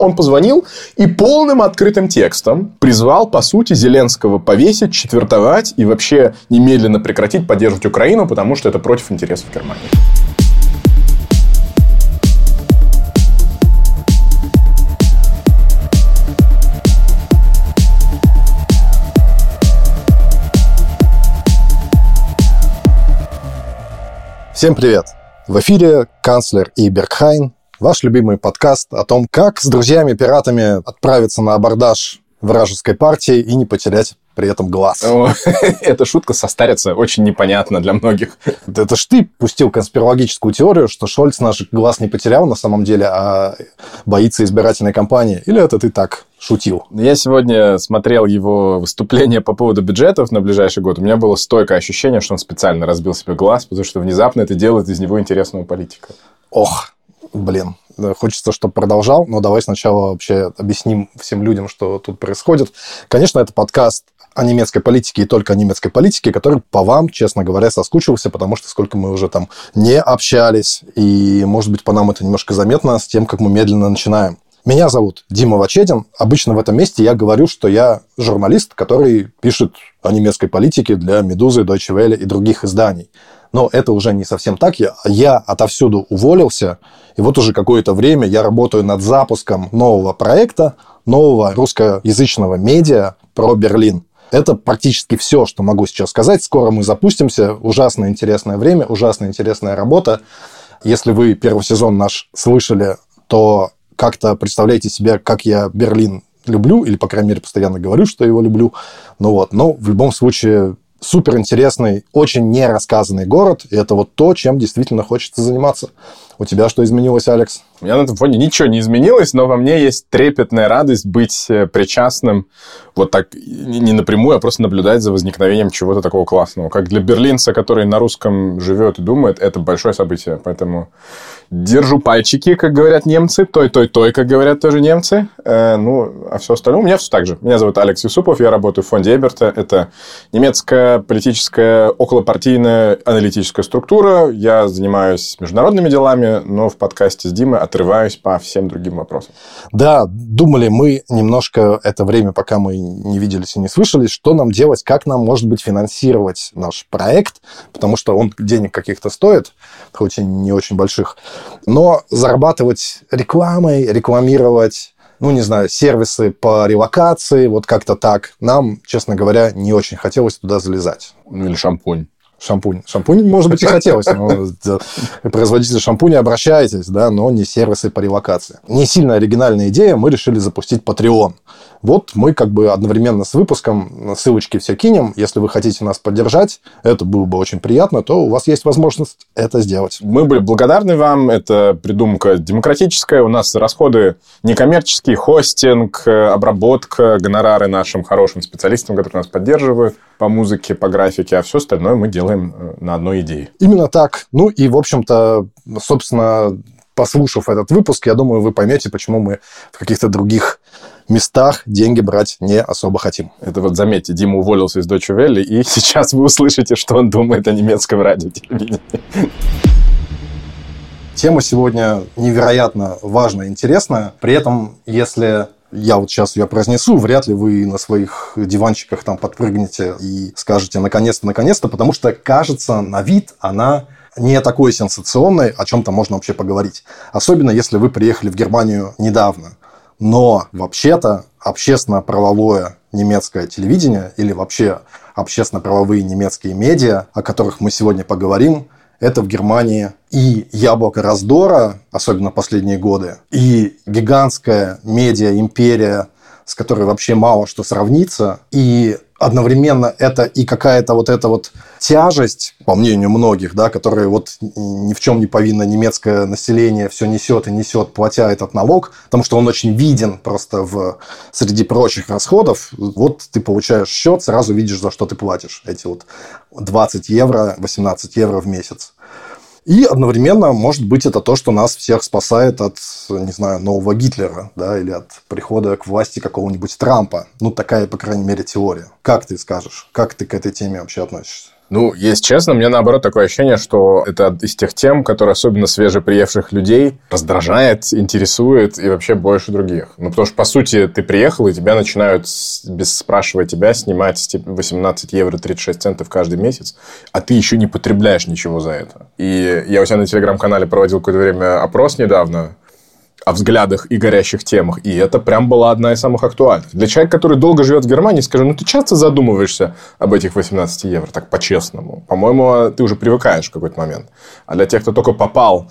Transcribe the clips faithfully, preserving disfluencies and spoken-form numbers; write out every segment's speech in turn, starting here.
Он позвонил и полным открытым текстом призвал, по сути, Зеленского повесить, четвертовать и вообще немедленно прекратить поддерживать Украину, потому что это против интересов Германии. Всем привет! В эфире канцлер и Бергхайн, ваш любимый подкаст о том, как с друзьями-пиратами отправиться на абордаж вражеской партии и не потерять при этом глаз. Эта шутка состарится очень непонятно для многих. Это ж ты пустил конспирологическую теорию, что Шольц наш глаз не потерял на самом деле, а боится избирательной кампании? Или это ты так шутил? Я сегодня смотрел его выступление по поводу бюджетов на ближайший год. У меня было стойкое ощущение, что он специально разбил себе глаз, потому что внезапно это делает из него интересного политика. Ох, блин. Хочется, чтобы продолжал, но давай сначала вообще объясним всем людям, что тут происходит. Конечно, это подкаст о немецкой политике и только о немецкой политике, который по вам, честно говоря, соскучился, потому что сколько мы уже там не общались, и, может быть, по нам это немножко заметно с тем, как мы медленно начинаем. Меня зовут Дима Вачедин. Обычно в этом месте я говорю, что я журналист, который пишет о немецкой политике для «Медузы», Deutsche Welle и других изданий. Но это уже не совсем так. Я, я отовсюду уволился, и вот уже какое-то время я работаю над запуском нового проекта, нового русскоязычного медиа про Берлин. Это практически все, что могу сейчас сказать. Скоро мы запустимся. Ужасно интересное время, ужасно интересная работа. Если вы первый сезон наш слышали, то как-то представляете себе, как я Берлин люблю, или, по крайней мере, постоянно говорю, что его люблю. Ну вот, но в любом случае суперинтересный, очень нерассказанный город, и это вот то, чем действительно хочется заниматься. У тебя что изменилось, Алекс? У меня на этом фоне ничего не изменилось, но во мне есть трепетная радость быть причастным вот так, не напрямую, а просто наблюдать за возникновением чего-то такого классного. Как для берлинца, который на русском живет и думает, это большое событие. Поэтому держу пальчики, как говорят немцы, той-той-той, как говорят тоже немцы. Э, ну, а все остальное у меня все так же. Меня зовут Алекс Юсупов, я работаю в фонде Эберта. Это немецкая политическая, околопартийная аналитическая структура. Я занимаюсь международными делами, но в подкасте с Димой отрываюсь по всем другим вопросам. Да, думали мы немножко это время, пока мы не виделись и не слышались, что нам делать, как нам, может быть, финансировать наш проект, потому что он денег каких-то стоит, хоть и не очень больших, но зарабатывать рекламой, рекламировать, ну, не знаю, сервисы по релокации, вот как-то так, нам, честно говоря, не очень хотелось туда залезать. Ну, или шампунь. Шампунь. Шампунь, может быть, и хотелось. Но производители шампуня, обращайтесь, да, но не сервисы по релокации. Не сильно оригинальная идея, мы решили запустить Patreon. Вот мы как бы одновременно с выпуском ссылочки все кинем. Если вы хотите нас поддержать, это было бы очень приятно, то у вас есть возможность это сделать. Мы были благодарны вам. Это придумка демократическая. У нас расходы некоммерческие, хостинг, обработка, гонорары нашим хорошим специалистам, которые нас поддерживают по музыке, по графике, а все остальное мы делаем на одной идее. Именно так. Ну и, в общем-то, собственно, послушав этот выпуск, я думаю, вы поймете, почему мы в каких-то других местах деньги брать не особо хотим. Это вот, заметьте, Дима уволился из Deutsche Welle, и сейчас вы услышите, что он думает о немецком радио телевидении. Тема сегодня невероятно важная и интересная. При этом, если я вот сейчас ее произнесу, вряд ли вы на своих диванчиках там подпрыгнете и скажете «наконец-то, наконец-то», потому что, кажется, на вид она не такой сенсационной, о чем-то можно вообще поговорить. Особенно, если вы приехали в Германию недавно. Но, вообще-то, общественно-правовое немецкое телевидение или вообще общественно-правовые немецкие медиа, о которых мы сегодня поговорим, это в Германии и яблоко раздора, особенно последние годы, и гигантская медиа-империя, с которой вообще мало что сравнится, и одновременно это и какая-то вот эта вот тяжесть, по мнению многих, да, которые вот ни в чем не повинно немецкое население все несет и несет, платя этот налог, потому что он очень виден просто в, среди прочих расходов. Вот ты получаешь счет, сразу видишь, за что ты платишь. Эти вот двадцать евро, восемнадцать евро в месяц. И одновременно, может быть, это то, что нас всех спасает от, не знаю, нового Гитлера, да, или от прихода к власти какого-нибудь Трампа. Ну, такая, по крайней мере, теория. Как ты скажешь? Как ты к этой теме вообще относишься? Ну, если честно, мне наоборот такое ощущение, что это из тех тем, которые особенно свежеприехавших людей раздражает, интересует и вообще больше других. Ну, потому что, по сути, ты приехал, и тебя начинают, без спрашивая тебя, снимать восемнадцать евро тридцать шесть центов каждый месяц, а ты еще не потребляешь ничего за это. И я у себя на телеграм-канале проводил какое-то время опрос недавно о взглядах и горящих темах. И это прям была одна из самых актуальных. Для человека, который долго живет в Германии, скажу, ну, ты часто задумываешься об этих восемнадцати евро, так по-честному. По-моему, ты уже привыкаешь в какой-то момент. А для тех, кто только попал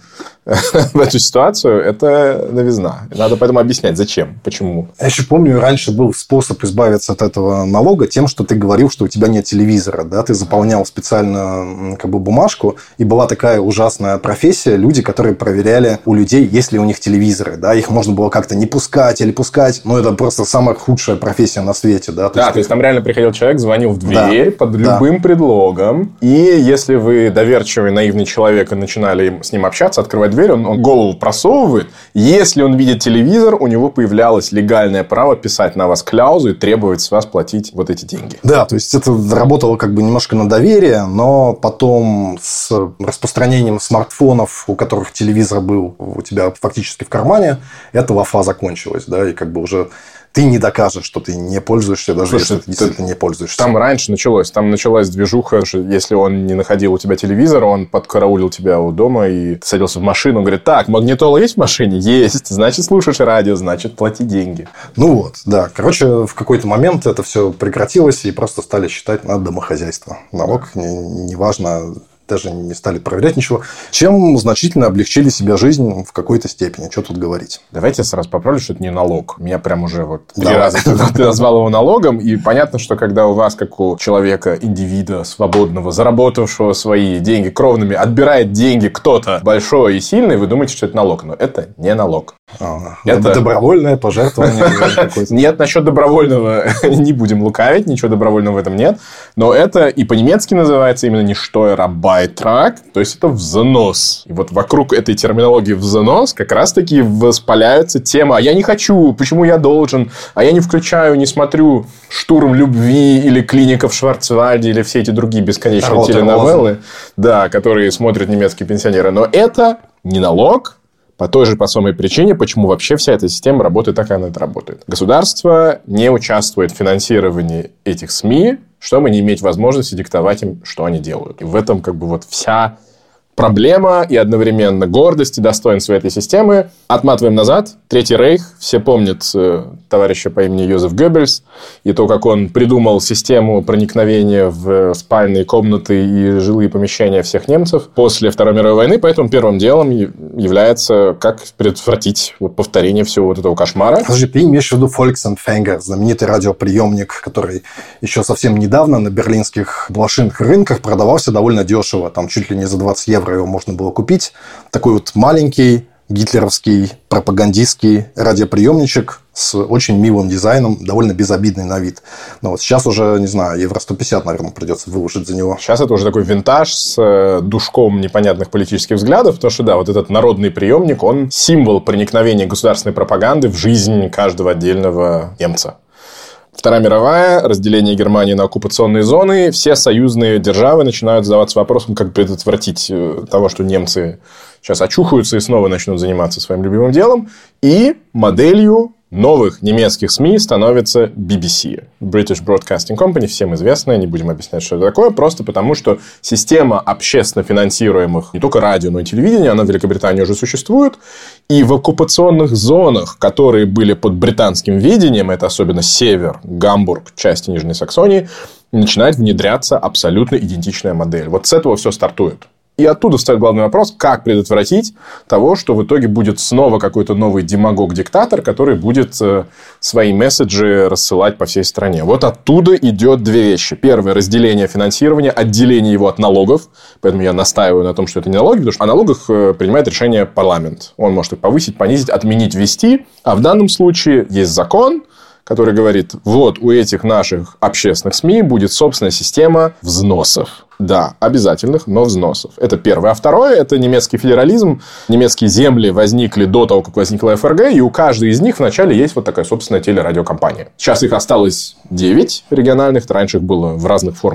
в эту ситуацию, это новизна. Надо поэтому объяснять, зачем, почему. Я еще помню, раньше был способ избавиться от этого налога тем, что ты говорил, что у тебя нет телевизора. Да? Ты заполнял специально как бы бумажку, и была такая ужасная профессия, люди, которые проверяли у людей, есть ли у них телевизор. Да, их можно было как-то не пускать или пускать, но это просто самая худшая профессия на свете. Да, то, да, есть, то есть там реально приходил человек, звонил в дверь да, под любым да. предлогом, и если вы доверчивый, наивный человек и начинали с ним общаться, открывать дверь, он, он голову просовывает. Если он видит телевизор, у него появлялось легальное право писать на вас кляузу и требовать с вас платить вот эти деньги. Да, то есть это работало как бы немножко на доверие, но потом с распространением смартфонов, у которых телевизор был у тебя фактически в кармане, эта лафа закончилась, да, и как бы уже ты не докажешь, что ты не пользуешься, даже Слушай, если ты действительно не пользуешься. Там раньше началось, там началась движуха, что если он не находил у тебя телевизор, он подкараулил тебя у дома и ты садился в машину, он говорит, так, магнитола есть в машине? Есть, значит, слушаешь радио, значит, плати деньги. Ну вот, да, короче, в какой-то момент это все прекратилось и просто стали считать на домохозяйство. Налог, неважно, даже не стали проверять ничего, чем значительно облегчили себе жизнь в какой-то степени. Что тут говорить? Давайте я сразу поправлю, что это не налог. Меня прям уже вот три да. раза ты назвал его налогом. И понятно, что когда у вас, как у человека, индивида, свободного, заработавшего свои деньги кровными, отбирает деньги кто-то большой и сильный, вы думаете, что это налог. Но это не налог. А, это добровольное пожертвование. Нет, насчет добровольного не будем лукавить. Ничего добровольного в этом нет. Но это и по-немецки называется именно не Steuerarbeitrag, то есть это взнос. И вот вокруг этой терминологии взнос как раз-таки воспаляется тема «а я не хочу, почему я должен?», «а я не включаю, не смотрю «Штурм любви» или «Клиника в Шварцвальде» или все эти другие бесконечные Рота теленовеллы, да, которые смотрят немецкие пенсионеры. Но это не налог, по той же, по самой причине, почему вообще вся эта система работает так, как она это работает. Государство не участвует в финансировании этих СМИ, чтобы не иметь возможности диктовать им, что они делают. И в этом как бы вот вся проблема и одновременно гордость и достоинство этой системы. Отматываем назад. Третий рейх. Все помнят э, товарища по имени Йозеф Геббельс и то, как он придумал систему проникновения в спальные комнаты и жилые помещения всех немцев после Второй мировой войны. Поэтому первым делом является, как предотвратить вот, повторение всего вот этого кошмара. Подожди, ты имеешь в виду Volksempfänger, знаменитый радиоприемник, который еще совсем недавно на берлинских блошиных рынках продавался довольно дешево. Там чуть ли не за двадцать евро его можно было купить. Такой вот маленький гитлеровский пропагандистский радиоприемничек с очень милым дизайном, довольно безобидный на вид. Но вот сейчас уже, не знаю, евро сто пятьдесят, наверное, придется выложить за него. Сейчас это уже такой винтаж с душком непонятных политических взглядов, потому что, да, вот этот народный приемник, он символ проникновения государственной пропаганды в жизнь каждого отдельного немца. Вторая мировая, разделение Германии на оккупационные зоны. Все союзные державы начинают задаваться вопросом, как предотвратить того, что немцы сейчас очухаются и снова начнут заниматься своим любимым делом. И моделью новых немецких СМИ становится би би си. British Broadcasting Company, всем известная, не будем объяснять, что это такое, просто потому, что система общественно финансируемых не только радио, но и телевидения, она в Великобритании уже существует. И в оккупационных зонах, которые были под британским видением, это особенно север, Гамбург, части Нижней Саксонии, начинает внедряться абсолютно идентичная модель. Вот с этого все стартует. И оттуда встает главный вопрос, как предотвратить того, что в итоге будет снова какой-то новый демагог-диктатор, который будет свои месседжи рассылать по всей стране. Вот оттуда идет две вещи. Первое – разделение финансирования, отделение его от налогов. Поэтому я настаиваю на том, что это не налоги, потому что о налогах принимает решение парламент. Он может их повысить, понизить, отменить, ввести. А в данном случае есть закон, который говорит, вот у этих наших общественных СМИ будет собственная система взносов. Да, обязательных, но взносов. Это первое. А второе – это немецкий федерализм. Немецкие земли возникли до того, как возникла эф эр гэ, и у каждой из них вначале есть вот такая собственная телерадиокомпания. Сейчас их осталось девять региональных. Раньше их было в разных формах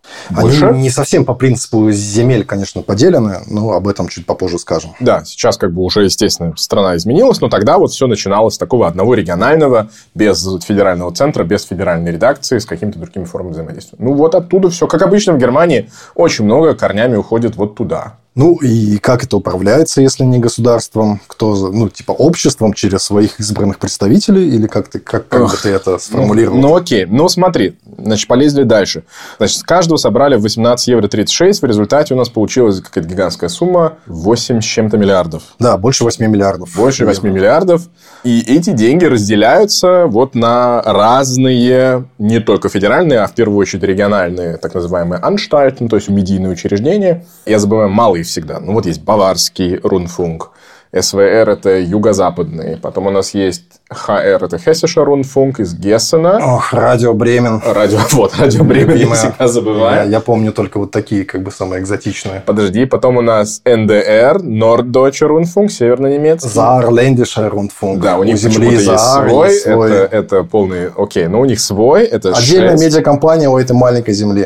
Больше? Они не совсем по принципу земель, конечно, поделены, но об этом чуть попозже скажем. Да, сейчас как бы уже, естественно, страна изменилась, но тогда вот все начиналось с такого одного регионального, без федерального центра, без федеральной редакции, с какими-то другими формами взаимодействия. Ну, вот оттуда все. Как обычно в Германии, очень много корнями уходит вот туда. Ну, и как это управляется, если не государством? Кто, ну, типа обществом через своих избранных представителей? Или как ты, как, как бы ты это сформулировал? Ну, ну, окей. Ну, смотри. Значит, полезли дальше. Значит, с каждого собрали восемнадцать евро тридцать шесть. В результате у нас получилась какая-то гигантская сумма. восемь с чем-то миллиардов. Да, больше восьми миллиардов. Больше восьми миллиардов. И эти деньги разделяются вот на разные, не только федеральные, а в первую очередь региональные, так называемые Anstalten, то есть медийные учреждения. Я забываю малые всегда. Ну, вот есть Баварский Rundfunk, СВР – это юго-западный. Потом у нас есть ХР – это Hessischer Rundfunk из Гессена. Ох, Радио Бремен. Радио, вот, Радио Бремен, я всегда забываю. Я, я помню только вот такие, как бы, самые экзотичные. Подожди, потом у нас эн дэ эр, Norddeutscher Rundfunk, северно-немецкий. Saarländischer Rundfunk. Да, у них у земли почему-то Заар, есть свой, есть свой. Это, это полный, окей, но у них свой, это отдельная шесть. медиакомпания у этой маленькой земли.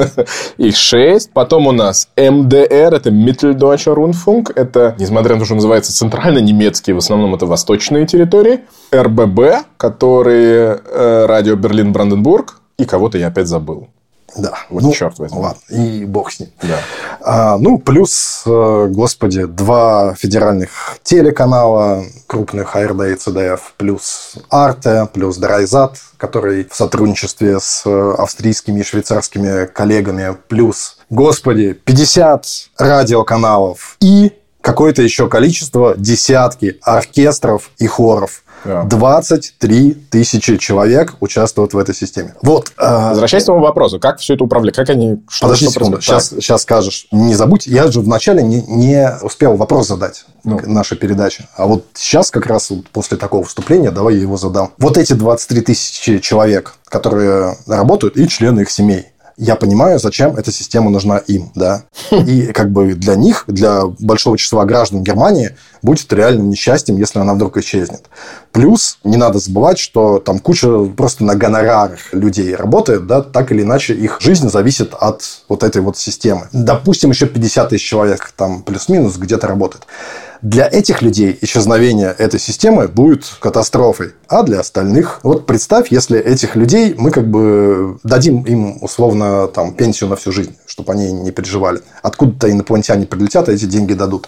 Их шесть. Потом у нас эм дэ эр, это Mitteldeutscher Rundfunk, это, несмотря на то, что называется центрально-немецкий, в основном это восточные территории. эр бэ бэ, которые э, радио Берлин-Бранденбург, и кого-то я опять забыл. Да. Вот ну, черт возьми. Ладно, и бог с ним. Да. А, ну, плюс, господи, два федеральных телеканала, крупных а эр дэ и цэ дэ эф, плюс Арте, плюс Драйзат, который в сотрудничестве с австрийскими и швейцарскими коллегами, плюс, господи, пятьдесят радиоканалов и какое-то еще количество, десятки оркестров и хоров. двадцать три тысячи человек участвуют в этой системе. Вот. Возвращаясь к тому вопросу, как все это управлять? Как они... Что, Подожди что секунду, сейчас, сейчас скажешь. Не забудь, я же вначале не, не успел вопрос задать ну. нашей передачи. А вот сейчас как раз вот после такого вступления давай я его задам. Вот эти двадцать три тысячи человек, которые работают, и члены их семей. Я понимаю, зачем эта система нужна им, да. И как бы для них, для большого числа граждан Германии будет реальным несчастьем, если она вдруг исчезнет. Плюс не надо забывать, что там куча просто на гонорарах людей работает, да, так или иначе их жизнь зависит от вот этой вот системы. Допустим, еще пятьдесят тысяч человек там плюс-минус где-то работает. Для этих людей исчезновение этой системы будет катастрофой. А для остальных... Вот представь, если этих людей мы как бы дадим им условно там, пенсию на всю жизнь, чтобы они не переживали. Откуда-то инопланетяне прилетят, и эти деньги дадут.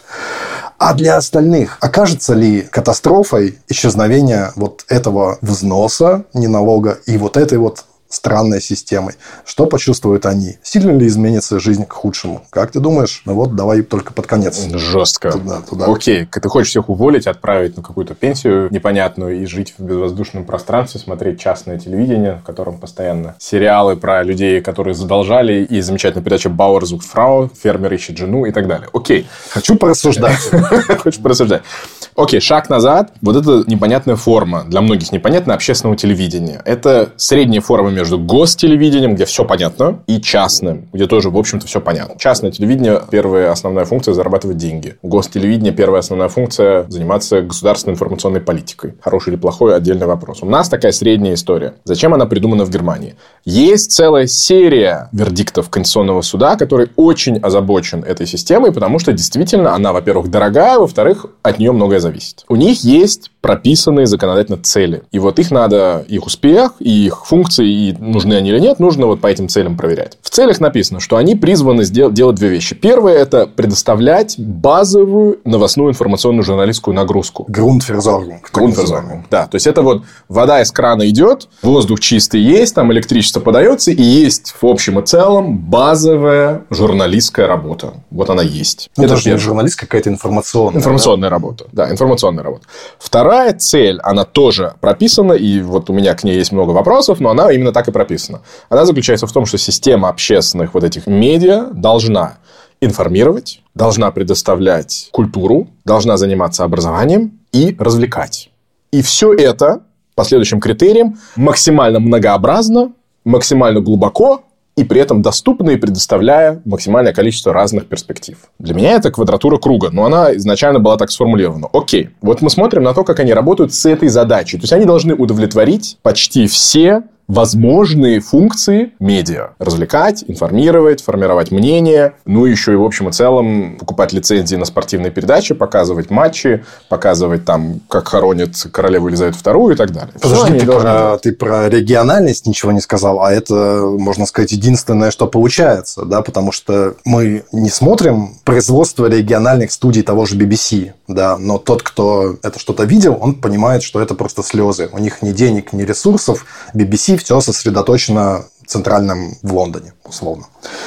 А для остальных окажется ли катастрофой исчезновение вот этого взноса, не налога, и вот этой вот странной системой? Что почувствуют они? Сильно ли изменится жизнь к худшему? Как ты думаешь? Ну вот, давай только под конец. Жестко. Туда, туда. Окей, ты хочешь всех уволить, отправить на какую-то пенсию непонятную и жить в безвоздушном пространстве, смотреть частное телевидение, в котором постоянно сериалы про людей, которые задолжали, и замечательная передача Bauer sucht Frau, фермер ищет жену и так далее. Окей. Хочу порассуждать. Хочешь порассуждать. Окей, шаг назад. Вот это непонятная форма, для многих непонятная, общественного телевидения. Это средняя форма между гостелевидением, где все понятно, и частным, где тоже, в общем-то, все понятно. Частное телевидение, первая основная функция – зарабатывать деньги. Гостелевидение, первая основная функция – заниматься государственной информационной политикой. Хороший или плохой – отдельный вопрос. У нас такая средняя история. Зачем она придумана в Германии? Есть целая серия вердиктов Конституционного суда, который очень озабочен этой системой, потому что действительно она, во-первых, дорогая, во-вторых, от нее многое зависит. У них есть прописанные законодательно цели. И вот их надо, их успех, и их функции, и нужны они или нет, нужно вот по этим целям проверять. В целях написано, что они призваны сделать, делать две вещи. Первое – это предоставлять базовую новостную информационную журналистскую нагрузку. Grundversorgung. Grundversorgung, да. То есть, это вот вода из крана идет, воздух чистый есть, там электричество подается, и есть в общем и целом базовая журналистская работа. Вот она есть. Ну, это же не журналистская, какая-то информационная. Информационная да? работа. Да, информационная работа. Вторая цель, она тоже прописана, и вот у меня к ней есть много вопросов, но она именно так и прописана. Она заключается в том, что система общественных вот этих медиа должна информировать, должна предоставлять культуру, должна заниматься образованием и развлекать. И все это по следующим критериям максимально многообразно, максимально глубоко и при этом доступно и предоставляя максимальное количество разных перспектив. Для меня это квадратура круга, но она изначально была так сформулирована. Окей, вот мы смотрим на то, как они работают с этой задачей. То есть, они должны удовлетворить почти все возможные функции медиа. Развлекать, информировать, формировать мнение. Ну, еще и в общем и целом покупать лицензии на спортивные передачи, показывать матчи, показывать там, как хоронят королеву Елизавету вторую и так далее. Подожди, ты про, ты про региональность ничего не сказал, а это, можно сказать, единственное, что получается, да, потому что мы не смотрим производство региональных студий того же би би си, да, но тот, кто это что-то видел, он понимает, что это просто слезы. У них ни денег, ни ресурсов. би би си все сосредоточено в центральном в Лондоне, условно.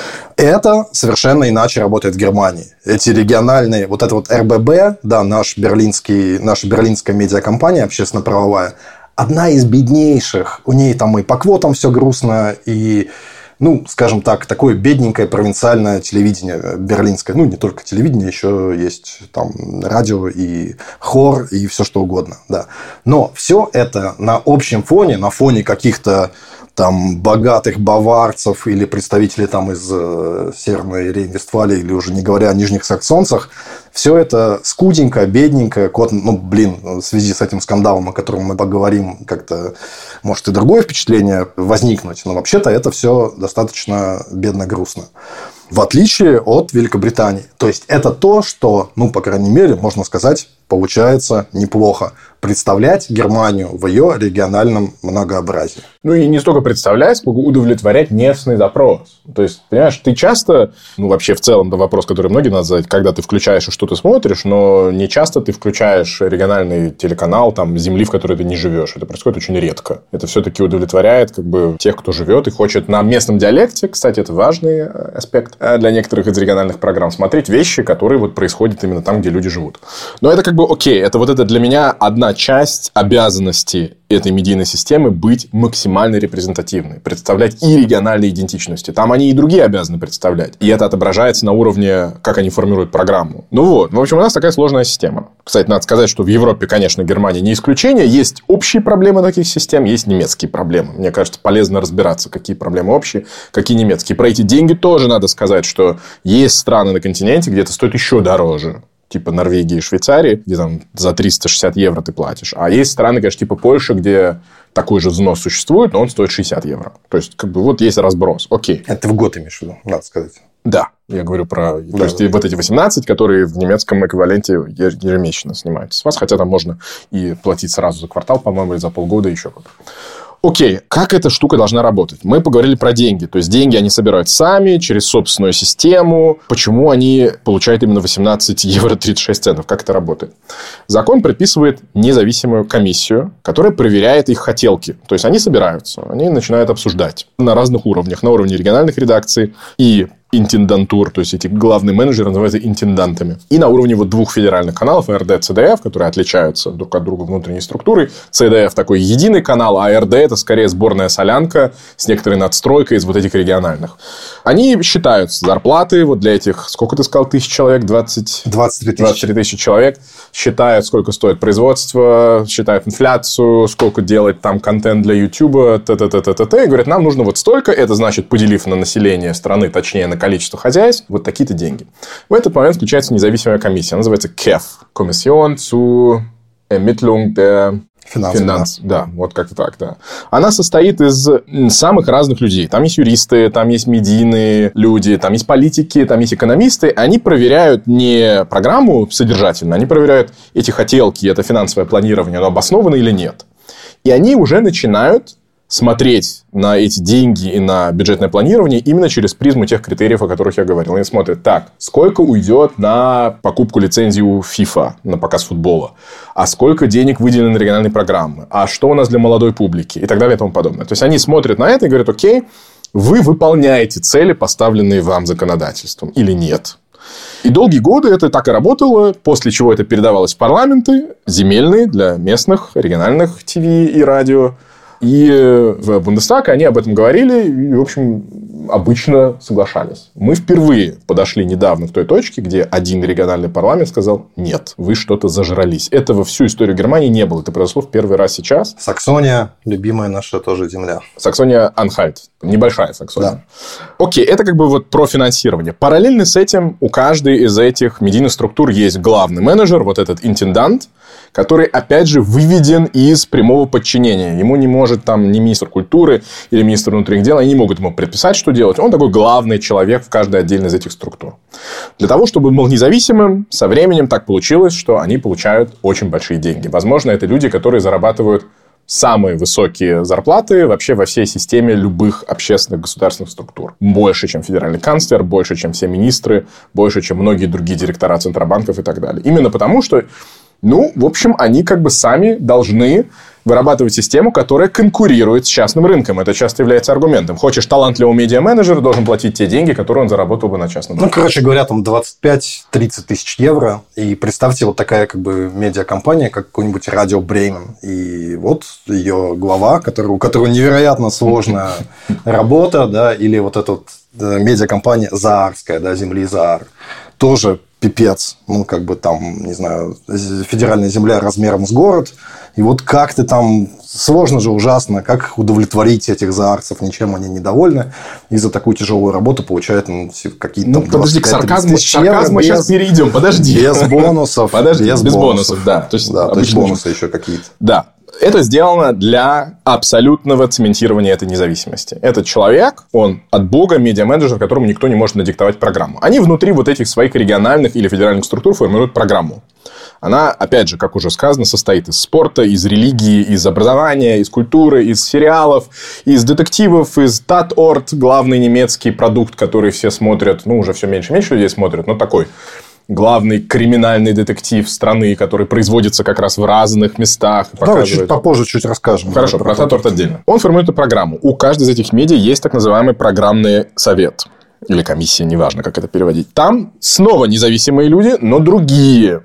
Это совершенно иначе работает в Германии. Эти региональные, вот это вот эр бэ бэ, да, наш берлинский, наша берлинская медиакомпания общественно-правовая, одна из беднейших. У ней там и по квотам все грустно, и, ну, скажем так, такое бедненькое провинциальное телевидение берлинское. Ну, не только телевидение, еще есть там радио и хор, и все что угодно, да. Но все это на общем фоне, на фоне каких-то там богатых баварцев или представителей там из Северной Рейн-Вестфалии, или уже не говоря о нижних саксонцах, все это скуденько, бедненько. Кот, ну, блин, в связи с этим скандалом, о котором мы поговорим, как-то может и другое впечатление возникнуть. Но вообще-то это все достаточно бедно-грустно. В отличие от Великобритании. То есть, это то, что, ну, по крайней мере, можно сказать, получается неплохо. Представлять Германию в ее региональном многообразии. Ну, и не столько представлять, сколько удовлетворять местный запрос. То есть, понимаешь, ты часто, ну, вообще в целом, это вопрос, который многие надо задать, когда ты включаешь и что ты смотришь, но не часто ты включаешь региональный телеканал там, земли, в которой ты не живешь. Это происходит очень редко. Это все-таки удовлетворяет как бы тех, кто живет и хочет на местном диалекте, кстати, это важный аспект для некоторых из региональных программ, смотреть вещи, которые вот происходят именно там, где люди живут. Но это как бы окей, это вот это для меня одна часть обязанности этой медийной системы быть максимально репрезентативной, представлять и региональные идентичности. Там они и другие обязаны представлять. И это отображается на уровне, как они формируют программу. Ну вот, в общем, у нас такая сложная система. Кстати, надо сказать, что в Европе, конечно, Германия не исключение. Есть общие проблемы таких систем, есть немецкие проблемы. Мне кажется, полезно разбираться, какие проблемы общие, какие немецкие. Про эти деньги тоже надо сказать, что есть страны на континенте, где это стоит еще дороже. Типа Норвегии и Швейцарии, где там за триста шестьдесят евро ты платишь. А есть страны, конечно, типа Польша, где такой же взнос существует, но он стоит шестьдесят евро. То есть, как бы, вот есть разброс. Окей. Это ты в год имеешь в виду, надо сказать. Да. Я говорю про... Да, то есть, да. вот эти восемнадцать, которые в немецком эквиваленте ежемесячно снимаются с вас. Хотя там можно и платить сразу за квартал, по-моему, или за полгода, еще как-то. Окей, как эта штука должна работать? Мы поговорили про деньги. То есть, деньги они собирают сами, через собственную систему. Почему они получают именно восемнадцать евро тридцать шесть центов? Как это работает? Закон прописывает независимую комиссию, которая проверяет их хотелки. То есть, они собираются, они начинают обсуждать на разных уровнях. На уровне региональных редакций и интендантур, то есть эти главные менеджеры называются интендантами. И на уровне вот двух федеральных каналов, эй эр дэ, цэ дэ эф, которые отличаются друг от друга внутренней структурой. цэ дэ эф такой единый канал, а эр дэ это скорее сборная солянка с некоторой надстройкой из вот этих региональных. Они считают зарплаты вот для этих, сколько ты сказал, тысяч человек? двадцать... двадцать три тысячи. двадцать три тысячи человек. Считают, сколько стоит производство, считают инфляцию, сколько делать там контент для Ютуба, т.т.т.т. И говорят, нам нужно вот столько. Это значит, поделив на население страны, точнее, на количество хозяйств, вот такие-то деньги. В этот момент включается независимая комиссия. Она называется кеф. Kommission zur Ermittlung der Финансы, Финанс, да. да, вот как-то так, да. Она состоит из самых разных людей. Там есть юристы, там есть медийные люди, там есть политики, там есть экономисты. Они проверяют не программу содержательно, они проверяют эти хотелки, это финансовое планирование, оно обосновано или нет. И они уже начинают смотреть на эти деньги и на бюджетное планирование именно через призму тех критериев, о которых я говорил. Они смотрят, так, сколько уйдет на покупку лицензии у FIFA, на показ футбола, а сколько денег выделено на региональные программы, а что у нас для молодой публики и так далее и тому подобное. То есть, они смотрят на это и говорят, окей, вы выполняете цели, поставленные вам законодательством, или нет. И долгие годы это так и работало, после чего это передавалось в парламенты земельные для местных региональных ТВ и радио. И в Бундестаг они об этом говорили и, в общем, обычно соглашались. Мы впервые подошли недавно к той точке, где один региональный парламент сказал, нет, вы что-то зажрались. Этого всю историю Германии не было. Это произошло в первый раз сейчас. Саксония, любимая наша тоже земля. Саксония-Анхальт. Небольшая Саксония. Да. Окей, это как бы вот про финансирование. Параллельно с этим у каждой из этих медийных структур есть главный менеджер, вот этот интендант, который, опять же, выведен из прямого подчинения. Ему не может там ни министр культуры или министр внутренних дел, они не могут ему предписать, что делать. Он такой главный человек в каждой отдельной из этих структур. Для того, чтобы он был независимым, со временем так получилось, что они получают очень большие деньги. Возможно, это люди, которые зарабатывают самые высокие зарплаты вообще во всей системе любых общественных государственных структур. Больше, чем федеральный канцлер, больше, чем все министры, больше, чем многие другие директора центробанков и так далее. Именно потому, что, ну, в общем, они как бы сами должны вырабатывать систему, которая конкурирует с частным рынком. Это часто является аргументом. Хочешь талантливого медиа-менеджера, должен платить те деньги, которые он заработал бы на частном рынке. Ну, короче говоря, там двадцать пять - тридцать тысяч евро. И представьте, вот такая как бы медиакомпания, как какой-нибудь Радио Бремен. И вот ее глава, который, у которого невероятно сложная работа, да, или вот эта вот медиакомпания Заарская, да, земли Заар. Тоже пипец. Ну, как бы там, не знаю, федеральная земля размером с город. И вот как ты там... Сложно же, ужасно. Как удовлетворить этих заарцев? Ничем они недовольны. И за такую тяжелую работу получают ну, какие-то... Ну, подожди, к сарказму, к сарказму сейчас перейдем. Подожди. Без бонусов. Подожди, без, без бонусов. бонусов, да. То есть, да, то есть бонусы еще какие-то. Да. Это сделано для абсолютного цементирования этой независимости. Этот человек, он от бога медиа-менеджер, которому никто не может надиктовать программу. Они внутри вот этих своих региональных или федеральных структур формируют программу. Она, опять же, как уже сказано, состоит из спорта, из религии, из образования, из культуры, из сериалов, из детективов, из Таторт, главный немецкий продукт, который все смотрят. Ну, уже все меньше и меньше людей смотрят, но такой... главный криминальный детектив страны, который производится как раз в разных местах. Давай чуть попозже чуть расскажем. Хорошо, про Таторт отдельно. Он формирует эту программу. У каждой из этих медиа есть так называемый программный совет. Или комиссия, неважно, как это переводить. Там снова независимые люди, но другие.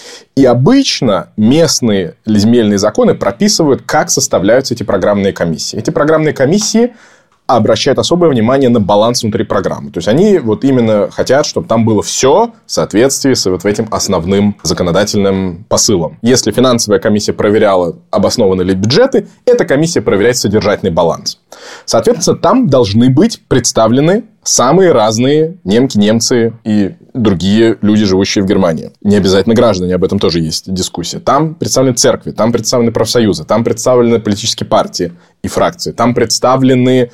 И обычно местные земельные законы прописывают, как составляются эти программные комиссии. Эти программные комиссии обращают особое внимание на баланс внутри программы. То есть, они вот именно хотят, чтобы там было все в соответствии с вот этим основным законодательным посылом. Если финансовая комиссия проверяла, обоснованы ли бюджеты, эта комиссия проверяет содержательный баланс. Соответственно, там должны быть представлены самые разные немки, немцы и другие люди, живущие в Германии. Не обязательно граждане, об этом тоже есть дискуссия. Там представлены церкви, там представлены профсоюзы, там представлены политические партии и фракции, там представлены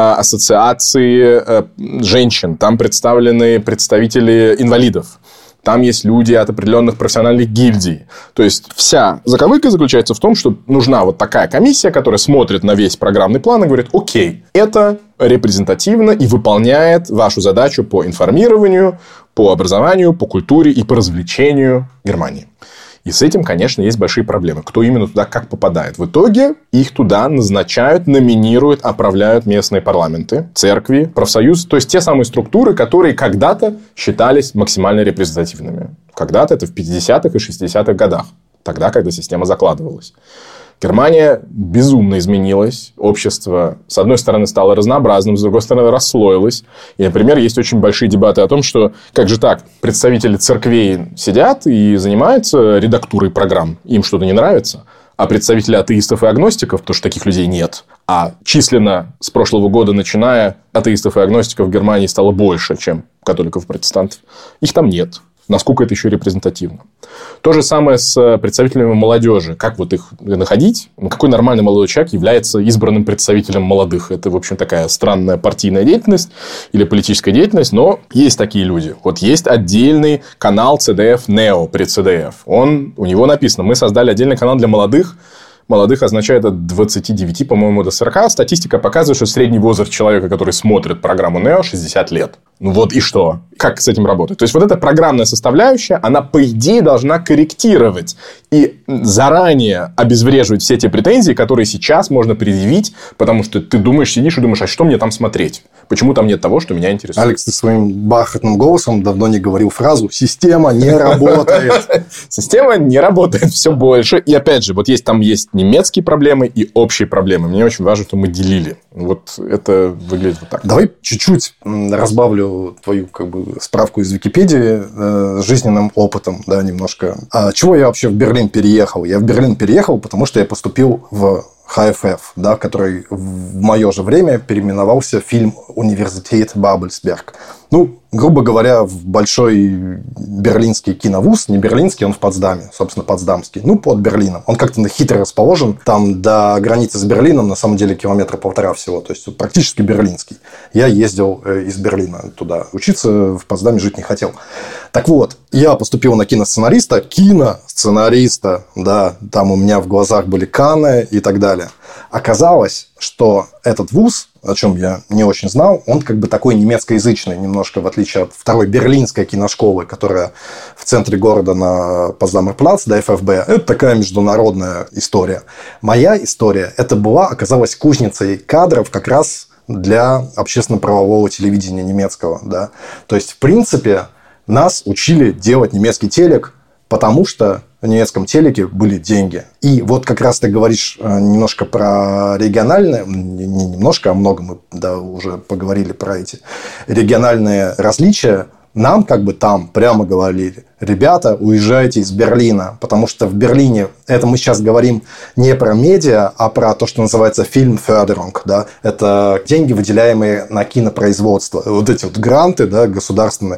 ассоциации женщин, там представлены представители инвалидов. Там есть люди от определенных профессиональных гильдий. То есть, вся заковыка заключается в том, что нужна вот такая комиссия, которая смотрит на весь программный план и говорит: окей, это репрезентативно и выполняет вашу задачу по информированию, по образованию, по культуре и по развлечению Германии. И с этим, конечно, есть большие проблемы. Кто именно туда как попадает? В итоге их туда назначают, номинируют, отправляют местные парламенты, церкви, профсоюзы. То есть, те самые структуры, которые когда-то считались максимально репрезентативными. Когда-то это в пятидесятых и шестидесятых годах. Тогда, когда система закладывалась. Германия безумно изменилась. Общество, с одной стороны, стало разнообразным, с другой стороны, расслоилось. И, например, есть очень большие дебаты о том, что как же так, представители церквей сидят и занимаются редактурой программ. Им что-то не нравится. А представители атеистов и агностиков, потому что таких людей нет. А численно с прошлого года, начиная, атеистов и агностиков в Германии стало больше, чем католиков и протестантов. Их там нет. Насколько это еще репрезентативно. То же самое с представителями молодежи. Как вот их находить? Какой нормальный молодой человек является избранным представителем молодых? Это, в общем, такая странная партийная деятельность или политическая деятельность, но есть такие люди. Вот есть отдельный канал си ди эф Нео при си ди эф. Он, у него написано: мы создали отдельный канал для молодых. Молодых означает от двадцати девяти, по-моему, до сорока. Статистика показывает, что средний возраст человека, который смотрит программу Нео, шестьдесят лет. Ну вот и что? Как с этим работать? То есть, вот эта программная составляющая, она, по идее, должна корректировать и заранее обезвреживать все те претензии, которые сейчас можно предъявить, потому что ты думаешь, сидишь и думаешь: а что мне там смотреть? Почему там нет того, что меня интересует? Алекс, ты своим бархатным голосом давно не говорил фразу «система не работает». Система не работает все больше. И, опять же, вот есть там есть немецкие проблемы и общие проблемы. Мне очень важно, что мы делили. Вот это выглядит вот так. Давай чуть-чуть разбавлю твою как бы справку из Википедии э, жизненным опытом, да, немножко. А чего я вообще в Берлин переехал? Я в Берлин переехал, потому что я поступил в ха эф эф, да, который в мое же время переименовался в фильм «Университет Бабельсберг». Ну, грубо говоря, в большой берлинский киновуз, не берлинский, он в Потсдаме, собственно, потсдамский, ну, под Берлином. Он как-то хитро расположен, там до границы с Берлином, на самом деле, километра полтора всего, то есть практически берлинский. Я ездил из Берлина туда учиться, в Потсдаме жить не хотел. Так вот, я поступил на киносценариста, киносценариста, да, там у меня в глазах были Канны и так далее. Оказалось, что этот вуз, о чем я не очень знал, он как бы такой немецкоязычный немножко, в отличие от второй берлинской киношколы, которая в центре города на Потсдамер плац, да, эф эф бэ. Это такая международная история. Моя история, это была, оказалась кузницей кадров как раз для общественно-правового телевидения немецкого. Да. То есть, в принципе, нас учили делать немецкий телек, потому что в немецком телеке были деньги. И вот как раз ты говоришь немножко про региональные, не немножко, а много мы да, уже поговорили про эти региональные различия. Нам как бы там прямо говорили: ребята, уезжайте из Берлина, потому что в Берлине, это мы сейчас говорим не про медиа, а про то, что называется фильмфörderung, да, это деньги, выделяемые на кинопроизводство, вот эти вот гранты, да, государственные.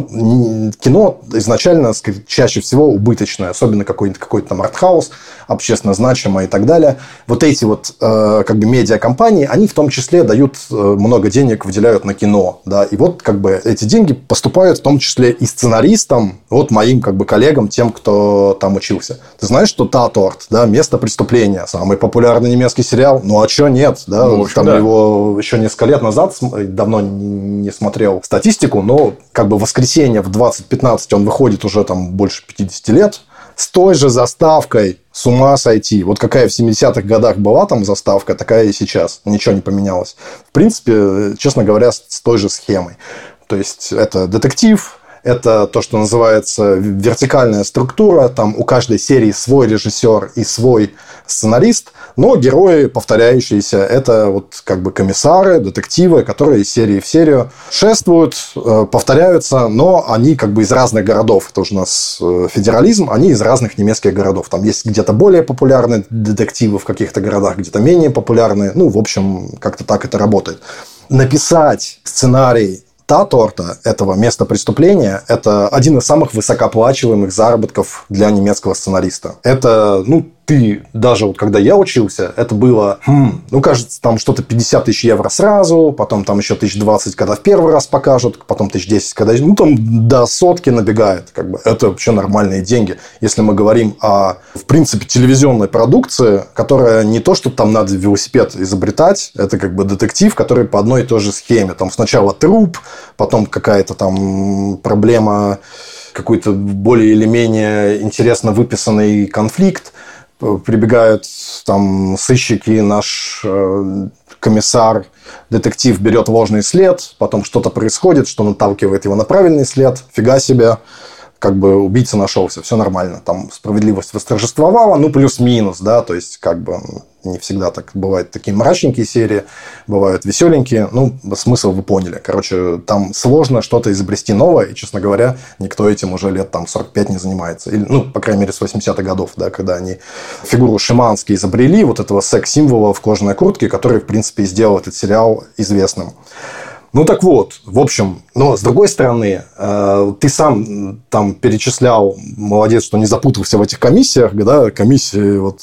Ну, кино изначально чаще всего убыточное, особенно какой-то какой-то там артхаус, общественно значимое и так далее. Вот эти вот э, как бы медиакомпании, они в том числе дают много денег, выделяют на кино, да, и вот как бы эти деньги поступают в том числе и сценаристам, вот моим как бы коллегам, тем, кто там учился. Ты знаешь, что Таторт, да, место преступления, самый популярный немецкий сериал? Ну, а чё нет? Да? Ну, общем, там да. Его еще несколько лет назад, давно не смотрел статистику, но как бы «Воскресенье» в двадцать пятнадцать он выходит уже там больше пятьдесят лет, с той же заставкой. С ума сойти. Вот какая в семидесятых годах была там заставка, такая и сейчас. Ничего не поменялось. В принципе, честно говоря, с той же схемой. То есть, это детектив, это то, что называется вертикальная структура. Там у каждой серии свой режиссер и свой сценарист, но герои повторяющиеся. Это вот как бы комиссары, детективы, которые из серии в серию шествуют, повторяются, но они как бы из разных городов. Это уже у нас федерализм, они из разных немецких городов. Там есть где-то более популярные детективы в каких-то городах, где-то менее популярные. Ну, в общем, как-то так это работает. Написать сценарий Таторта, этого места преступления, это один из самых высокооплачиваемых заработков для немецкого сценариста. Это, ну, ты, даже вот когда я учился, это было, хм, ну, кажется, там что-то пятьдесят тысяч евро сразу, потом там еще тысяч двадцать, когда в первый раз покажут, потом тысяч десять, когда, ну, там до сотки набегает, как бы, это вообще нормальные деньги. Если мы говорим о, в принципе, телевизионной продукции, которая не то, что там надо велосипед изобретать, это как бы детектив, который по одной и той же схеме. Там сначала труп, потом какая-то там проблема, какой-то более или менее интересно выписанный конфликт, прибегают там сыщики, наш э, комиссар, детектив берет ложный след, потом что-то происходит, что наталкивает его на правильный след, фига себе, как бы убийца нашелся, все нормально, там справедливость восторжествовала, ну, плюс-минус, да, то есть, как бы не всегда так бывают такие мрачненькие серии, бывают веселенькие, ну, смысл вы поняли, короче, там сложно что-то изобрести новое, и, честно говоря, никто этим уже лет там сорок пять не занимается, или, ну, по крайней мере, с восьмидесятых годов, да, когда они фигуру Шимански изобрели, вот этого секс-символа в кожаной куртке, который, в принципе, и сделал этот сериал известным. Ну, так вот, в общем, но с другой стороны, ты сам там перечислял, молодец, что не запутался в этих комиссиях, да, комиссии вот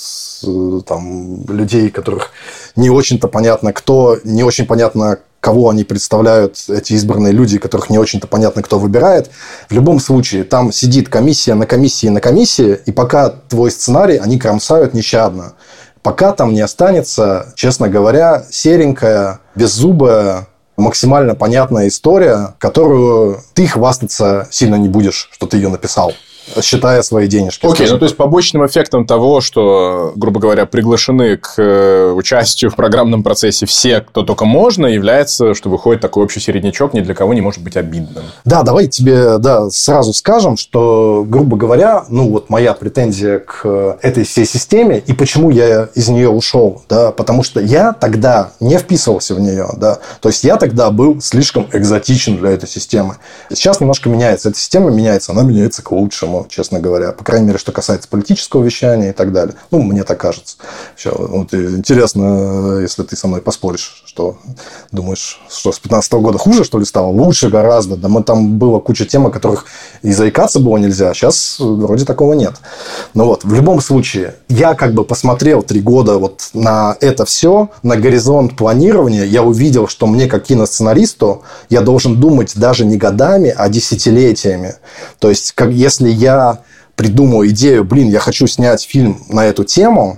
там людей, которых не очень-то понятно кто, не очень понятно, кого они представляют, эти избранные люди, которых не очень-то понятно, кто выбирает. В любом случае, там сидит комиссия на комиссии на комиссии, и пока твой сценарий, они кромсают нещадно. Пока там не останется, честно говоря, серенькая, беззубая, максимально понятная история, которую ты хвастаться сильно не будешь, что ты ее написал, считая свои денежки. Окей, okay, ну то есть побочным эффектом того, что, грубо говоря, приглашены к участию в программном процессе все, кто только можно, является, что выходит такой общий середнячок, ни для кого не может быть обидным. Да, давай тебе да, сразу скажем, что, грубо говоря, ну вот моя претензия к этой всей системе и почему я из нее ушел, да, потому что я тогда не вписывался в нее, да, то есть я тогда был слишком экзотичен для этой системы. Сейчас немножко меняется, эта система меняется, она меняется к лучшему. по-настоящему, честно говоря. По крайней мере, что касается политического вещания и так далее. Ну, мне так кажется. Все, вот, интересно, если ты со мной поспоришь, что думаешь, что с пятнадцатого года хуже, что ли, стало? Лучше гораздо. Да мы там было куча тем, о которых и заикаться было нельзя. Сейчас вроде такого нет. Но вот, в любом случае, я как бы посмотрел три года вот на это все, на горизонт планирования. Я увидел, что мне, как киносценаристу, я должен думать даже не годами, а десятилетиями. То есть, как, если я придумаю идею, блин, я хочу снять фильм на эту тему,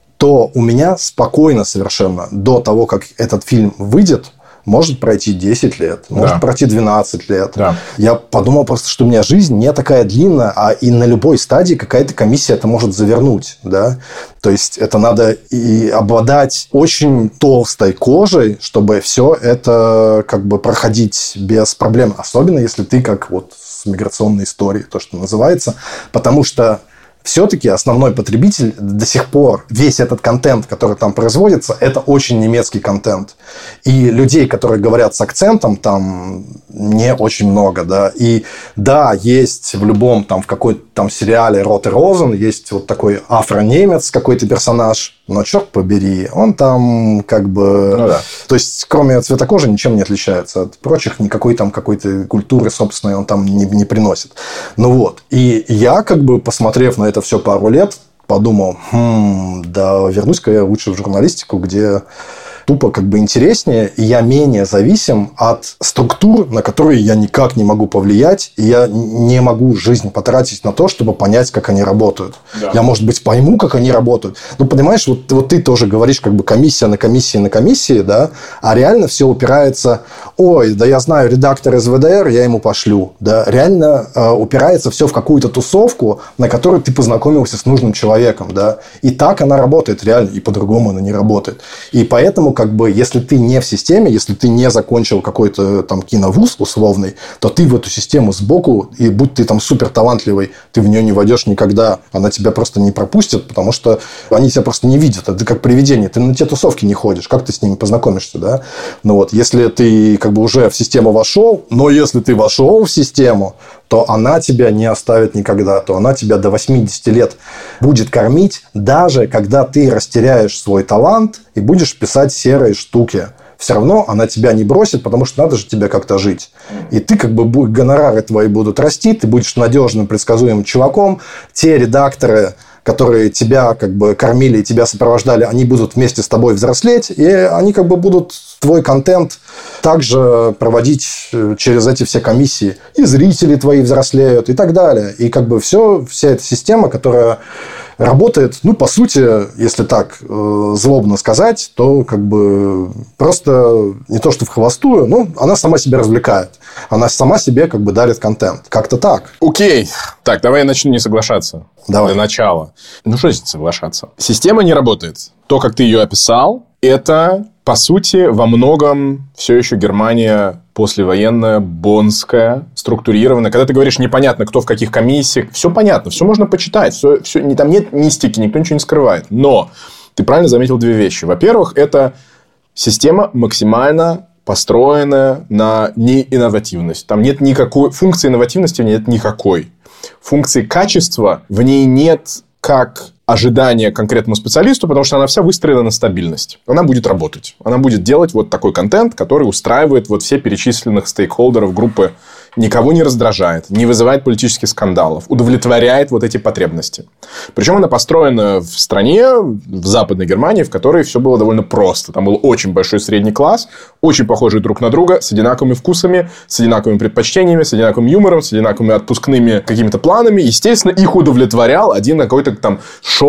то у меня спокойно совершенно до того, как этот фильм выйдет, может пройти десять лет, может да. пройти двенадцать лет. Да. Я подумал просто, что у меня жизнь не такая длинная, а и на любой стадии какая-то комиссия это может завернуть. Да? То есть, это надо и обладать очень толстой кожей, чтобы все это как бы проходить без проблем. Особенно, если ты как вот с миграционной историей, то, что называется. Потому что все-таки основной потребитель до сих пор, весь этот контент, который там производится, это очень немецкий контент. И людей, которые говорят с акцентом, там не очень много. Да? И да, есть в любом там, в какой-то там сериале «Рот и Розен» есть вот такой афро-немец, какой-то персонаж, но черт побери, он там как бы... Ну, да. То есть, кроме цвета кожи, ничем не отличается от прочих, никакой там какой-то культуры собственной он там не, не приносит. Ну вот. И я, как бы, посмотрев на это все пару лет, подумал, хм, да вернусь-ка я лучше в журналистику, где тупо как бы интереснее, и я менее зависим от структур, на которые я никак не могу повлиять, и я не могу жизнь потратить на то, чтобы понять, как они работают. Да. Я, может быть, пойму, как они работают. Ну, понимаешь, вот, вот ты тоже говоришь, как бы комиссия на комиссии на комиссии, да, а реально все упирается, ой, да я знаю редактор из вэ дэ эр, я ему пошлю. Да, реально э, упирается все в какую-то тусовку, на которой ты познакомился с нужным человеком. Да, и так она работает реально, и по-другому она не работает. И поэтому как бы, если ты не в системе, если ты не закончил какой-то там киновуз условный, то ты в эту систему сбоку, и будь ты там супер талантливый, ты в нее не войдешь никогда, она тебя просто не пропустит, потому что они тебя просто не видят. Это как привидение. Ты на те тусовки не ходишь. Как ты с ними познакомишься, да? Ну вот, если ты как бы уже в систему вошел, но если ты вошел в систему, то она тебя не оставит никогда, то она тебя до восьмидесяти лет будет кормить, даже когда ты растеряешь свой талант и будешь писать серые штуки. Все равно она тебя не бросит, потому что надо же тебе как-то жить. И ты как бы гонорары твои будут расти, ты будешь надежным, предсказуемым чуваком. Те редакторы, которые тебя как бы кормили и тебя сопровождали, они будут вместе с тобой взрослеть, и они как бы будут твой контент также проводить через эти все комиссии. И зрители твои взрослеют, и так далее. И как бы все, вся эта система, которая работает, ну, по сути, если так э, злобно сказать, то как бы просто не то, что в холостую, но она сама себя развлекает. Она сама себе как бы дарит контент. Как-то так. Окей. Так, давай я начну не соглашаться. Давай. Для начала. Ну, что значит соглашаться? Система не работает. То, как ты ее описал, это, по сути, во многом все еще Германия послевоенная, боннская, структурированная. Когда ты говоришь непонятно, кто в каких комиссиях, все понятно, все можно почитать, все, все, там нет мистики, никто ничего не скрывает. Но ты правильно заметил две вещи. Во-первых, это система максимально построенная на неинновативность. Там нет никакой... Функции инновативности в ней нет никакой. Функции качества в ней нет как ожидания конкретному специалисту, потому что она вся выстроена на стабильность. Она будет работать. Она будет делать вот такой контент, который устраивает вот все перечисленных стейкхолдеров группы, никого не раздражает, не вызывает политических скандалов, удовлетворяет вот эти потребности. Причем она построена в стране, в Западной Германии, в которой все было довольно просто. Там был очень большой средний класс, очень похожий друг на друга, с одинаковыми вкусами, с одинаковыми предпочтениями, с одинаковым юмором, с одинаковыми отпускными какими-то планами. Естественно, их удовлетворял один какой-то там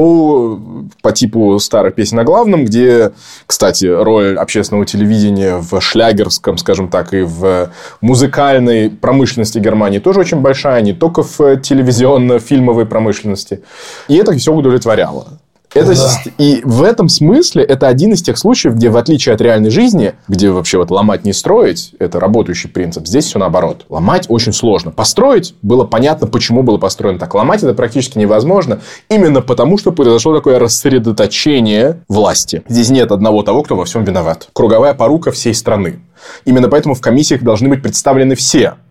шоу по типу старых песен о главном, где, кстати, роль общественного телевидения в шлягерском, скажем так, и в музыкальной промышленности Германии тоже очень большая, не только в телевизионно-фильмовой промышленности. И это все удовлетворяло. Это, да. И в этом смысле это один из тех случаев, где, в отличие от реальной жизни, где вообще вот ломать не строить, это работающий принцип, здесь все наоборот. Ломать очень сложно. Построить было понятно, почему было построено так. Ломать это практически невозможно, именно потому, что произошло такое рассредоточение власти. Здесь нет одного того, кто во всем виноват. Круговая порука всей страны. Именно поэтому в комиссиях должны быть представлены все.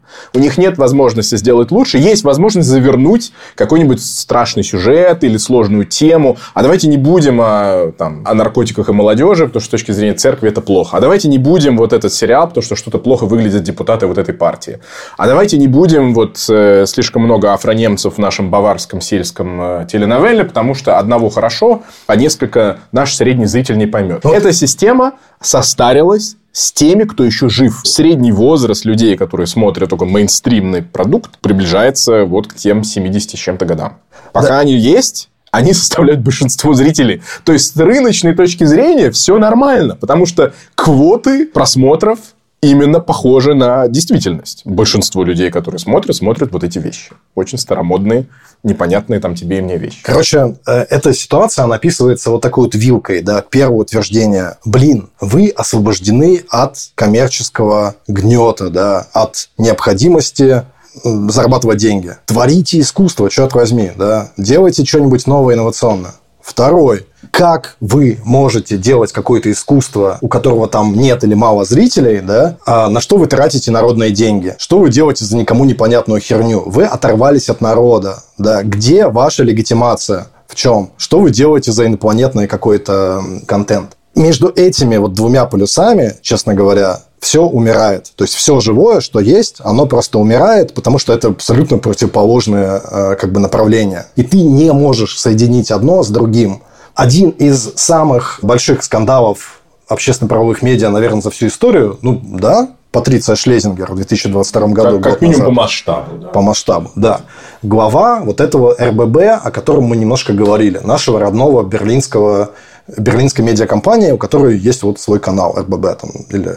У них нет возможности сделать лучше. Есть возможность завернуть какой-нибудь страшный сюжет или сложную тему. А давайте не будем о, там, о наркотиках и молодежи, потому что с точки зрения церкви это плохо. А давайте не будем вот этот сериал, потому что что-то плохо выглядят депутаты вот этой партии. А давайте не будем вот э, слишком много афронемцев в нашем баварском сельском э, теленовелле, потому что одного хорошо, а несколько наш средний зритель не поймет. Но эта система состарилась с теми, кто еще жив. Средний возраст людей, которые смотрят только мейнстримный продукт, приближается вот к тем семидесяти с чем-то годам. Пока да. они есть, они составляют большинство зрителей. То есть, с рыночной точки зрения все нормально. Потому что квоты просмотров именно похожи на действительность. Большинство людей, которые смотрят, смотрят вот эти вещи. Очень старомодные, непонятные там тебе и мне вещи. Короче, эта ситуация, она описывается вот такой вот вилкой. Да? Первое утверждение. Блин, вы освобождены от коммерческого гнета, да? От необходимости зарабатывать деньги. Творите искусство, черт возьми. Да? Делайте что-нибудь новое, инновационное. Второй. Как вы можете делать какое-то искусство, у которого там нет или мало зрителей, да? А на что вы тратите народные деньги? Что вы делаете за никому непонятную херню? Вы оторвались от народа. Да? Где ваша легитимация? В чем? Что вы делаете за инопланетный какой-то контент? Между этими вот двумя полюсами, честно говоря, все умирает. То есть, все живое, что есть, оно просто умирает, потому что это абсолютно противоположное как бы, направление. И ты не можешь соединить одно с другим. Один из самых больших скандалов общественно-правовых медиа, наверное, за всю историю, ну, да, Патриция Шлезингер в две тысячи двадцать втором году. Как, как минимум назад, по масштабу. Да. По масштабу, да. Глава вот этого эр бэ бэ, о котором мы немножко говорили, нашего родного берлинского, берлинской медиакомпании, у которой есть вот свой канал эр бэ бэ. Там, или...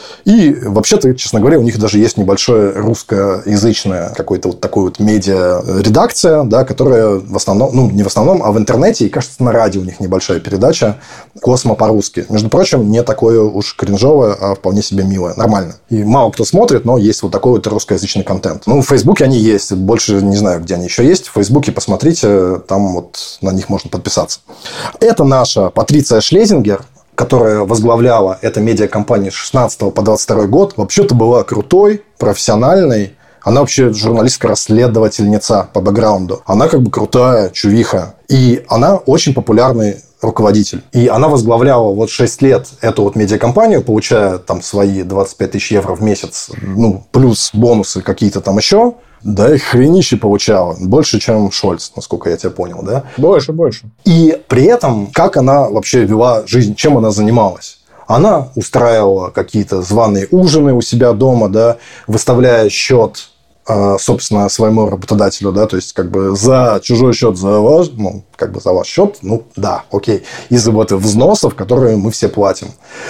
И вообще-то, честно говоря, у них даже есть небольшое русскоязычное какое-то вот такое вот медиа-редакция, да, которая в основном, ну, не в основном, а в интернете, и, кажется, на радио у них небольшая передача «Космо по-русски». Между прочим, не такое уж кринжовое, а вполне себе милое. Нормально. И мало кто смотрит, но есть вот такой вот русскоязычный контент. Ну, в Фейсбуке они есть. Больше не знаю, где они еще есть. В Фейсбуке посмотрите, там вот на них можно подписаться. Это наша Патриция Шлезингер, которая возглавляла эту медиакомпанию с шестнадцатого по двадцать второй год, вообще-то была крутой, профессиональной. Она вообще журналистка-расследовательница по бэкграунду. Она как бы крутая чувиха. И она очень популярный руководитель. И она возглавляла вот шесть лет эту вот медиакомпанию, получая там свои двадцать пять тысяч евро в месяц, ну, плюс бонусы какие-то там еще. Да, и хренище получала. Больше, чем Шольц, насколько я тебя понял, да? Больше, больше. И при этом, как она вообще вела жизнь, чем она занималась? Она устраивала какие-то званые ужины у себя дома, да, выставляя счет, собственно, своему работодателю, да, то есть, как бы, за чужой счет, за ваш, ну, как бы, за ваш счет, ну, да, окей, из-за вот взносов, которые мы все платим.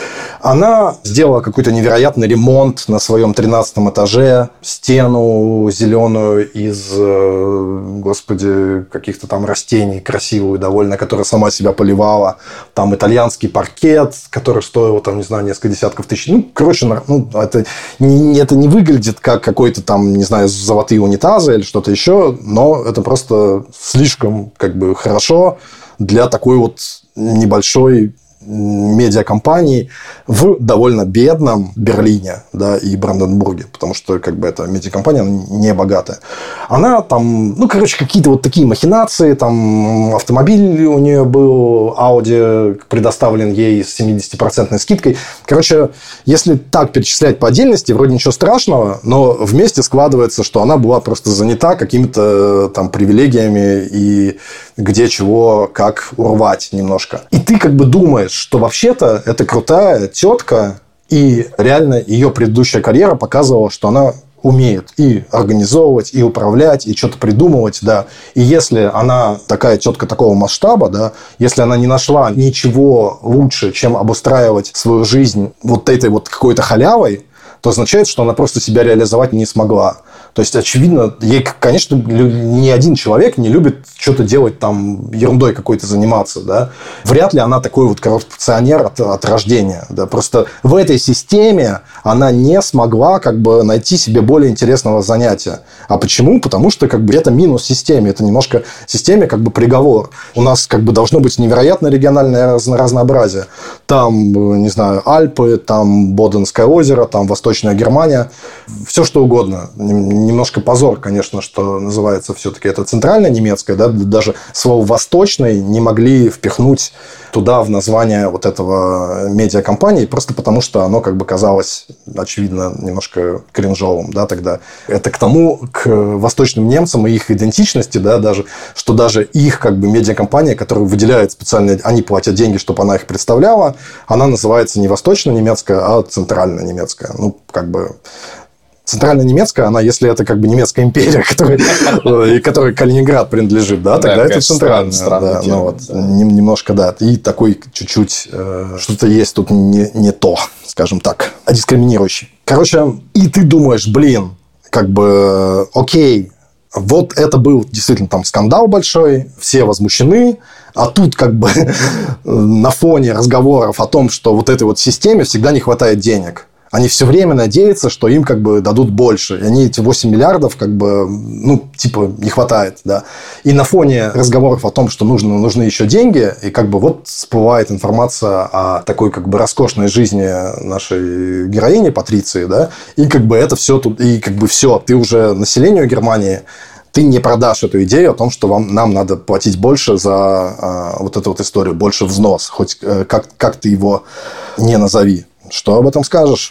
Она сделала какой-то невероятный ремонт на своем тринадцатом этаже, стену зеленую из, господи, каких-то там растений, красивую довольно, которая сама себя поливала, там итальянский паркет, который стоил, там, не знаю, несколько десятков тысяч, ну, короче, ну, это не, это не выглядит как какой-то там, не знаю, золотые унитазы или что-то еще, но это просто слишком, как бы, хорошо для такой вот небольшой медиакомпании в довольно бедном Берлине, да, и Бранденбурге, потому что, как бы, эта медиакомпания не богатая. Она там, ну, короче, какие-то вот такие махинации, там автомобиль у нее был, Audi предоставлен ей с семидесятипроцентной скидкой. Короче, если так перечислять по отдельности, вроде ничего страшного, но вместе складывается, что она была просто занята какими-то там привилегиями и где чего, как урвать немножко. И ты как бы думаешь, что вообще-то это крутая тетка, и реально ее предыдущая карьера показывала, что она умеет и организовывать, и управлять, и что-то придумывать, да. И если она такая тетка такого масштаба, да, если она не нашла ничего лучше, чем обустраивать свою жизнь вот этой вот какой-то халявой, то означает, что она просто себя реализовать не смогла. То есть, очевидно, ей, конечно, ни один человек не любит что-то делать там, ерундой какой-то заниматься, да. Вряд ли она такой вот коррупционер от, от рождения, да. Просто в этой системе она не смогла как бы найти себе более интересного занятия. А почему? Потому что как бы это минус системе, это немножко системе как бы приговор. У нас как бы должно быть невероятно региональное разнообразие. Там, не знаю, Альпы, там Боденское озеро, там Восточная Германия, все что угодно. Немножко позор, конечно, что называется все-таки это центральная немецкая, да, даже слово «восточный» не могли впихнуть туда в название вот этого медиакомпании, просто потому что оно как бы казалось, очевидно, немножко кринжовым, да, тогда. Это к тому, к восточным немцам и их идентичности, да, даже, что даже их как бы медиакомпания, которая выделяет специально, они платят деньги, чтобы она их представляла, она называется не восточно-немецкая, а центрально-немецкая. Ну, как бы... Центрально-немецкая, она, если это как бы немецкая империя, которой, которой Калининград принадлежит, да, тогда да, это центральная. Да, ну, вот, немножко, да. И такой чуть-чуть э, что-то есть тут не, не то, скажем так, а дискриминирующий. Короче, и ты думаешь, блин, как бы, окей, вот это был действительно там скандал большой, все возмущены, а тут как бы на фоне разговоров о том, что вот этой вот системе всегда не хватает денег. Они все время надеются, что им как бы дадут больше. И они эти восемь миллиардов как бы, ну, типа, не хватает, да. И на фоне разговоров о том, что нужно, нужны еще деньги, и как бы вот всплывает информация о такой как бы роскошной жизни нашей героини Патриции, да. И как бы это все тут, и как бы все, ты уже населению Германии, ты не продашь эту идею о том, что вам, нам надо платить больше за а, вот эту вот историю, больше взнос, хоть как, как ты его не назови. Что об этом скажешь?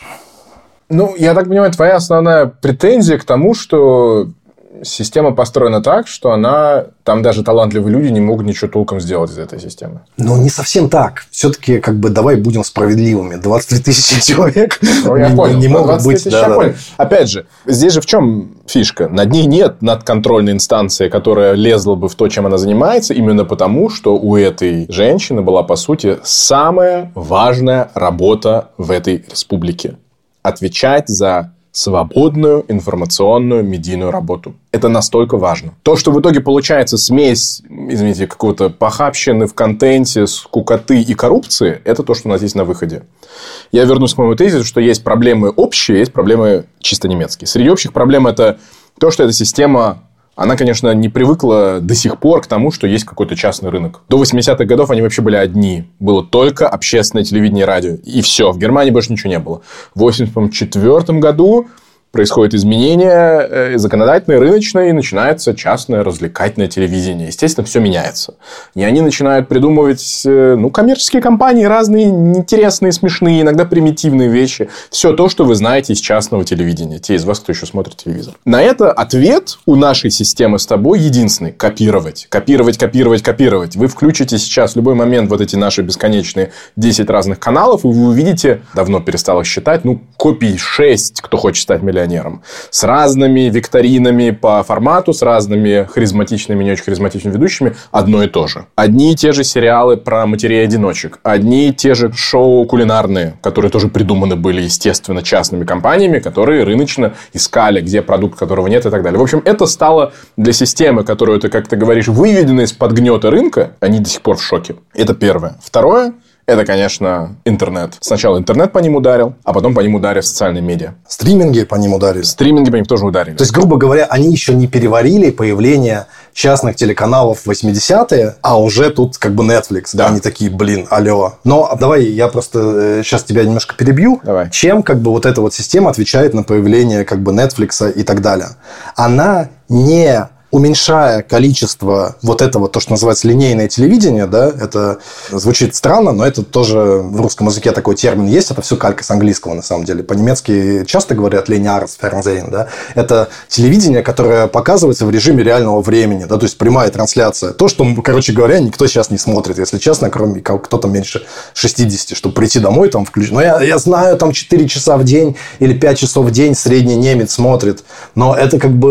Ну, я так понимаю, твоя основная претензия к тому, что система построена так, что она... Там даже талантливые люди не могут ничего толком сделать из этой системы. Ну, не совсем так. Все-таки, как бы, давай будем справедливыми. двадцать три тысячи человек ну, я не, понял. не могут быть... Да, я да. понял. Опять же, здесь же в чем фишка? Над ней нет надконтрольной инстанции, которая лезла бы в то, чем она занимается, именно потому, что у этой женщины была, по сути, самая важная работа в этой республике. Отвечать за свободную информационную медийную работу. Это настолько важно. То, что в итоге получается смесь, извините, какого-то похабщины в контенте, скукоты и коррупции, это то, что у нас есть на выходе. Я вернусь к моему тезису, что есть проблемы общие, есть проблемы чисто немецкие. Среди общих проблем это то, что эта система... Она, конечно, не привыкла до сих пор к тому, что есть какой-то частный рынок. До восьмидесятых годов они вообще были одни. Было только общественное телевидение и радио. И все. В Германии больше ничего не было. В восемьдесят четвёртом году происходит изменение законодательное, рыночное, и начинается частное развлекательное телевидение. Естественно, все меняется. И они начинают придумывать ну, коммерческие компании, разные интересные, смешные, иногда примитивные вещи. Все то, что вы знаете из частного телевидения. Те из вас, кто еще смотрит телевизор. На это ответ у нашей системы с тобой единственный. Копировать. Копировать, копировать, копировать. Вы включите сейчас в любой момент вот эти наши бесконечные десять разных каналов, и вы увидите, давно перестал их считать, ну, копий шесть, кто хочет стать миллионером. С разными викторинами по формату, с разными харизматичными и не очень харизматичными ведущими. Одно и то же. Одни и те же сериалы про матерей-одиночек. Одни и те же шоу кулинарные, которые тоже придуманы были, естественно, частными компаниями, которые рыночно искали, где продукт, которого нет и так далее. В общем, это стало для системы, которую ты, как ты говоришь, выведена из-под гнета рынка. Они до сих пор в шоке. Это первое. Второе. Это, конечно, интернет. Сначала интернет по ним ударил, а потом по ним ударили социальные медиа. Стриминги по ним ударили. Стриминги по ним тоже ударили. То есть, грубо говоря, они еще не переварили появление частных телеканалов в восьмидесятые, а уже тут как бы Netflix. Да. Они такие, блин, алло. Но давай я просто сейчас тебя немножко перебью. Давай. Чем как бы вот эта вот система отвечает на появление как бы Netflix и так далее? Она не... уменьшая количество вот этого, то, что называется линейное телевидение, да, это звучит странно, но это тоже в русском языке такой термин есть, это все калька с английского, на самом деле. По-немецки часто говорят «lineares Fernsehen», да, это телевидение, которое показывается в режиме реального времени, да, то есть прямая трансляция. То, что, короче говоря, никто сейчас не смотрит, если честно, кроме кто-то меньше шестидесяти, чтобы прийти домой, там, включить. Но я, я знаю, там четыре часа в день или пять часов в день средний немец смотрит, но это как бы...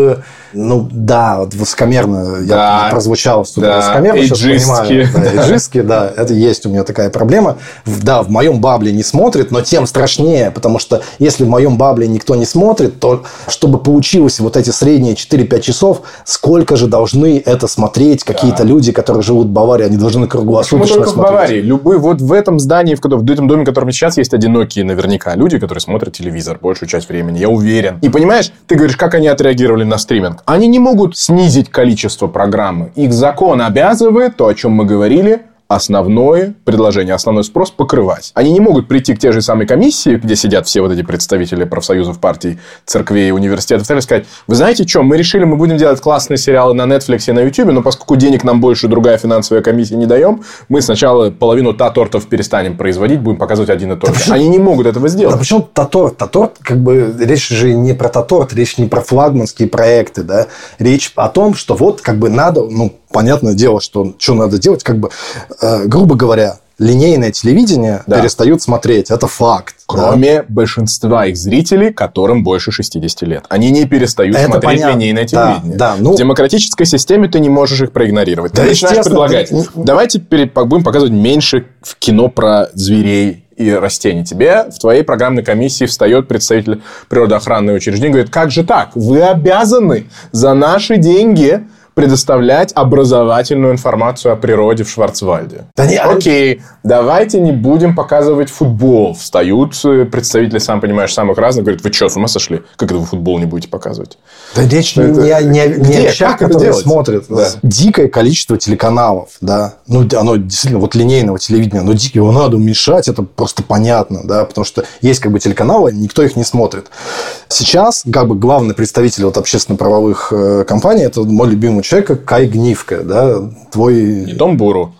Ну, да, вот высокомерно да, я прозвучал супер да, высокомерно, эйджистки. сейчас понимаю. Да, эйджистки, да, это есть у меня такая проблема. Да, в моем бабле не смотрит, но тем страшнее, потому что если в моем бабле никто не смотрит, то чтобы получилось вот эти средние четыре-пять часов, сколько же должны это смотреть какие-то да. люди, которые живут в Баварии, они должны круглосуточно только смотреть. В Баварии. Любые, вот в этом здании, в, в этом доме, в котором сейчас есть одинокие наверняка люди, которые смотрят телевизор большую часть времени, я уверен. И понимаешь, ты говоришь, как они отреагировали на стриминг. Они не могут снизить количество программы. Их закон обязывает, то, о чем мы говорили, основное предложение, основной спрос покрывать. Они не могут прийти к те же самой комиссии, где сидят все вот эти представители профсоюзов, партий, церквей, университетов, и сказать, вы знаете что, мы решили, мы будем делать классные сериалы на Netflix и на YouTube, но поскольку денег нам больше другая финансовая комиссия не даем, мы сначала половину татортов перестанем производить, будем показывать один и тот же. Да Они не могут этого сделать. Да почему таторт? Таторт, как бы, речь же не про таторт, речь не про флагманские проекты, да, речь о том, что вот, как бы, надо, ну, понятное дело, что что надо делать, как бы, э, грубо говоря, линейное телевидение да. перестают смотреть. Это факт. Кроме да? большинства их зрителей, которым больше шестидесяти лет. Они не перестают это смотреть понятно. линейное телевидение. Да, да, ну... В демократической системе ты не можешь их проигнорировать. Да, ты начинаешь предлагать. Ты... Давайте перед... будем показывать меньше в кино про зверей и растений. Тебе в твоей программной комиссии встает представитель природоохранного учреждения и говорит, как же так? Вы обязаны за наши деньги предоставлять образовательную информацию о природе в Шварцвальде. Да не, Окей, давайте не будем показывать футбол. Встают представители, сам понимаешь, самых разных, говорят, вы что, с ума сошли? Как это вы футбол не будете показывать? Да речь это... не, не, не о вещах, которые смотрят. Да. Дикое количество телеканалов, да. Ну, оно действительно, вот линейного телевидения, но дикое, его надо уменьшать, это просто понятно, да, потому что есть как бы телеканалы, никто их не смотрит. Сейчас, как бы, главный представитель вот общественно-правовых э, компаний, это мой любимый человека Кай Гнивка, да, твой... И Том Буру.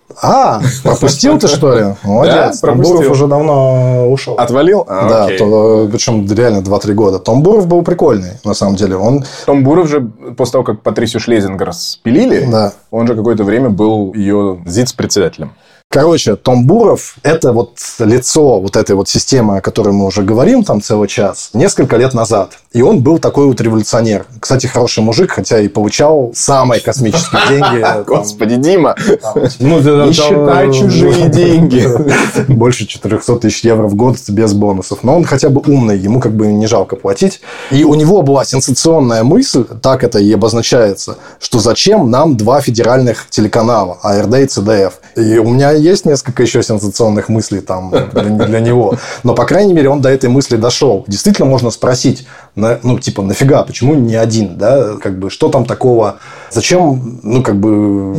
А, пропустил ты, что ли? Молодец. Да, Том Буров уже давно ушел. Отвалил? А, да, то, причем реально два-три года. Том Буров был прикольный, на самом деле. Он... Том Буров же, после того, как Патрисию Шлезингер спилили, да. он же какое-то время был ее зиц-председателем. Короче, Том Буров – это вот лицо вот этой вот системы, о которой мы уже говорим там целый час, несколько лет назад. И он был такой вот революционер. Кстати, хороший мужик, хотя и получал самые космические деньги. Господи, Дима, не считай чужие деньги. Больше четыреста тысяч евро в год без бонусов. Но он хотя бы умный, ему как бы не жалко платить. И у него была сенсационная мысль, так это и обозначается, что зачем нам два федеральных телеканала, А Эр Дэ и Цэ Дэ Эф. И у меня есть несколько еще сенсационных мыслей там для, для него. Но, по крайней мере, он до этой мысли дошел. Действительно, можно спросить, на, ну, типа, нафига, почему не один, да? Как бы, что там такого? Зачем, ну, как бы...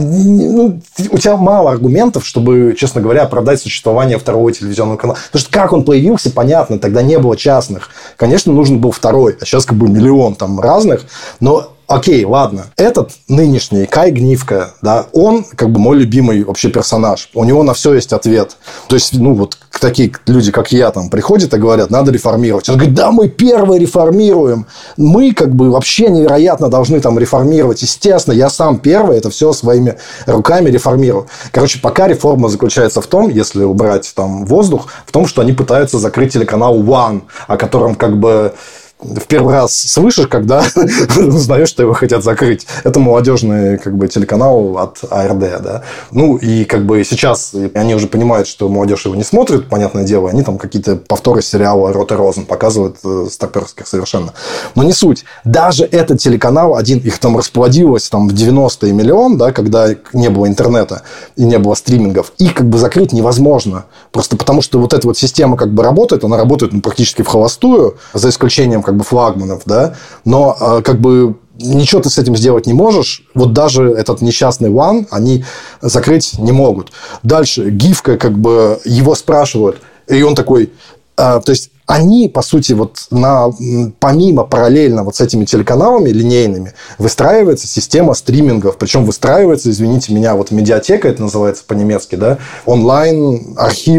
Ну, у тебя мало аргументов, чтобы, честно говоря, оправдать существование второго телевизионного канала. Потому что как он появился, понятно, тогда не было частных. Конечно, нужен был второй, а сейчас как бы миллион там разных. Но... Окей, ладно. Этот нынешний Кай Гнивка, да, он как бы мой любимый вообще персонаж. У него на все есть ответ. То есть, ну, вот такие люди, как я, там, приходят и говорят, надо реформировать. Он говорит, да, мы первые реформируем. Мы как бы вообще невероятно должны там реформировать. Естественно, я сам первый это все своими руками реформирую. Короче, пока реформа заключается в том, если убрать там воздух, в том, что они пытаются закрыть телеканал One, о котором как бы... В первый раз слышишь, когда узнаешь, что его хотят закрыть. Это молодежный как бы, телеканал от А Эр Дэ. Да? Ну, и как бы сейчас они уже понимают, что молодежь его не смотрит, понятное дело. Они там какие-то повторы сериала «Рот и Розен» показывают старперских совершенно. Но не суть. Даже этот телеканал, один, их там расплодилось там, в девяностые миллион, да, когда не было интернета и не было стримингов. Их как бы закрыть невозможно. Просто потому, что вот эта вот система как бы работает, она работает ну, практически в холостую, за исключением как бы флагманов, да, но э, как бы ничего ты с этим сделать не можешь. Вот даже этот несчастный One они закрыть не могут. Дальше Гивка, как бы его спрашивают, и он такой, э, то есть они, по сути, вот на, помимо параллельно вот с этими телеканалами линейными выстраивается система стримингов. Причем выстраивается, извините меня, вот медиатека, это называется по-немецки, да, онлайн, архив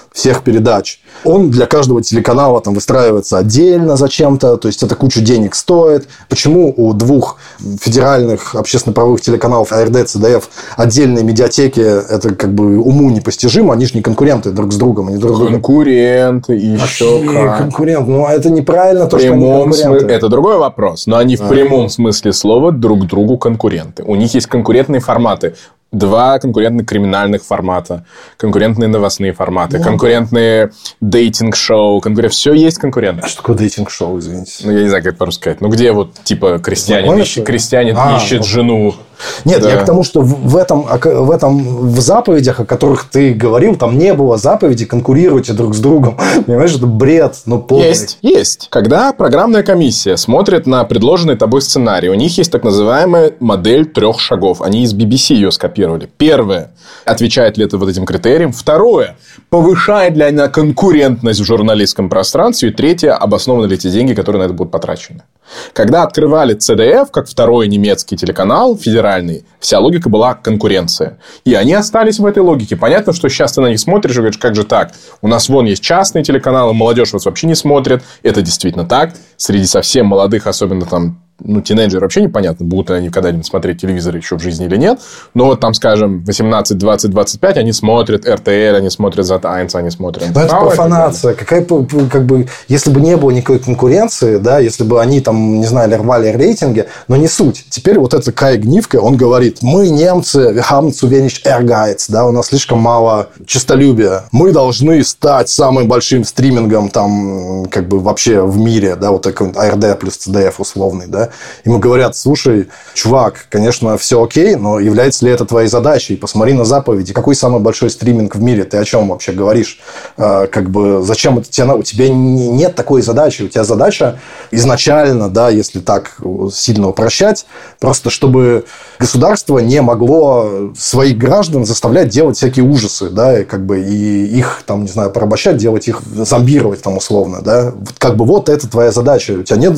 всех передач. Он для каждого телеканала там выстраивается отдельно зачем-то, то есть это кучу денег стоит. Почему у двух федеральных общественно-правовых телеканалов эй эр дэ, цэ дэ эф отдельные медиатеки, это как бы уму непостижимо, они же не конкуренты друг с другом. Они друг конкуренты, еще как. Конкурент, ну это неправильно, то, что они конкуренты. Смы... Это другой вопрос, но они в а. прямом смысле слова друг другу конкуренты. У них есть конкурентные форматы. Два конкурентных криминальных формата, конкурентные новостные форматы, ну, конкурентные дейтинг-шоу, конкурент... все есть конкуренты. А что такое дейтинг-шоу, извините? Ну, я не знаю, как по-русски сказать. Ну, где вот, типа, крестьянин, ищет, крестьянин а, ищет жену. Нет, да. Я к тому, что в этом, в этом, в заповедях, о которых ты говорил, там не было заповеди конкурируйте друг с другом. Понимаешь, это бред, ну, полный. Есть, есть. Когда программная комиссия смотрит на предложенный тобой сценарий, у них есть так называемая модель трех шагов. Они из би би си ее скопировали. Первое. Отвечает ли это вот этим критериям? Второе. Повышает ли она конкурентность в журналистском пространстве? И третье. Обоснованы ли те деньги, которые на это будут потрачены? Когда открывали цэ дэ эф, как второй немецкий телеканал, федеральный, вся логика была конкуренция. И они остались в этой логике. Понятно, что сейчас ты на них смотришь и говоришь, как же так? У нас вон есть частные телеканалы, молодежь вас вообще не смотрит. Это действительно так. Среди совсем молодых, особенно там, ну, тинейджеры вообще непонятно, будут ли они когда-нибудь смотреть телевизор еще в жизни или нет. Но вот там, скажем, восемнадцать, двадцать, двадцать пять, они смотрят эр тэ эл, они смотрят зет один, они смотрят... Но это профанация. Какая, как бы, если бы не было никакой конкуренции, да, если бы они там, не знаю, рвали рейтинги, но не суть. Теперь вот эта Кай Гнивка, он говорит, мы, немцы, wir haben zu wenig Ehrgeiz, да, у нас слишком мало честолюбия. Мы должны стать самым большим стримингом там, как бы, вообще в мире, да, вот такой эй эр дэ плюс цэ дэ эф условный, да. Ему говорят, слушай, чувак, конечно, все окей, но является ли это твоей задачей? Посмотри на заповеди. Какой самый большой стриминг в мире? Ты о чем вообще говоришь? Как бы, зачем это тебе? У тебя нет такой задачи. У тебя задача изначально, да, если так сильно упрощать, просто чтобы государство не могло своих граждан заставлять делать всякие ужасы, да, и как бы и их, там, не знаю, порабощать, делать их, зомбировать там условно, да. Как бы вот это твоя задача. У тебя нет...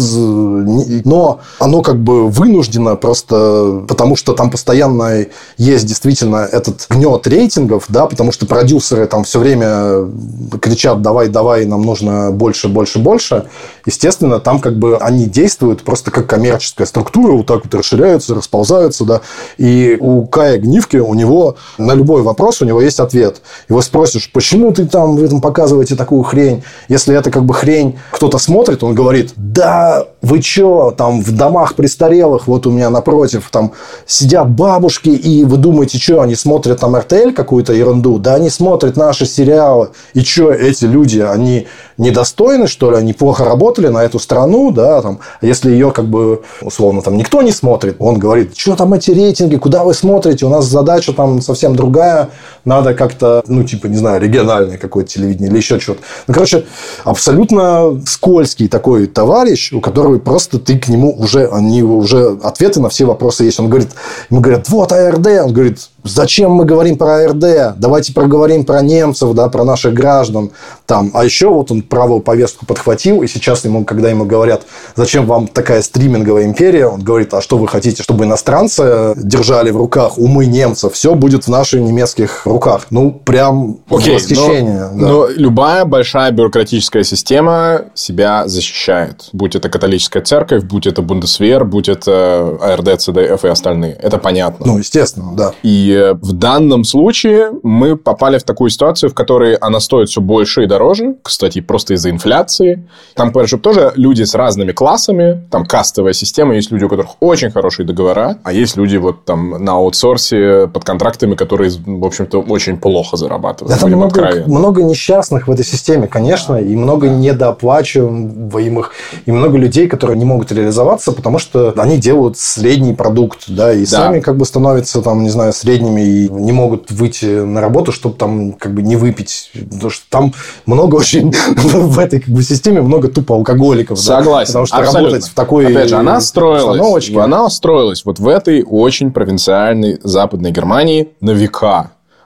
Но оно как бы вынуждено просто потому, что там постоянно есть действительно этот гнет рейтингов, да, потому что продюсеры там все время кричат давай, давай, нам нужно больше, больше, больше. Естественно, там как бы они действуют просто как коммерческая структура, вот так вот расширяются, расползаются, да. И у Кая Гнивки, у него на любой вопрос у него есть ответ. Его спросишь, почему ты там в этом показываете такую хрень? Если это как бы хрень кто-то смотрит, он говорит, да, вы че, там в домах престарелых, вот у меня напротив, там сидят бабушки, и вы думаете, что они смотрят там эр тэ эл какую-то ерунду? Да они смотрят наши сериалы. И что, эти люди, они недостойны, что ли? Они плохо работали на эту страну, да, там. Если ее, как бы, условно, там никто не смотрит, он говорит, что там эти рейтинги, куда вы смотрите? У нас задача там совсем другая, надо как-то, ну, типа, не знаю, региональное какое-то телевидение или еще что-то. Ну, короче, абсолютно скользкий такой товарищ, у которого просто ты к нему уже, они уже ответы на все вопросы есть. Он говорит, ему говорят, вот эй эр дэ, он говорит, зачем мы говорим про эй эр дэ? Давайте проговорим про немцев, да, про наших граждан. Там. А еще вот он правую повестку подхватил, и сейчас ему, когда ему говорят, зачем вам такая стриминговая империя, он говорит, а что вы хотите, чтобы иностранцы держали в руках умы немцев? Все будет в наших немецких руках. Ну, прям okay, восхищение. Но, да. но любая большая бюрократическая система себя защищает. Будь это католическая церковь, будь это Бундесвер, будь это эй эр дэ, цэ дэ эф и остальные. Это понятно. Ну, естественно, да. И в данном случае мы попали в такую ситуацию, в которой она стоит все больше и дороже. Кстати, просто из-за инфляции. Там, конечно, тоже люди с разными классами. Там кастовая система. Есть люди, у которых очень хорошие договора. А есть люди вот там на аутсорсе под контрактами, которые, в общем-то, очень плохо зарабатывают. Да, там много, много несчастных в этой системе, конечно. И много недооплачиваемых. И много людей, которые не могут реализоваться, потому что они делают средний продукт. Да, и да. сами как бы становятся, там, не знаю, средними и не могут выйти на работу, чтобы там как бы не выпить. Потому что там много очень в этой как бы системе много тупо алкоголиков. Согласен. Да? Потому что абсолютно. Работать в такой Опять же, она строилась, она строилась вот в этой очень провинциальной западной Германии на века.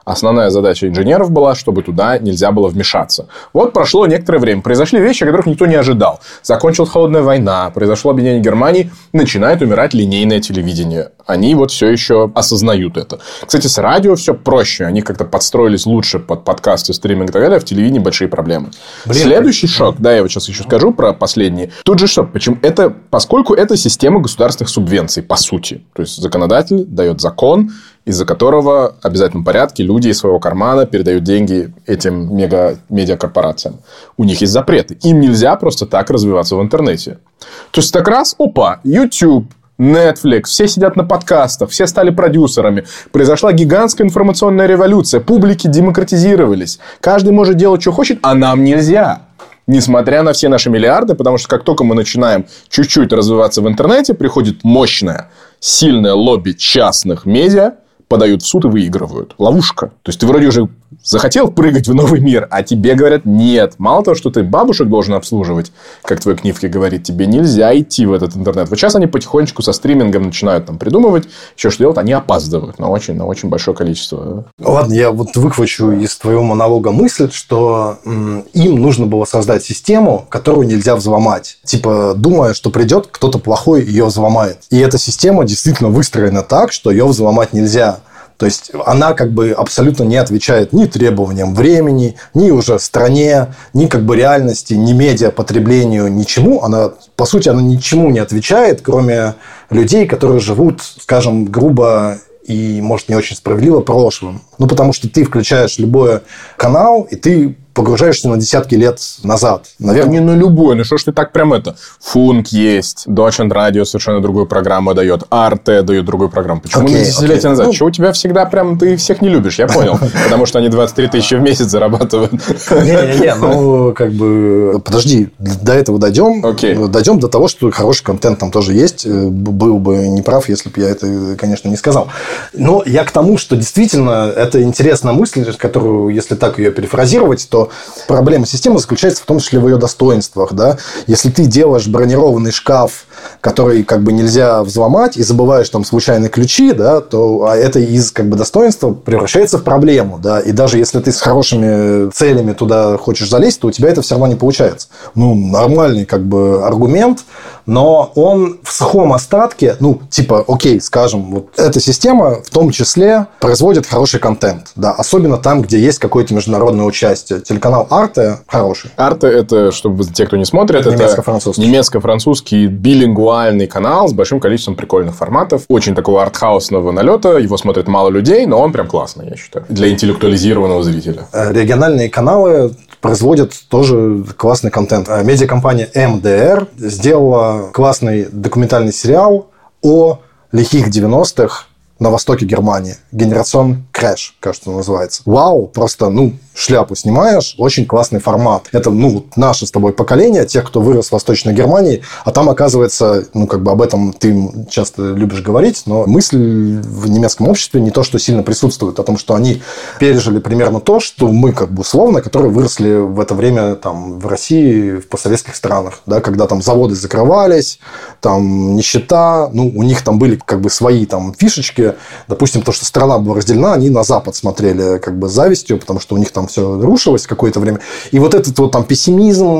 Основная задача инженеров была, чтобы туда нельзя было вмешаться. Вот прошло некоторое время. Произошли вещи, которых никто не ожидал. Закончилась холодная война, произошло объединение Германии, начинает умирать линейное телевидение. Они вот все еще осознают это. Кстати, с радио все проще. Они как-то подстроились лучше под подкасты, стриминг и так далее. В телевидении большие проблемы. Блин, Следующий шок, да, я вот сейчас еще скажу про последний. Тут же что? Почему? Это, поскольку это система государственных субвенций, по сути. То есть, законодатель дает закон, из-за которого в обязательном порядке люди из своего кармана передают деньги этим мега-медиакорпорациям. У них есть запреты. Им нельзя просто так развиваться в интернете. То есть, так раз, опа, YouTube, Netflix, все сидят на подкастах, все стали продюсерами. Произошла гигантская информационная революция. Публики демократизировались. Каждый может делать, что хочет, а нам нельзя. Несмотря на все наши миллиарды, потому что как только мы начинаем чуть-чуть развиваться в интернете, приходит мощное, сильное лобби частных медиа, подают в суд и выигрывают. Ловушка. То есть, ты вроде уже захотел прыгать в новый мир, а тебе говорят нет. Мало того, что ты бабушек должен обслуживать, как твой Книфки говорит, тебе нельзя идти в этот интернет. Вот сейчас они потихонечку со стримингом начинают там придумывать, еще что делать, они опаздывают на очень, на очень большое количество. Ладно, я вот выхвачу из твоего монолога мысль, что м, им нужно было создать систему, которую нельзя взломать. Типа, думая, что придет кто-то плохой, ее взломает. И эта система действительно выстроена так, что ее взломать нельзя. То есть, она как бы абсолютно не отвечает ни требованиям времени, ни уже стране, ни как бы реальности, ни медиапотреблению, ничему. Она, по сути, она ничему не отвечает, кроме людей, которые живут, скажем, грубо и, может, не очень справедливо прошлым. Ну, потому что ты включаешь любой канал, и ты погружаешься на десятки лет назад. Наверное, не на любой. Ну, что ж ты так прям это... Функ есть. Deutschland Radio совершенно другую программу дает. Арте дает другую программу. Почему okay, на десятилетия okay. назад? Ну... Что у тебя всегда прям... Ты всех не любишь, я понял. Потому что они двадцать три тысячи в месяц зарабатывают. Не-не-не, ну, как бы... Подожди, до этого дойдем. Okay. Дойдем до того, что хороший контент там тоже есть. Был бы неправ, если бы я это, конечно, не сказал. Но я к тому, что действительно это интересная мысль, которую, если так ее перефразировать, то проблема системы заключается в том числе в ее достоинствах. Да? Если ты делаешь бронированный шкаф, который как бы нельзя взломать, и забываешь там случайные ключи, да, то это из как бы достоинства превращается в проблему. Да? И даже если ты с хорошими целями туда хочешь залезть, то у тебя это все равно не получается. Ну, нормальный как бы аргумент, но он в сухом остатке, ну, типа, окей, скажем, вот эта система в том числе производит хороший контент, да, особенно там, где есть какое-то международное участие. Телеканал Арте хороший. Арте – это, чтобы те, кто не смотрит, это немецко-французский. немецко-французский билингвальный канал с большим количеством прикольных форматов, очень такого артхаусного налета, его смотрит мало людей, но он прям классный, я считаю, для интеллектуализированного зрителя. Региональные каналы производят тоже классный контент. Медиакомпания эм дэ эр сделала классный документальный сериал о лихих девяностых на востоке Германии. «Генерацион Крэш», кажется, называется. Вау, просто, ну, шляпу снимаешь, очень классный формат. Это, ну, наше с тобой поколение, тех, кто вырос в Восточной Германии, а там, оказывается, ну, как бы об этом ты часто любишь говорить, но мысль в немецком обществе не то, что сильно присутствует, о том, что они пережили примерно то, что мы, как бы, условно, которые выросли в это время там в России, в постсоветских странах, да, когда там заводы закрывались, там нищета, ну, у них там были, как бы, свои там фишечки. Допустим, то, что страна была разделена, они на Запад смотрели как бы с завистью, потому что у них там все рушилось какое-то время. И вот этот вот там пессимизм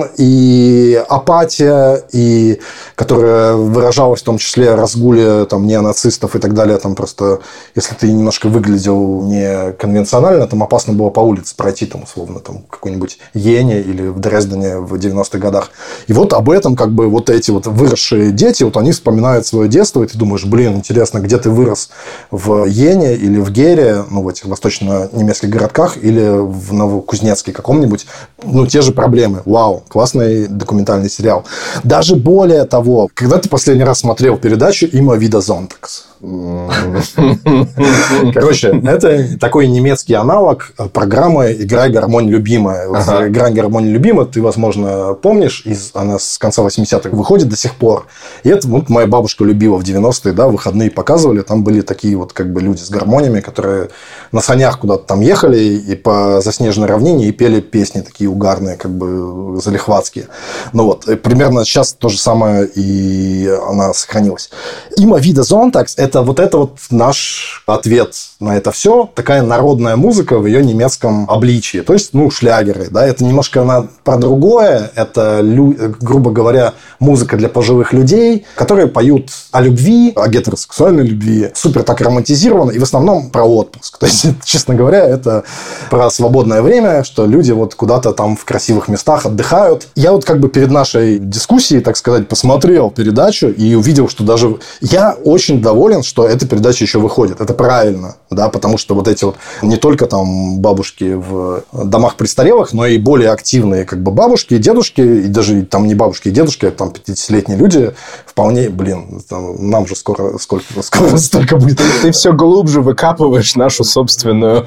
и апатия, и, которая выражалась в том числе разгуле там неонацистов и так далее, там просто, если ты немножко выглядел неконвенционально, там опасно было по улице пройти, там, условно, там, в какой-нибудь Йене или в Дрездене в девяностых годах. И вот об этом как бы вот эти вот выросшие дети, вот они вспоминают свое детство, и ты думаешь, блин, интересно, где ты вырос в Йене или в Гере, ну, в этих восточно-немецких городках, или в Новокузнецке каком-нибудь, ну, те же проблемы. Вау, классный документальный сериал. Даже более того, когда ты последний раз смотрел передачу «Immer wieder Sonntags»? Короче, это такой немецкий аналог программы «Играй, гармонь, любимая». Ага. «Играй, гармонь, любимая» ты, возможно, помнишь, из, она с конца восьмидесятых выходит до сих пор. И это вот моя бабушка любила в девяностые, да, выходные показывали, там были такие вот как бы люди с гармонями, которые на санях куда-то там ехали и по заснеженной равнине и пели песни такие угарные, как бы залихватские. Ну вот, примерно сейчас то же самое и она сохранилась. «Immer wieder Sonntags» – это вот это вот наш ответ на это все. Такая народная музыка в ее немецком обличии. То есть, ну, шлягеры, да, это немножко она про другое. Это, грубо говоря, музыка для пожилых людей, которые поют о любви, о гетеросексуальной любви, супер так романтизировано, и в основном про отпуск. То есть, честно говоря, это про свободное время, что люди вот куда-то там в красивых местах отдыхают. Я вот как бы перед нашей дискуссией, так сказать, посмотрел передачу и увидел, что даже... Я очень доволен, что эта передача еще выходит. Это правильно, да, потому что вот эти вот не только там бабушки в домах престарелых, но и более активные как бы бабушки и дедушки, и даже там не бабушки и дедушки, а там пятидесятилетние люди вполне, блин, там, нам же скоро сколько, скоро столько будет. Ты, ты все глубже выкапываешь нашу собственную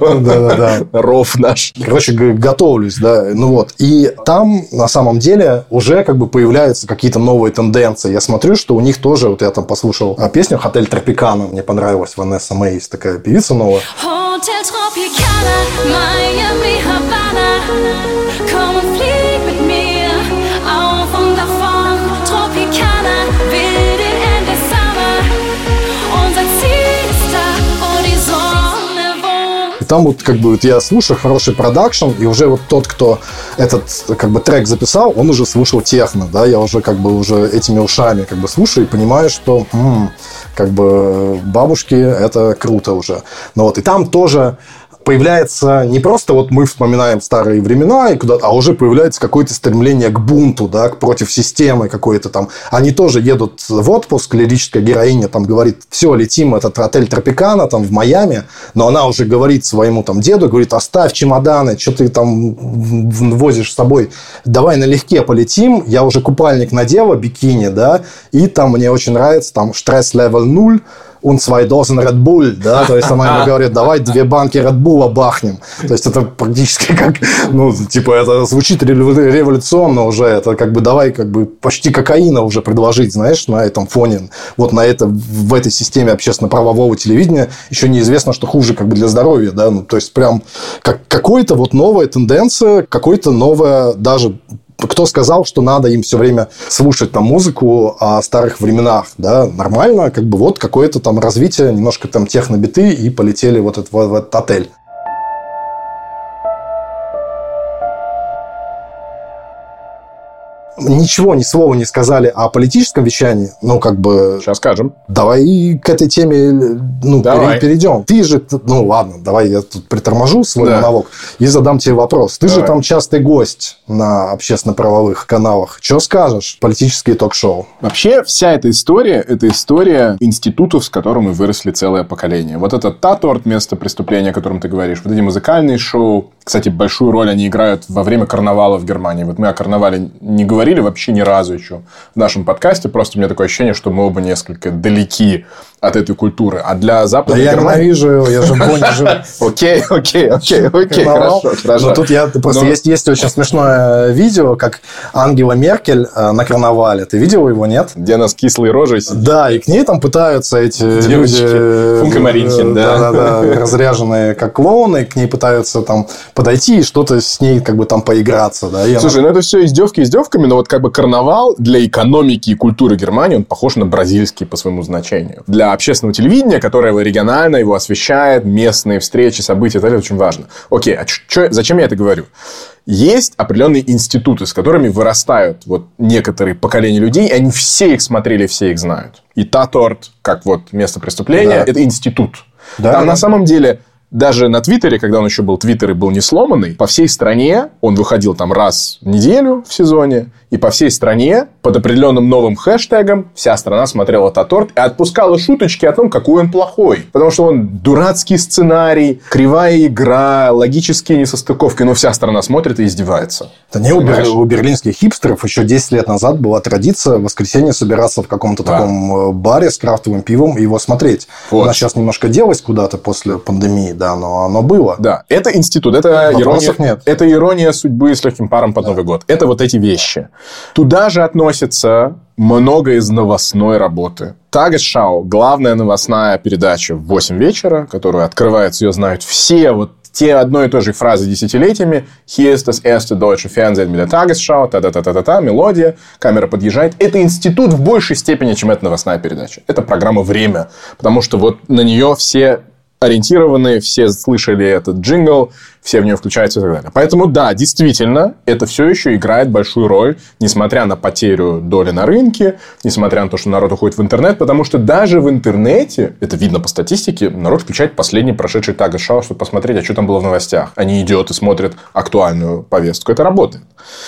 ров наш. Короче, готовлюсь, да, ну вот. И там на самом деле уже как бы появляются какие-то новые тенденции. Я смотрю, что у них тоже, вот я там послушал песню «Отель Тропикана», мне понравилась, Ванесса Мэй, есть такая певица новая. Hotel Tropicana, Miami, Havana, komm und flieg mit mir auf und davon. Tropicana, will den Ende Summer, unser Ziel ist da, wo die Sonne wohnt. И там вот как бы вот я слушаю хороший продакшн, и уже вот тот, кто этот как бы трек записал, он уже слушал техно, да, я уже как бы уже этими ушами как бы слушаю и понимаю, что м-м, как бы бабушки это круто уже. Но вот и там тоже появляется не просто вот мы вспоминаем старые времена, и куда, а уже появляется какое-то стремление к бунту, да, к против системы какой-то там. Они тоже едут в отпуск, лирическая героиня там говорит, все, летим, этот отель Тропикана там в Майами, но она уже говорит своему там деду, говорит, оставь чемоданы, что ты там возишь с собой, давай налегке полетим, я уже купальник надела, бикини, да, и там мне очень нравится, там стресс-левел ноль, und zwei Dosen Red Bull, да, то есть она ему говорит, давай две банки Red Bull бахнем. То есть это практически как, ну, типа, это звучит революционно уже, это как бы давай как бы почти кокаина уже предложить, знаешь, на этом фоне, вот на это, в этой системе общественно-правового телевидения еще неизвестно, что хуже как бы для здоровья, да, ну, то есть прям как какой-то вот новая тенденция, какой-то новая даже... Кто сказал, что надо им все время слушать там музыку о старых временах, да, нормально, как бы вот какое-то там развитие, немножко там технобиты и полетели вот этот, в этот отель. Ничего, ни слова не сказали о политическом вещании, ну, как бы... Сейчас скажем. Давай к этой теме, ну, давай. перейдем. Ты же, ну, ладно, давай я тут приторможу свой да. монолог и задам тебе вопрос. Ты давай. же там частый гость на общественно-правовых каналах. Что скажешь? Политические ток-шоу. Вообще, вся эта история, это история институтов, с которыми выросли целое поколение. Вот это Таторт, место преступления, о котором ты говоришь, вот эти музыкальные шоу. Кстати, большую роль они играют во время карнавала в Германии. Вот мы о карнавале не говорили вообще ни разу еще в нашем подкасте. Просто у меня такое ощущение, что мы оба несколько далеки от этой культуры. А для Западной да Германии... я ненавижу, я же в Бонне живу. Окей, окей, окей, окей, хорошо, хорошо. Но тут я просто есть, есть очень смешное видео, как Ангела Меркель на карнавале. Ты видел его, нет? Где она с кислой рожей сидит. Да, и к ней там пытаются эти люди... Функа Маринхин, да. Да-да-да, разряженные как клоуны, к ней пытаются там подойти и что-то с ней как бы там поиграться. Да? Слушай, ну это все издевки издевками, но вот как бы карнавал для экономики и культуры Германии, он похож на бразильский по своему значению. Для общественного телевидения, которое регионально его освещает, местные встречи, события, это очень важно. Окей, а чё, зачем я это говорю? Есть определенные институты, с которыми вырастают вот некоторые поколения людей, и они все их смотрели, все их знают. И Таторт, как вот место преступления, да. это институт. Да, Там да. на самом деле... Даже на Твиттере, когда он еще был Твиттер и был не сломанный, по всей стране, он выходил там раз в неделю в сезоне, и по всей стране под определенным новым хэштегом вся страна смотрела Таторт и отпускала шуточки о том, какой он плохой. Потому что он дурацкий сценарий, кривая игра, логические несостыковки, но вся страна смотрит и издевается. Да не, у, бер... у берлинских хипстеров еще десять лет назад была традиция в воскресенье собираться в каком-то да. таком баре с крафтовым пивом и его смотреть. Вот. Она сейчас немножко делась куда-то после пандемии, да, но оно было. Да, это институт, это ирония, нет. это ирония судьбы с легким паром под да. Новый год. Это вот эти вещи. Туда же относится много из новостной работы. Tagesschau, главная новостная передача в восемь вечера, которую открывается, ее знают все, вот те одной и той же фразы десятилетиями. Hier ist das erste deutsche Fernsehen mit der Tagesschau, та-та-та-та-та, мелодия, камера подъезжает. Это институт в большей степени, чем эта новостная передача. Это программа «Время». Потому что вот на нее все ориентированы, все слышали этот джингл, все в нее включаются и так далее. Поэтому, да, действительно, это все еще играет большую роль, несмотря на потерю доли на рынке, несмотря на то, что народ уходит в интернет, потому что даже в интернете, это видно по статистике, народ включает последний прошедший Tagesschau, чтобы посмотреть, а что там было в новостях. Они идет и смотрят актуальную повестку. Это работает.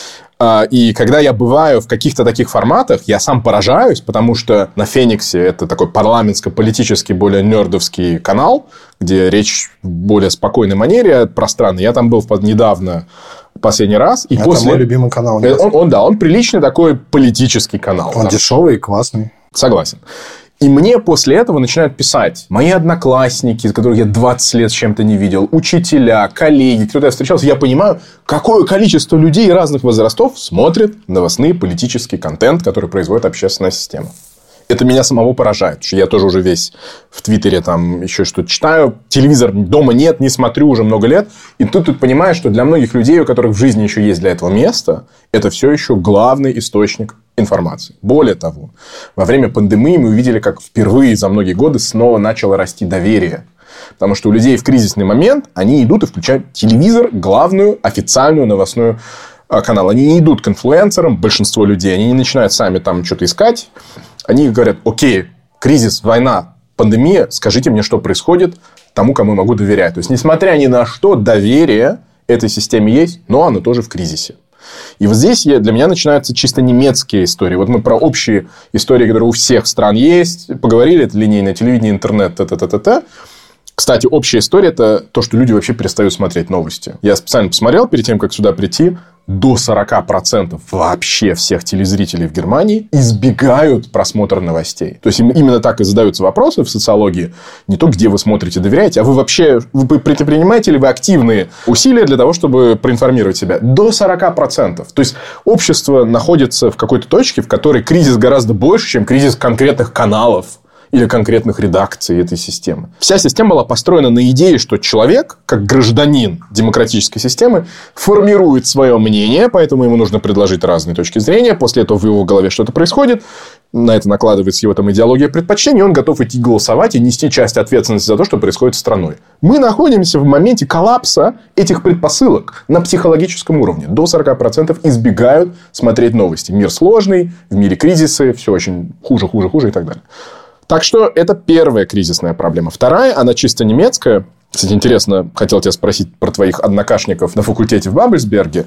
И когда я бываю в каких-то таких форматах, я сам поражаюсь, потому что на Фениксе это такой парламентско-политический, более нердовский канал, где речь в более спокойной манере, пространной. Я там был недавно последний раз. И это после... мой любимый канал. Он, он, да, он приличный такой политический канал. Он там. Дешевый и классный. Согласен. И мне после этого начинают писать мои одноклассники, которых я двадцать лет с чем-то не видел, учителя, коллеги, кто-то я встречался. Я понимаю, какое количество людей разных возрастов смотрит новостный политический контент, который производит общественная система. Это меня самого поражает, потому что я тоже уже весь в Твиттере там еще что-то читаю. Телевизор дома нет, не смотрю уже много лет. И тут ты понимаешь, что для многих людей, у которых в жизни еще есть для этого место, это все еще главный источник информации. Более того, во время пандемии мы увидели, как впервые за многие годы снова начало расти доверие. Потому что у людей в кризисный момент они идут и включают телевизор, главную официальную новостную канал. Они не идут к инфлюенсерам, большинство людей. Они не начинают сами там что-то искать. Они говорят, окей, кризис, война, пандемия, скажите мне, что происходит, тому, кому я могу доверять. То есть, несмотря ни на что, доверие этой системе есть, но оно тоже в кризисе. И вот здесь для меня начинаются чисто немецкие истории. Вот мы про общие истории, которые у всех стран есть, поговорили, это линейное телевидение, интернет, та-та-та-та-та. Кстати, общая история – это то, что люди вообще перестают смотреть новости. Я специально посмотрел перед тем, как сюда прийти. До сорок процентов вообще всех телезрителей в Германии избегают просмотра новостей. То есть, именно так и задаются вопросы в социологии. Не то, где вы смотрите, доверяете, а вы вообще вы предпринимаете ли вы активные усилия для того, чтобы проинформировать себя? До сорок процентов. То есть, общество находится в какой-то точке, в которой кризис гораздо больше, чем кризис конкретных каналов или конкретных редакций этой системы. Вся система была построена на идее, что человек, как гражданин демократической системы, формирует свое мнение, поэтому ему нужно предложить разные точки зрения. После этого в его голове что-то происходит, на это накладывается его там идеология предпочтений, и он готов идти голосовать и нести часть ответственности за то, что происходит с страной. Мы находимся в моменте коллапса этих предпосылок на психологическом уровне. До сорок процентов избегают смотреть новости. Мир сложный, в мире кризисы, все очень хуже, хуже, хуже и так далее. Так что, это первая кризисная проблема. Вторая, она чисто немецкая. Кстати, интересно, хотел тебя спросить про твоих однокашников на факультете в Бабельсберге.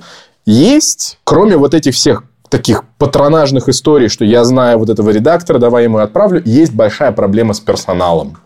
Есть, кроме вот этих всех таких патронажных историй, что я знаю вот этого редактора, давай ему отправлю, есть большая проблема с персоналом.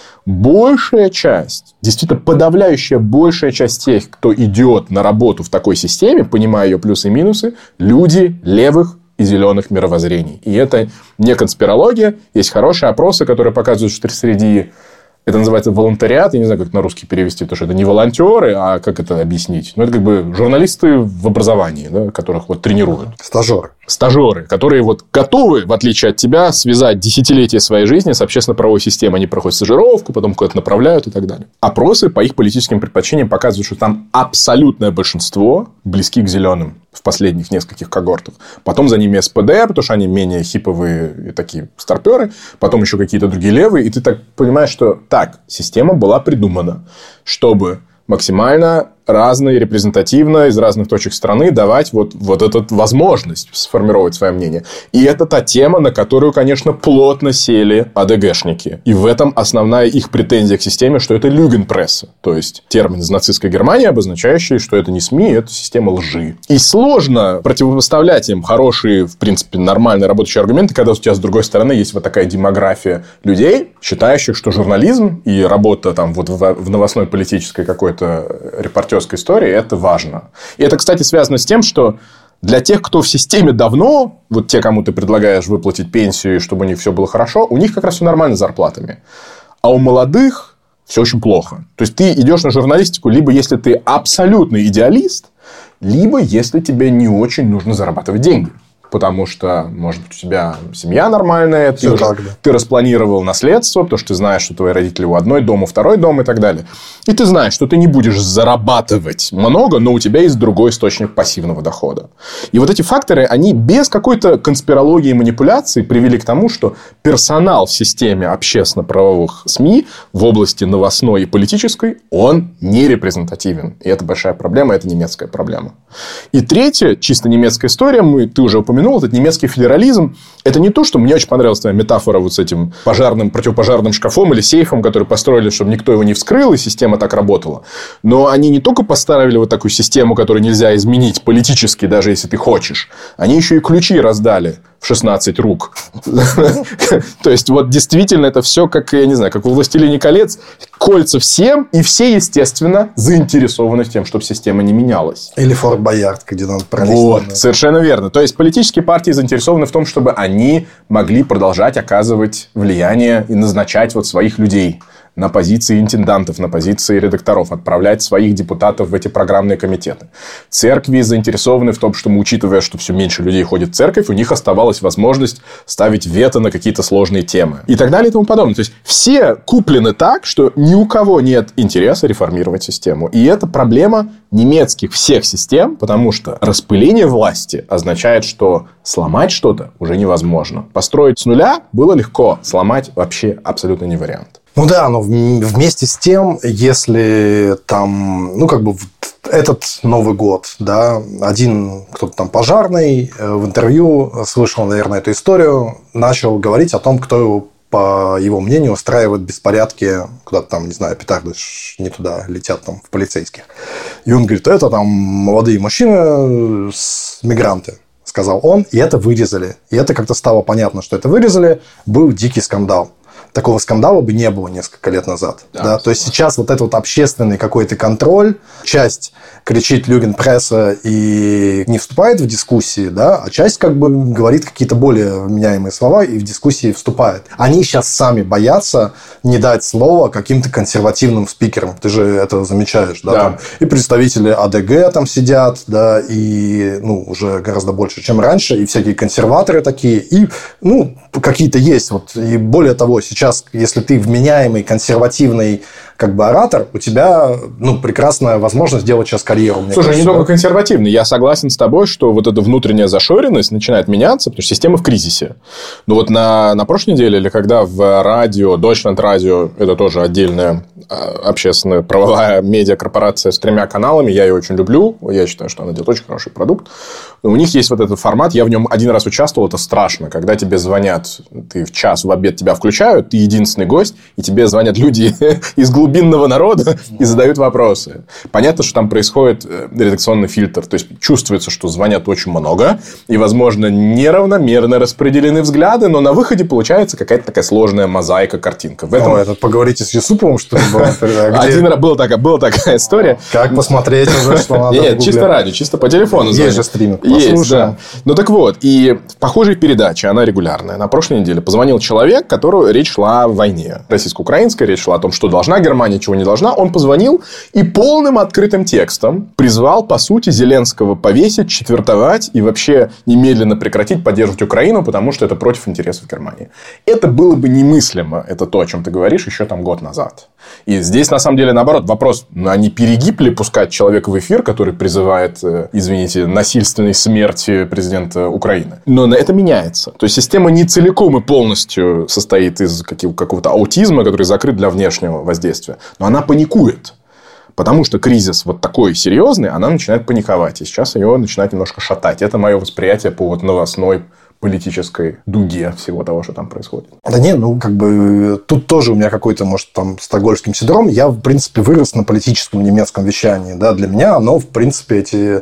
Большая часть, действительно подавляющая большая часть тех, кто идет на работу в такой системе, понимая ее плюсы и минусы, люди левых и зеленых мировоззрений. И это не конспирология. Есть хорошие опросы, которые показывают, что среди... Это называется волонтариат. Я не знаю, как на русский перевести, потому что это не волонтеры, а как это объяснить? Ну, это как бы журналисты в образовании, да, которых вот тренируют. Стажеры. Стажеры, которые вот готовы, в отличие от тебя, связать десятилетия своей жизни с общественно-правовой системой. Они проходят стажировку, потом куда-то направляют и так далее. Опросы по их политическим предпочтениям показывают, что там абсолютное большинство близки к зеленым в последних нескольких когортах. Потом за ними СПД, потому что они менее хиповые и такие старперы. Потом еще какие-то другие левые. И ты так понимаешь, что так, система была придумана, чтобы максимально разно и репрезентативно из разных точек страны давать вот, вот эту возможность сформировать свое мнение. И это та тема, на которую, конечно, плотно сели АДГшники. И в этом основная их претензия к системе, что это люгенпресса. То есть, термин из нацистской Германии, обозначающий, что это не СМИ, это система лжи. И сложно противопоставлять им хорошие, в принципе, нормальные рабочие аргументы, когда у тебя, с другой стороны, есть вот такая демография людей, считающих, что журнализм и работа там вот в новостной политической какой-то репортерской истории, это важно. И это, кстати, связано с тем, что для тех, кто в системе давно, вот те, кому ты предлагаешь выплатить пенсию, чтобы у них все было хорошо, у них как раз все нормально с зарплатами. А у молодых все очень плохо. То есть, ты идешь на журналистику, либо если ты абсолютный идеалист, либо если тебе не очень нужно зарабатывать деньги. потому что, может быть, у тебя семья нормальная, ты, уже, так, да. ты распланировал наследство, потому что ты знаешь, что твои родители у одной дом, у второй дом и так далее. И ты знаешь, что ты не будешь зарабатывать много, но у тебя есть другой источник пассивного дохода. И вот эти факторы, они без какой-то конспирологии и манипуляции привели к тому, что персонал в системе общественно-правовых СМИ в области новостной и политической, он не репрезентативен. И это большая проблема, это немецкая проблема. И третья, чисто немецкая история, мы, ты уже упомянул, этот немецкий федерализм. Это не то, что мне очень понравилась твоя метафора вот с этим пожарным, противопожарным шкафом или сейфом, который построили, чтобы никто его не вскрыл, и система так работала. Но они не только поставили вот такую систему, которую нельзя изменить политически, даже если ты хочешь. Они еще и ключи раздали в шестнадцать рук. То есть, вот действительно это все, как, я не знаю, как во «Властелине колец». Кольца всем, и все, естественно, заинтересованы в тем, чтобы система не менялась. Или Форт Боярд, где надо пролезть. Вот, совершенно верно. То есть, политические партии заинтересованы в том, чтобы они могли продолжать оказывать влияние и назначать вот своих людей на позиции интендантов, на позиции редакторов, отправлять своих депутатов в эти программные комитеты. Церкви заинтересованы в том, что мы, учитывая, что все меньше людей ходит в церковь, у них оставалась возможность ставить вето на какие-то сложные темы. И так далее и тому подобное. То есть, все куплены так, что ни у кого нет интереса реформировать систему. И это проблема немецких всех систем, потому что распыление власти означает, что сломать что-то уже невозможно. Построить с нуля было легко, сломать вообще абсолютно не вариант. Ну да, но вместе с тем, если там, ну, как бы этот Новый год, да, один кто-то там пожарный в интервью слышал, наверное, эту историю, начал говорить о том, кто его, по его мнению, устраивает беспорядки, куда-то там, не знаю, петарды не туда летят там в полицейских. И он говорит, это там молодые мужчины, мигранты, сказал он, и это вырезали. И это как-то стало понятно, что это вырезали, был дикий скандал. Такого скандала бы не было несколько лет назад. Да, да? То есть, сейчас вот этот вот общественный какой-то контроль, часть кричит люгенпресса и не вступает в дискуссии, да? А часть как бы говорит какие-то более вменяемые слова и в дискуссии вступает. Они сейчас сами боятся не дать слова каким-то консервативным спикерам. Ты же это замечаешь, да? Да. Там и представители АДГ там сидят, да, и ну, уже гораздо больше, чем раньше, и всякие консерваторы такие, и ну, какие-то есть. Вот. И более того, сейчас, если ты вменяемый, консервативный как бы оратор, у тебя ну, прекрасная возможность сделать сейчас карьеру. Слушай, кажется, не только консервативный. Я согласен с тобой, что вот эта внутренняя зашоренность начинает меняться, потому что система в кризисе. Но вот на, на прошлой неделе, или когда в радио, Deutschland Radio, это тоже отдельная общественная правовая медиакорпорация с тремя каналами, я ее очень люблю, я считаю, что она делает очень хороший продукт. У них есть вот этот формат, я в нем один раз участвовал, это страшно, когда тебе звонят, ты в час в обед тебя включают, ты единственный гость, и тебе звонят люди из глубинного народа и задают вопросы. Понятно, что там происходит редакционный фильтр, то есть чувствуется, что звонят очень много, и, возможно, неравномерно распределены взгляды, но на выходе получается какая-то такая сложная мозаика, картинка. В этом... О, это поговорите с Юсуповым, что ли? Один раз была такая, была такая история. Как посмотреть уже, что надо? Нет, чисто радио, чисто по телефону. Есть же стриминг. Есть, да. Ну, так вот. И в похожей передаче, она регулярная, на прошлой неделе позвонил человек, которому речь шла о войне. Российско-украинская, речь шла о том, что должна Германия, чего не должна. Он позвонил и полным открытым текстом призвал, по сути, Зеленского повесить, четвертовать и вообще немедленно прекратить поддерживать Украину, потому что это против интересов Германии. Это было бы немыслимо. Это то, о чем ты говоришь, еще там год назад. И здесь, на самом деле, наоборот, вопрос, ну, а не перегиб ли пускать человека в эфир, который призывает, извините, насильственной смерти президента Украины? Но это меняется. То есть, система не целиком и полностью состоит из какого-то аутизма, который закрыт для внешнего воздействия. Но она паникует. Потому что кризис вот такой серьезный, она начинает паниковать. И сейчас ее начинает немножко шатать. Это мое восприятие по вот новостной политической дуге всего того, что там происходит. Да не, ну, как бы, тут тоже у меня какой-то, может, там, стокгольмский синдром. Я, в принципе, вырос на политическом немецком вещании, да, для меня оно, в принципе, эти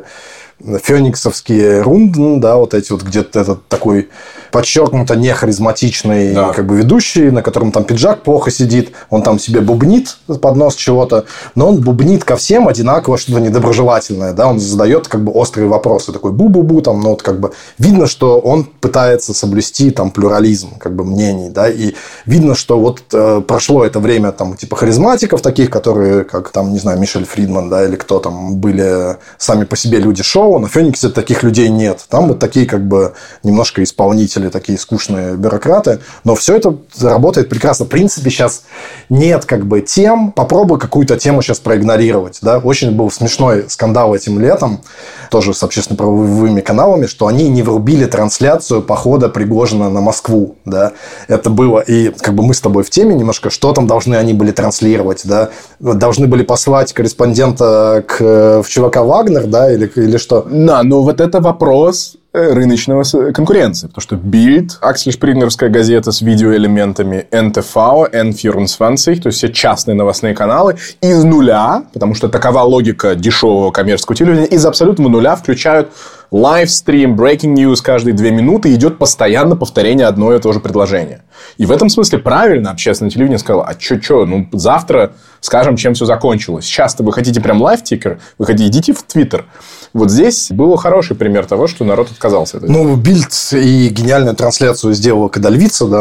фениксовские рунды, да, вот эти вот где-то этот такой подчеркнуто нехаризматичный да. как бы ведущий, на котором там пиджак плохо сидит, он там себе бубнит под нос чего-то, но он бубнит ко всем одинаково что-то недоброжелательное, да, он задает как бы острые вопросы, такой бу-бу-бу, там, ну, вот как бы видно, что он пытается соблюсти там плюрализм как бы мнений, да, и видно, что вот э, прошло это время там типа харизматиков таких, которые, как там, не знаю, Мишель Фридман, да, или кто там, были сами по себе люди шоу, Фау, на Фениксе таких людей нет. Там вот такие как бы немножко исполнители, такие скучные бюрократы. Но все это работает прекрасно. В принципе, сейчас нет как бы тем. Попробуй какую-то тему сейчас проигнорировать. Да? Очень был смешной скандал этим летом, тоже с общественно-правовыми каналами, что они не врубили трансляцию похода Пригожина на Москву. Да? Это было, и как бы мы с тобой в теме немножко, что там должны они были транслировать. Да? Должны были послать корреспондента к, в чувака Вагнер, да, или, или что? Да, но вот это вопрос рыночного конкуренции. Потому что Bild, аксель-шпрингерская газета с видеоэлементами, эн тэ вэ, эн двадцать четыре, то есть все частные новостные каналы, из нуля, потому что такова логика дешевого коммерческого телевидения, из абсолютного нуля включают лайвстрим, breaking news каждые две минуты, идет постоянно повторение одно и того же предложения. И в этом смысле правильно общественное телевидение сказало, а чё, чё, ну завтра скажем, чем все закончилось. Сейчас-то вы хотите прям лайв-тикер, вы хотите, идите в Твиттер. Вот здесь был хороший пример того, что народ отказался. Ну, Бильд и гениальную трансляцию сделала Кадальвица, да,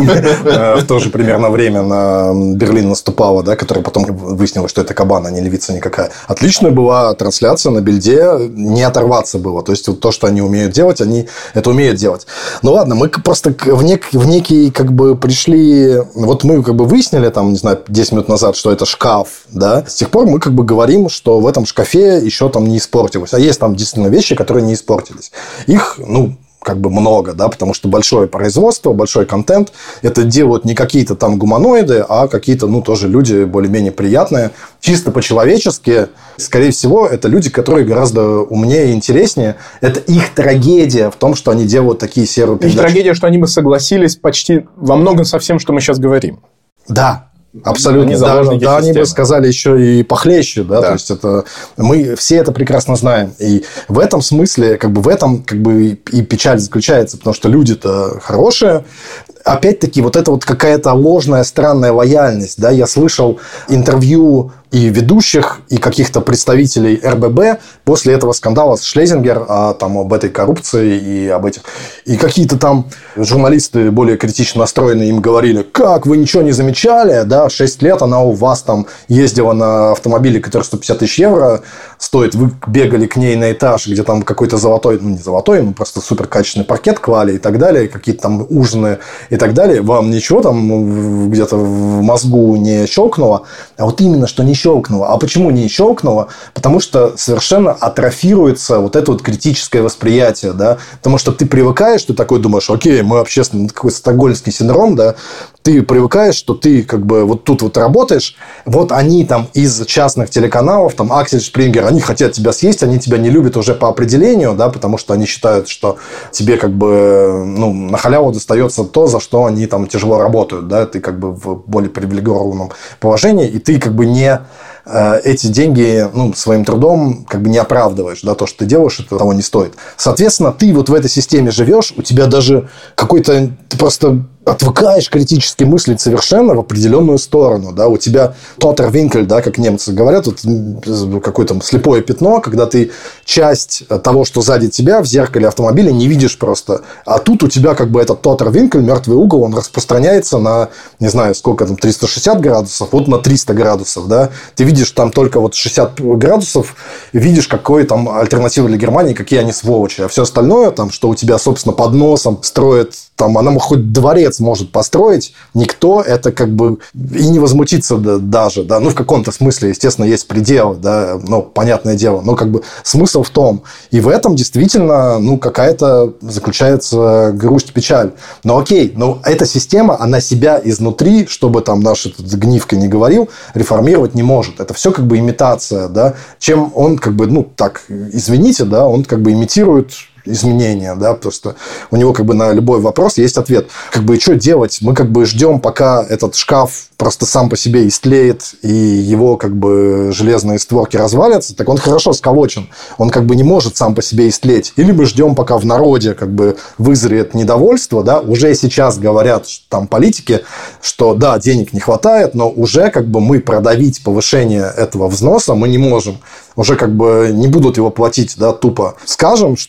в то же примерно время на Берлин наступала, да, которая потом выяснилось, что это кабан, а не львица никакая. Отличная была трансляция на Бильде, не оторваться было. То есть, вот то, что они умеют делать, они это умеют делать. Ну, ладно, мы просто в, нек, в некий, как бы, пришли... Вот мы, как бы, выяснили, там, не знаю, десять минут назад, что это шкаф, да. С тех пор мы, как бы, говорим, что в этом шкафе еще там не испортилось. А есть там действительно вещи, которые не испортились. Их, ну, как бы много, да, потому что большое производство, большой контент. Это делают не какие-то там гуманоиды, а какие-то, ну, тоже люди более-менее приятные. Чисто по-человечески, скорее всего, это люди, которые гораздо умнее и интереснее. Это их трагедия в том, что они делают такие серые передачи. Их трагедия, что они бы согласились почти во многом со всем, что мы сейчас говорим. Да. Абсолютно. Они да, да они бы сказали еще и похлеще, да? Да. То есть это мы все это прекрасно знаем. И в этом смысле, как бы в этом как бы и печаль заключается, потому что люди-то хорошие. Опять-таки, вот это вот какая-то ложная, странная лояльность. Да? Я слышал интервью и ведущих, и каких-то представителей эр бэ бэ после этого скандала с Шлезингер, а, там, об этой коррупции и об этих... И какие-то там журналисты более критично настроенные им говорили, как, вы ничего не замечали? Да, шесть лет она у вас там ездила на автомобиле, который сто пятьдесят тысяч евро стоит. Вы бегали к ней на этаж, где там какой-то золотой, ну, не золотой, ну, просто суперкачественный паркет клали и так далее, какие-то там ужины и так далее. Вам ничего там где-то в мозгу не щелкнуло? А вот именно, что не щелкнуло. А почему не щелкнуло? Потому что совершенно атрофируется вот это вот критическое восприятие, да, потому что ты привыкаешь, ты такой думаешь, окей, мы общественно, такой стокгольмский синдром, да, ты привыкаешь, что ты как бы вот тут вот работаешь, вот они там из частных телеканалов, там Аксель Шпрингер, они хотят тебя съесть, они тебя не любят уже по определению, да, потому что они считают, что тебе как бы, ну, на халяву достается то, за что они там тяжело работают, да, ты как бы в более привилегированном положении, и ты как бы не эти деньги, ну, своим трудом как бы не оправдываешь, да, то, что ты делаешь, это того не стоит. Соответственно, ты вот в этой системе живешь, у тебя даже какой-то, ты просто отвыкаешь критически мыслить совершенно в определенную сторону, да, у тебя тотер винкель, да, как немцы говорят, вот какое-то слепое пятно, когда ты часть того, что сзади тебя в зеркале автомобиля не видишь просто, а тут у тебя как бы этот тотер винкель, мертвый угол, он распространяется на, не знаю, сколько там, триста шестьдесят градусов, вот на триста градусов, да, ты видишь там только вот шестьдесят градусов, видишь, какой там альтернатива для Германии, какие они сволочи, а все остальное, там, что у тебя, собственно, под носом строит, там, она хоть дворец может построить, никто это как бы и не возмутится даже, да, ну, в каком-то смысле, естественно, есть пределы, да, ну, понятное дело, но как бы смысл в том, и в этом действительно, ну, какая-то заключается грусть, печаль, но окей, но эта система, она себя изнутри, чтобы там наш этот Гнивка не говорил, реформировать не может, это все как бы имитация, да, чем он как бы, ну, так, извините, да, он как бы имитирует изменения, да, просто у него как бы на любой вопрос есть ответ. Как бы, что делать? Мы как бы ждем, пока этот шкаф просто сам по себе истлеет, и его как бы железные створки развалятся, так он хорошо сколочен. Он как бы не может сам по себе истлеть. Или мы ждем, пока в народе как бы вызреет недовольство, да, уже сейчас говорят там политики, что да, денег не хватает, но уже как бы мы продавить повышение этого взноса мы не можем. Уже как бы не будут его платить, да, тупо. Скажем, что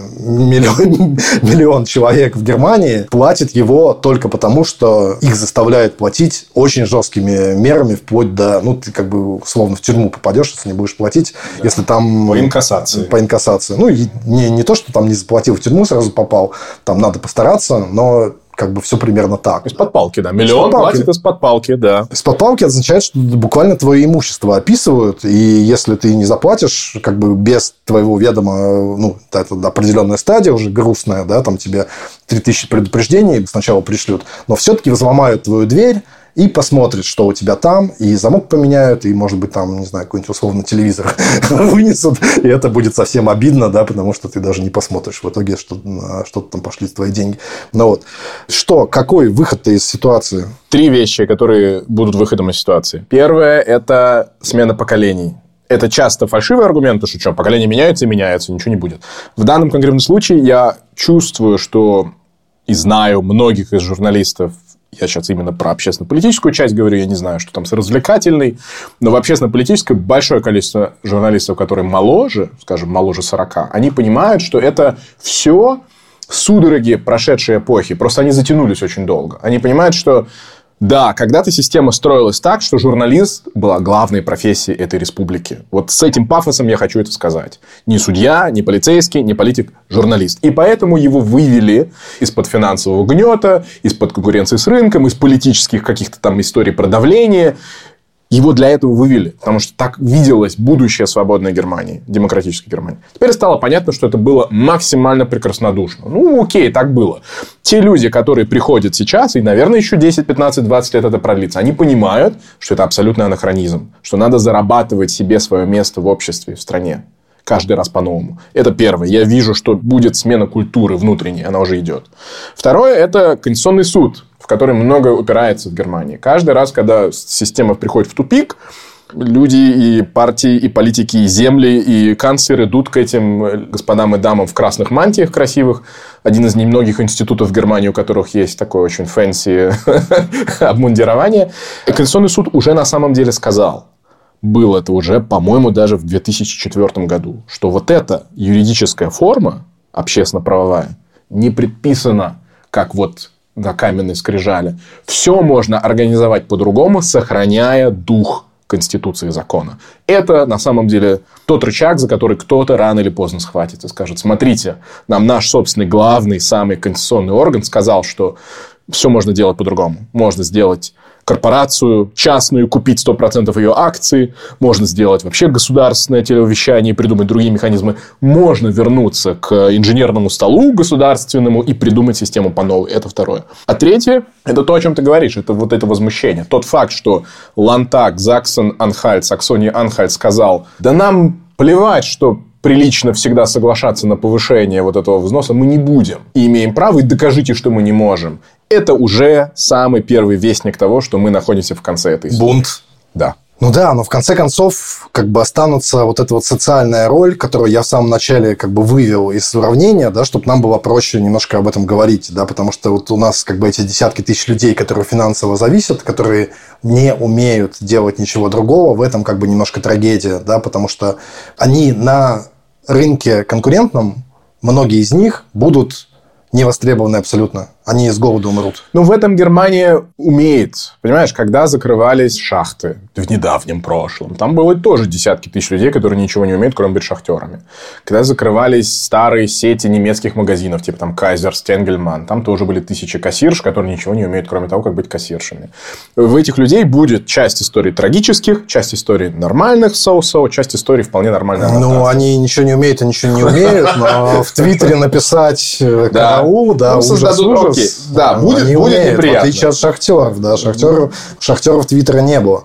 миллион, миллион человек в Германии платит его только потому, что их заставляют платить очень жесткими мерами, вплоть до, ну, ты как бы условно в тюрьму попадешь, если не будешь платить, да. если там... По инкассации. По инкассации. Ну, не, не то, что там не заплатил, в тюрьму сразу попал, там надо постараться, но... как бы все примерно так. Из-под палки, да. Миллион платит из-под палки, да. Из-под палки означает, что буквально твое имущество описывают, и если ты не заплатишь, как бы без твоего ведома, ну, это определенная стадия уже грустная, да, там тебе три тысячи предупреждений сначала пришлют, но все-таки взломают твою дверь, и посмотрят, что у тебя там, и замок поменяют, и, может быть, там, не знаю, какой-нибудь условно телевизор вынесут, и это будет совсем обидно, да, потому что ты даже не посмотришь в итоге, что, что-то там пошли твои деньги. Ну вот. Что, какой выход-то из ситуации? Три вещи, которые будут выходом из ситуации. Первое – это смена поколений. Это часто фальшивый аргумент, потому что что, поколения меняются и меняются, ничего не будет. В данном конкретном случае я чувствую, что и знаю многих из журналистов, я сейчас именно про общественно-политическую часть говорю, я не знаю, что там с развлекательной, но в общественно-политической большое количество журналистов, которые моложе, скажем, моложе сорока, они понимают, что это все судороги прошедшей эпохи, просто они затянулись очень долго. Они понимают, что да, когда-то система строилась так, что журналист была главной профессией этой республики. Вот с этим пафосом я хочу это сказать. Не судья, не полицейский, не политик, журналист. И поэтому его вывели из-под финансового гнета, из-под конкуренции с рынком, из политических каких-то там историй про давление. Его для этого вывели, потому что так виделось будущее свободной Германии, демократической Германии. Теперь стало понятно, что это было максимально прекраснодушно. Ну, окей, так было. Те люди, которые приходят сейчас, и, наверное, еще десять, пятнадцать, двадцать лет это продлится, они понимают, что это абсолютный анахронизм, что надо зарабатывать себе свое место в обществе, в стране. Каждый раз по-новому. Это первое. Я вижу, что будет смена культуры внутренней, она уже идет. Второе – это Конституционный суд, в который многое упирается в Германии. Каждый раз, когда система приходит в тупик, люди и партии, и политики, и земли, и канцлеры идут к этим господам и дамам в красных мантиях красивых. Один из немногих институтов в Германии, у которых есть такое очень фэнси обмундирование. И Конституционный суд уже на самом деле сказал, было это уже, по-моему, даже в две тысячи четвёртом году, что вот эта юридическая форма, общественно-правовая, не предписана, как вот на каменной скрижали. Все можно организовать по-другому, сохраняя дух Конституции и закона. Это, на самом деле, тот рычаг, за который кто-то рано или поздно схватится и скажет, смотрите, нам наш собственный главный, самый конституционный орган сказал, что все можно делать по-другому. Можно сделать корпорацию частную, купить сто процентов ее акций. Можно сделать вообще государственное телевещание и придумать другие механизмы. Можно вернуться к инженерному столу государственному и придумать систему по новой. Это второе. А третье – это то, о чем ты говоришь. Это вот это возмущение. Тот факт, что Лантаг, Заксен-Анхальт, Саксония-Анхальт сказал, да нам плевать, что прилично всегда соглашаться на повышение вот этого взноса, мы не будем. И имеем право, и докажите, что мы не можем. Это уже самый первый вестник того, что мы находимся в конце этой истории. Бунт. Да. Ну да, но в конце концов как бы останутся вот эта вот социальная роль, которую я в самом начале как бы вывел из уравнения, да, чтобы нам было проще немножко об этом говорить, да, потому что вот у нас как бы эти десятки тысяч людей, которые финансово зависят, которые не умеют делать ничего другого, в этом как бы немножко трагедия, да, потому что они на рынке конкурентном, многие из них будут не востребованы абсолютно. Они с голоду умрут. Ну, в этом Германия умеет. Понимаешь, когда закрывались шахты в недавнем прошлом, там было тоже десятки тысяч людей, которые ничего не умеют, кроме быть шахтерами. Когда закрывались старые сети немецких магазинов, типа там Кайзер, Стенгельман, там тоже были тысячи кассирш, которые ничего не умеют, кроме того, как быть кассиршами. В этих людей будет часть историй трагических, часть историй нормальных, соу-соу, часть историй вполне нормальных. Ну, они ничего не умеют и ничего не умеют, но в Твиттере написать караул, да, ужас-ужас. Да, будет, будет неприятно. В отличие от шахтеров. Да, шахтеров, шахтеров Твиттера не было.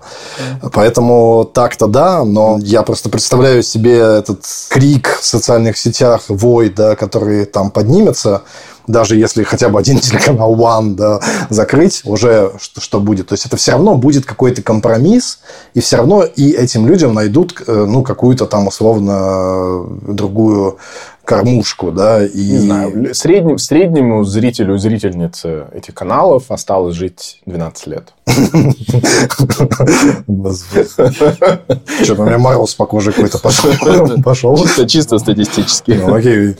Поэтому так-то да, но я просто представляю себе этот крик в социальных сетях, вой, да, который там поднимется. Даже если хотя бы один телеканал One, да, закрыть, уже что, что будет. То есть, это все равно будет какой-то компромисс, и все равно и этим людям найдут ну, какую-то там условно другую кормушку, да, и... Не знаю, среднем, среднему зрителю, зрительнице этих каналов осталось жить двенадцать лет. Что-то у меня мороз по коже какой-то пошел. Чисто статистически. Ну, окей.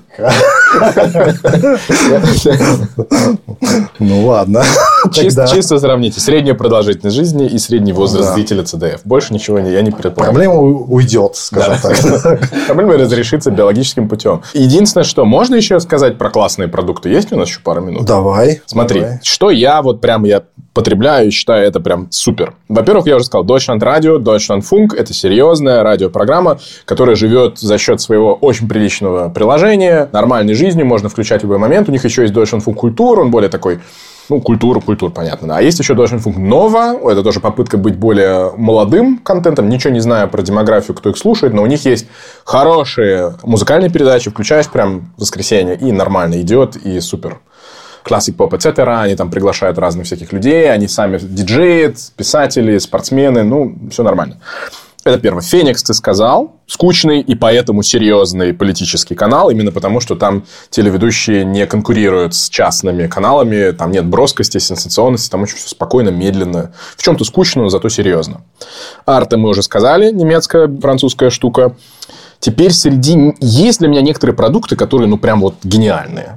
Ну, ладно. Чисто сравните среднюю продолжительность жизни и средний возраст зрителя ЦДФ. Больше ничего я не предполагаю. Проблема уйдет, скажем так. Проблема разрешится биологическим путем. Единственное, что можно еще сказать про классные продукты. Есть у нас еще пару минут? Давай. Смотри, что я вот прям я потребляю и считаю это прям супер. Во-первых, я уже сказал, Deutschland Radio, Deutschland Funk – это серьезная радиопрограмма, которая живет за счет своего очень приличного приложения, нормальной жизнью, можно включать в любой момент. У них еще есть Deutschland Funk Kultur, он более такой... Ну, культура, культура, понятно, да. А есть еще Deutschland Funk Nova. Это тоже попытка быть более молодым контентом. Ничего не знаю про демографию, кто их слушает, но у них есть хорошие музыкальные передачи. Включаешь прям в воскресенье, и нормально идет, и супер. Classic Pop, et cetera. Они там приглашают разных всяких людей. Они сами диджеят, писатели, спортсмены. Ну, все нормально. Это первое. Феникс, ты сказал, скучный и поэтому серьезный политический канал, именно потому, что там телеведущие не конкурируют с частными каналами, там нет броскости, сенсационности, там очень все спокойно, медленно. В чем-то скучно, но зато серьезно. Арта мы уже сказали, немецкая, французская штука. Теперь среди... Есть для меня некоторые продукты, которые, ну, прям вот гениальные.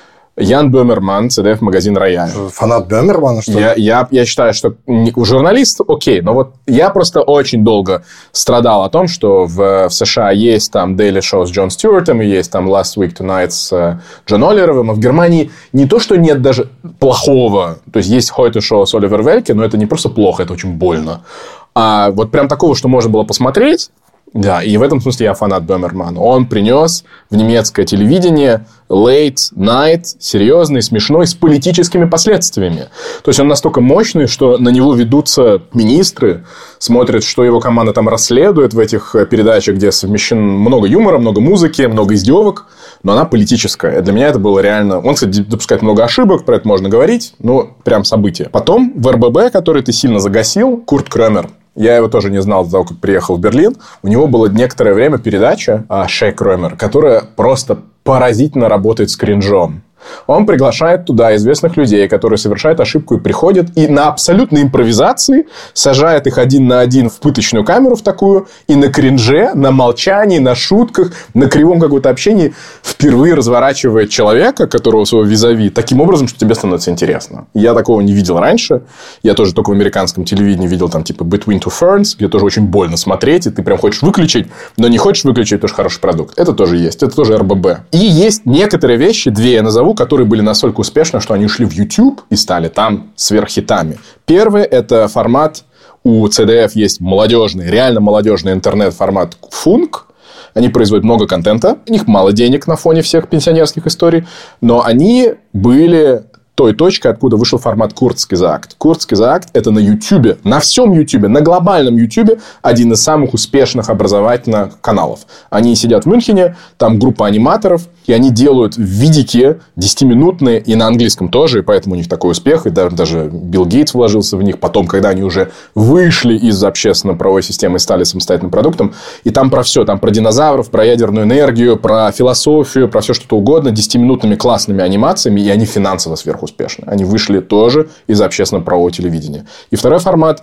Ян Бöhmermann, ЦДФ-магазин «Рояль». Фанат Бöhmermann, что ли? Я, я, я считаю, что журналист, окей, но вот я просто очень долго страдал о том, что в, в США есть там Daily Show с Джон Стюартом, и есть там Last Week Tonight с Джон Оллеровым, а в Германии не то, что нет даже плохого, то есть есть Heute Show с Оливер Вельке, но это не просто плохо, это очень больно. А вот прям такого, что можно было посмотреть... Да, и в этом смысле я фанат Böhmermann. Он принес в немецкое телевидение late night, серьезный, смешной, с политическими последствиями. То есть он настолько мощный, что на него ведутся министры, смотрят, что его команда там расследует в этих передачах, где совмещено много юмора, много музыки, много издевок, но она политическая. Для меня это было реально... Он, кстати, допускает много ошибок, про это можно говорить, но прям событие. Потом в эр бэ бэ, который ты сильно загасил, Курт Крёмер. Я его тоже не знал до того, как приехал в Берлин. У него было некоторое время передача «Шей Крёмер», которая просто поразительно работает с кринжом. Он приглашает туда известных людей, которые совершают ошибку и приходят, и на абсолютной импровизации сажает их один на один в пыточную камеру в такую, и на кринже, на молчании, на шутках, на кривом каком-то общении впервые разворачивает человека, которого своего визави, таким образом, что тебе становится интересно. Я такого не видел раньше. Я тоже только в американском телевидении видел там типа Between Two Ferns, где тоже очень больно смотреть, и ты прям хочешь выключить, но не хочешь выключить, потому что хороший продукт. Это тоже есть. Это тоже эр бэ бэ. И есть некоторые вещи, две я назову, которые были настолько успешны, что они ушли в YouTube и стали там сверххитами. Первый – это формат, у ЦДФ есть молодежный, реально молодежный интернет-формат Funk. Они производят много контента, у них мало денег на фоне всех пенсионерских историй, но они были... той точкой, откуда вышел формат Kurzgesagt. Kurzgesagt – это на YouTube, на всем YouTube, на глобальном YouTube один из самых успешных образовательных каналов. Они сидят в Мюнхене, там группа аниматоров, и они делают видики десятиминутные, и на английском тоже, и поэтому у них такой успех, и даже, даже Билл Гейтс вложился в них потом, когда они уже вышли из общественно-правовой системы и стали самостоятельным продуктом, и там про все, там про динозавров, про ядерную энергию, про философию, про все что угодно, десятиминутными классными анимациями, и они финансово сверхуспешны. Они вышли тоже из общественно-правового телевидения. И второй формат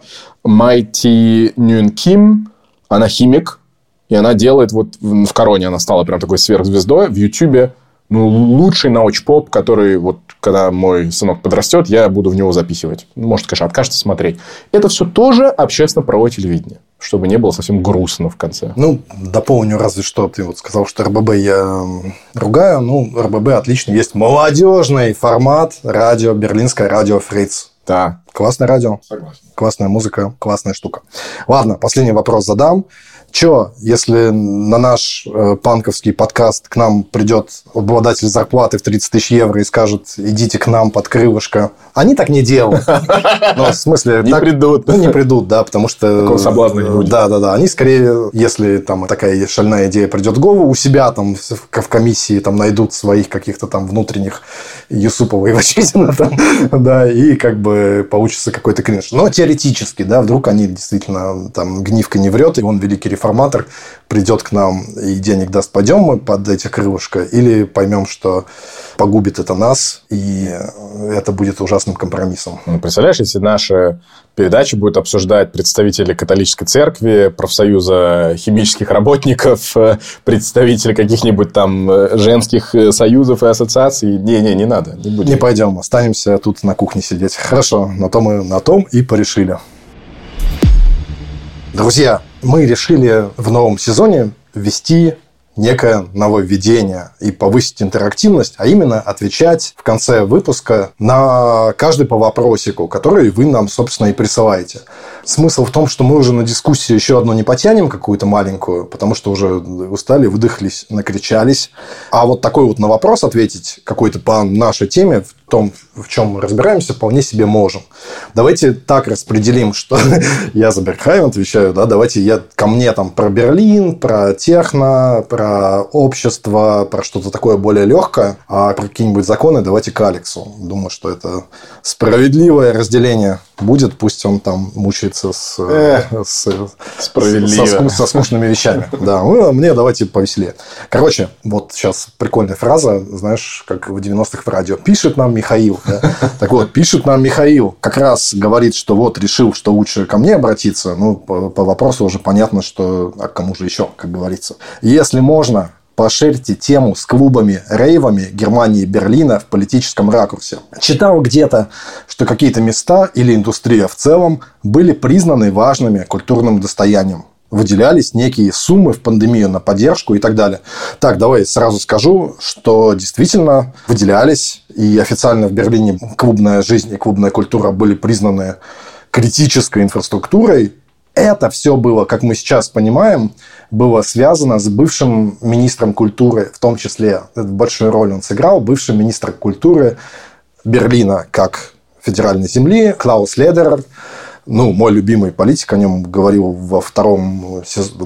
Майти Нюн Ким, она химик, и она делает вот в Короне, она стала прям такой сверхзвездой в Ютубе. Ну, лучший научпоп, который вот когда мой сынок подрастет, я буду в него запихивать. Может, конечно, откажется смотреть. Это все тоже общественно-правовое телевидение, чтобы не было совсем грустно в конце. Ну, дополню разве что. Ты вот сказал, что эр бэ бэ я ругаю. Ну, эр бэ бэ отлично. Есть молодежный формат радио, берлинское радио Фриц. Да. Классное радио. Согласен. Классная музыка, классная штука. Ладно, последний вопрос задам. Че, если на наш э, панковский подкаст к нам придет обладатель зарплаты в тридцать тысяч евро и скажет, идите к нам под крылышко, они так не делают. Ну, в смысле... Не придут. Ну, не придут, да, потому что... Такого соблазна не будет. Да, да, да. Они скорее, если там такая шальная идея придет в голову, у себя там в комиссии там найдут своих каких-то там внутренних Юсупова и Вачитина там, да, и как бы получится какой-то кринж. Но теоретически, да, вдруг они действительно там Гнивка не врет, и он великий реформатор придет к нам и денег даст, пойдем мы под эти крылышко, или поймем, что погубит это нас, и это будет ужасным компромиссом. Ну, представляешь, если наша передача будет обсуждать представители католической церкви, профсоюза химических работников, представители каких-нибудь там женских союзов и ассоциаций. Не-не, не надо. Не, будем. Не пойдем, останемся тут на кухне сидеть. Хорошо, на то мы на том и порешили. Друзья, мы решили в новом сезоне ввести некое нововведение и повысить интерактивность, а именно отвечать в конце выпуска на каждый по вопросику, который вы нам, собственно, и присылаете. Смысл в том, что мы уже на дискуссию еще одну не потянем, какую-то маленькую, потому что уже устали, выдохлись, накричались. А вот такой вот на вопрос ответить какой-то по нашей теме, в том, в чем мы разбираемся, вполне себе можем. Давайте так распределим, что я за Беркхайм отвечаю, да, давайте я ко мне там про Берлин, про техно, про общество, про что-то такое более легкое, а про какие-нибудь законы давайте к Алексу. Думаю, что это справедливое разделение будет, пусть он там мучается с, э, с, справедливо. со, со скучными вещами. Да, ну, мне давайте повеселее. Короче, вот сейчас прикольная фраза, знаешь, как в девяностых в радио. Пишет нам Михаил. Да? Так вот, пишет нам Михаил. Как раз говорит, что вот решил, что лучше ко мне обратиться. Ну, по, по вопросу уже понятно, что а к кому же еще, как говорится. Если можно, пошерьте тему с клубами, рейвами Германии и Берлина в политическом ракурсе. Читал где-то, что какие-то места или индустрия в целом были признаны важными культурным достоянием. Выделялись некие суммы в пандемию на поддержку и так далее. Так, давай сразу скажу, что действительно выделялись, и официально в Берлине клубная жизнь и клубная культура были признаны критической инфраструктурой. Это все было, как мы сейчас понимаем, было связано с бывшим министром культуры, в том числе большую роль он сыграл, бывшим министром культуры Берлина как федеральной земли Клаус Ледерер. Ну, мой любимый политик, о нем говорил во втором,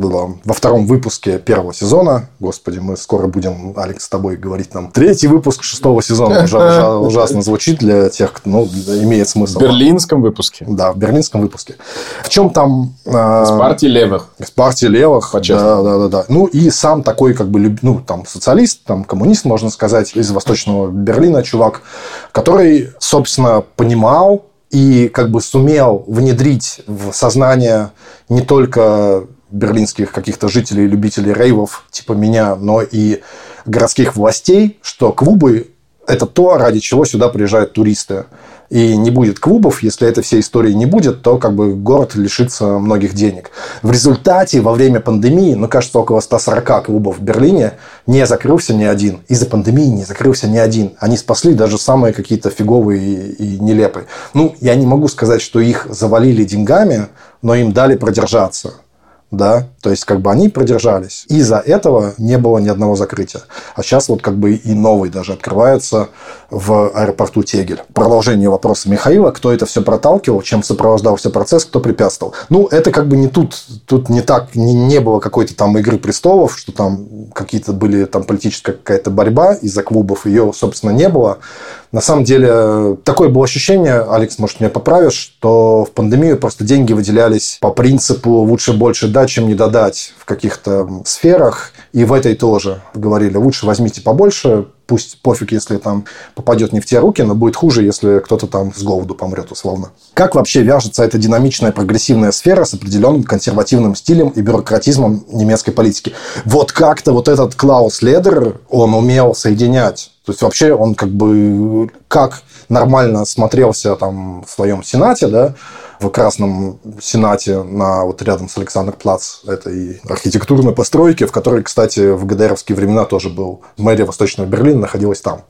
во втором выпуске первого сезона. Господи, мы скоро будем, Алекс, с тобой говорить нам. Третий выпуск шестого сезона. Ужасно, ужасно звучит для тех, кто ну, имеет смысл. В берлинском выпуске. Да, в берлинском выпуске. В чем там... С партии левых. С партии левых. Да, да, да, да. Ну, и сам такой, как бы, ну, там, социалист, там, коммунист, можно сказать, из Восточного Берлина чувак, который, собственно, понимал, и как бы сумел внедрить в сознание не только берлинских каких-то жителей, любителей рейвов, типа меня, но и городских властей, что клубы – это то, ради чего сюда приезжают туристы. И не будет клубов, если этой всей истории не будет, то как бы город лишится многих денег. В результате во время пандемии, ну, кажется, около ста сорока клубов в Берлине не закрылся ни один. Из-за пандемии не закрылся ни один. Они спасли даже самые какие-то фиговые и нелепые. Ну, я не могу сказать, что их завалили деньгами, но им дали продержаться. Да, то есть, как бы они продержались. Из-за этого не было ни одного закрытия. А сейчас вот как бы и новый даже открывается в аэропорту Тегель. Продолжение вопроса Михаила. Кто это все проталкивал, чем сопровождался процесс, кто препятствовал. Ну, это как бы не тут. Тут не так, не, не было какой-то там игры престолов, что там какие-то были там политическая какая-то борьба из-за клубов. Ее, собственно, не было. На самом деле, такое было ощущение, Алекс, может, меня поправишь, что в пандемию просто деньги выделялись по принципу лучше больше дать, чем не додать в каких-то сферах. И в этой тоже говорили, лучше возьмите побольше, пусть пофиг, если там попадет не в те руки, но будет хуже, если кто-то там с голоду помрет, условно. Как вообще вяжется эта динамичная прогрессивная сфера с определенным консервативным стилем и бюрократизмом немецкой политики? Вот как-то вот этот Клаус Ледерер, он умел соединять. То есть, вообще он как бы как нормально смотрелся там в своем Сенате, да, в Красном Сенате на, вот рядом с Александр-Плац этой архитектурной постройки, в которой, кстати, в ГДРовские времена тоже был. Мэрия Восточного Берлина находилась там.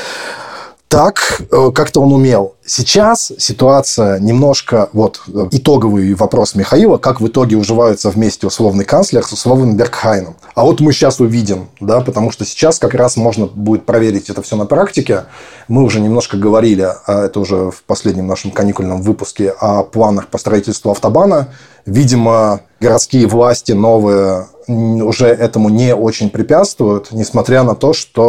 Так как-то он умел. Сейчас ситуация немножко... Вот итоговый вопрос Михаила. Как в итоге уживаются вместе условный канцлер с условным Беркхайном. А вот мы сейчас увидим. Да, потому что сейчас как раз можно будет проверить это все на практике. Мы уже немножко говорили, а это уже в последнем нашем каникульном выпуске, о планах по строительству автобана. Видимо, городские власти новые уже этому не очень препятствуют, несмотря на то, что...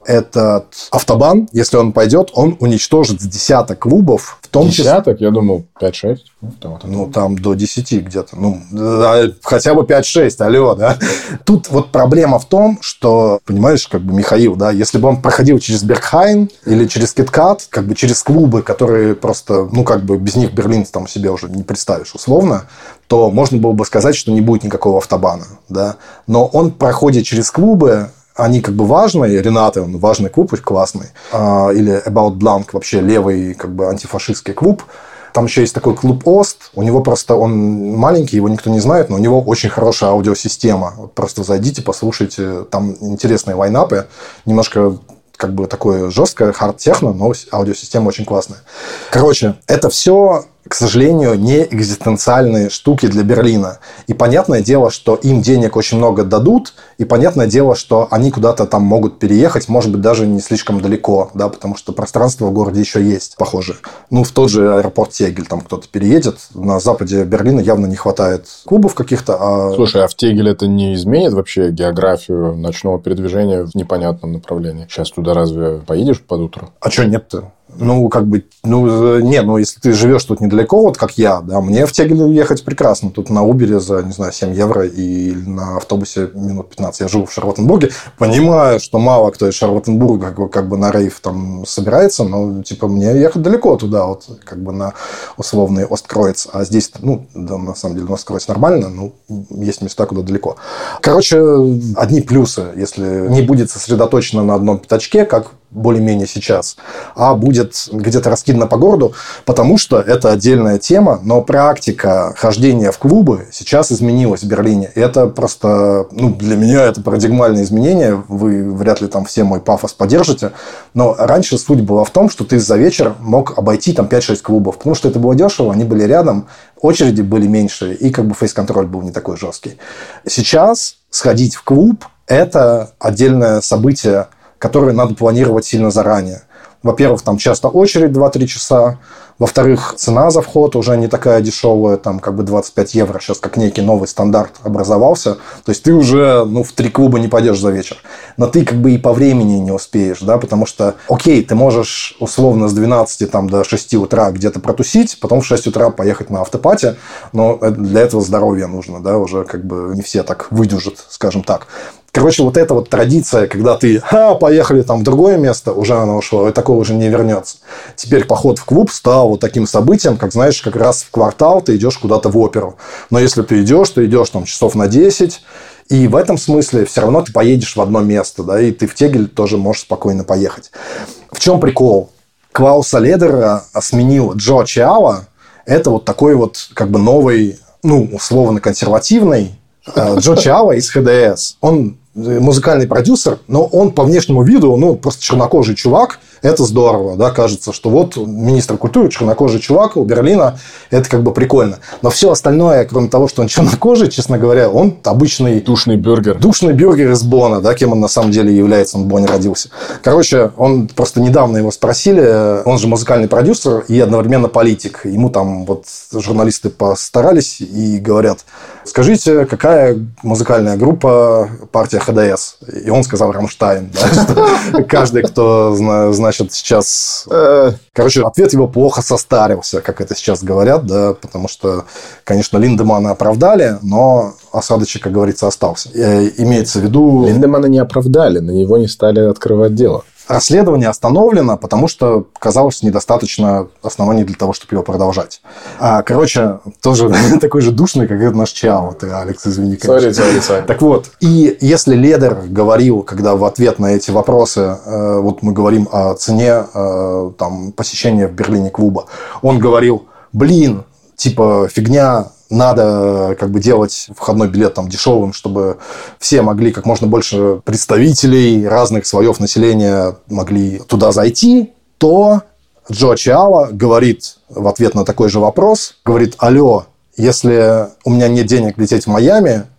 этот автобан, если он пойдет, он уничтожит десяток клубов. В том десяток? Числе... Я думал, пять-шесть. Ну, там, ну, там до десяти где-то. Ну, хотя бы пять-шесть, алло, да. Тут вот проблема в том, что, понимаешь, как бы Михаил, да, если бы он проходил через Бергхайн или через Киткат, как бы через клубы, которые просто, ну, как бы без них Берлин там себе уже не представишь условно, то можно было бы сказать, что не будет никакого автобана, да. Но он проходит через клубы, они как бы важные. Ренаты, он важный клуб, классный. Или About Blank, вообще левый как бы антифашистский клуб. Там еще есть такой клуб Ост. У него просто, он маленький, его никто не знает, но у него очень хорошая аудиосистема. Вот просто зайдите, послушайте. Там интересные лайнапы. Немножко как бы такое жесткое, хард-техно, но аудиосистема очень классная. Короче, это все, к сожалению, не экзистенциальные штуки для Берлина. И понятное дело, что им денег очень много дадут, и понятное дело, что они куда-то там могут переехать, может быть, даже не слишком далеко, да, потому что пространство в городе еще есть, похоже. Ну, в тот же аэропорт Тегель там кто-то переедет. На западе Берлина явно не хватает клубов каких-то. А... Слушай, а в Тегель это не изменит вообще географию ночного передвижения в непонятном направлении? Сейчас туда разве поедешь под утро? А что нет-то? Ну, как бы, ну, не, ну, если ты живешь тут недалеко, вот как я, да, мне в Тегель ехать прекрасно. Тут на Убере за, не знаю, семь евро и на автобусе минут пятнадцать. Я живу в Шарлоттенбурге. Понимаю, что мало кто из Шарлоттенбурга как бы, как бы на рейв там собирается, но, типа, мне ехать далеко туда, вот, как бы на условный Осткройц. А здесь, ну, да, на самом деле, Осткройц нормально, но есть места, куда далеко. Короче, одни плюсы, если не будет сосредоточено на одном пятачке, как более-менее сейчас, а будет где-то раскидано по городу, потому что это отдельная тема, но практика хождения в клубы сейчас изменилась в Берлине. И это просто, ну, для меня это парадигмальное изменение. Вы вряд ли там все мой пафос поддержите. Но раньше суть была в том, что ты за вечер мог обойти там пять-шесть клубов, потому что это было дешево, они были рядом, очереди были меньше, и как бы фейс-контроль был не такой жесткий. Сейчас сходить в клуб – это отдельное событие, которые надо планировать сильно заранее. Во-первых, там часто очередь два-три часа. Во-вторых, цена за вход уже не такая дешевая, там как бы двадцать пять евро. Сейчас как некий новый стандарт образовался. То есть, ты уже ну, в три клуба не пойдешь за вечер. Но ты как бы и по времени не успеешь, да, потому что, окей, ты можешь условно с двенадцати там, до шести утра где-то протусить, потом в шесть утра поехать на автопати, но для этого здоровье нужно, да, уже как бы не все так выдержат, скажем так. Короче, вот эта вот традиция, когда ты а, поехали там в другое место, уже она ушла, и такого уже не вернется. Теперь поход в клуб стал вот таким событием, как, знаешь, как раз в квартал ты идешь куда-то в оперу. Но если ты идешь, ты идешь там часов на десять, и в этом смысле все равно ты поедешь в одно место, да, и ты в Тегель тоже можешь спокойно поехать. В чем прикол? Клауса Ледера сменил Джо Чиава. Это вот такой вот как бы новый, ну, условно консервативный Джо Чиава из эйч ди эс. Он музыкальный продюсер, но он по внешнему виду, ну, просто чернокожий чувак. Это здорово, да, кажется, что вот министр культуры, чернокожий чувак у Берлина, это как бы прикольно. Но все остальное, кроме того, что он чернокожий, честно говоря, он обычный... Душный бюргер. Душный бюргер из Бонна, да, кем он на самом деле является, он в Бонне родился. Короче, он просто недавно его спросили, он же музыкальный продюсер и одновременно политик. Ему там вот журналисты постарались и говорят, скажите, какая музыкальная группа партия эйч ди эс? И он сказал Рамштайн, да, каждый, кто знает, значит, сейчас... Короче, ответ его плохо состарился, как это сейчас говорят, да, потому что, конечно, Линдемана оправдали, но осадочек, как говорится, остался. Имеется в виду... Линдемана не оправдали, на него не стали открывать дело. Расследование остановлено, потому что казалось недостаточно оснований для того, чтобы его продолжать. А, короче, тоже такой же душный, как этот наш Чиао. Ты, Алекс, извини. Sorry, sorry, sorry. Так вот, и если Ледер говорил, когда в ответ на эти вопросы, э, вот мы говорим о цене э, там, посещения в Берлине клуба, он говорил, блин, типа фигня, надо как бы делать входной билет там дешевым, чтобы все могли как можно больше представителей разных слоев населения могли туда зайти, то Джо Чиава говорит в ответ на такой же вопрос, говорит, алло, если у меня нет денег лететь в Майами,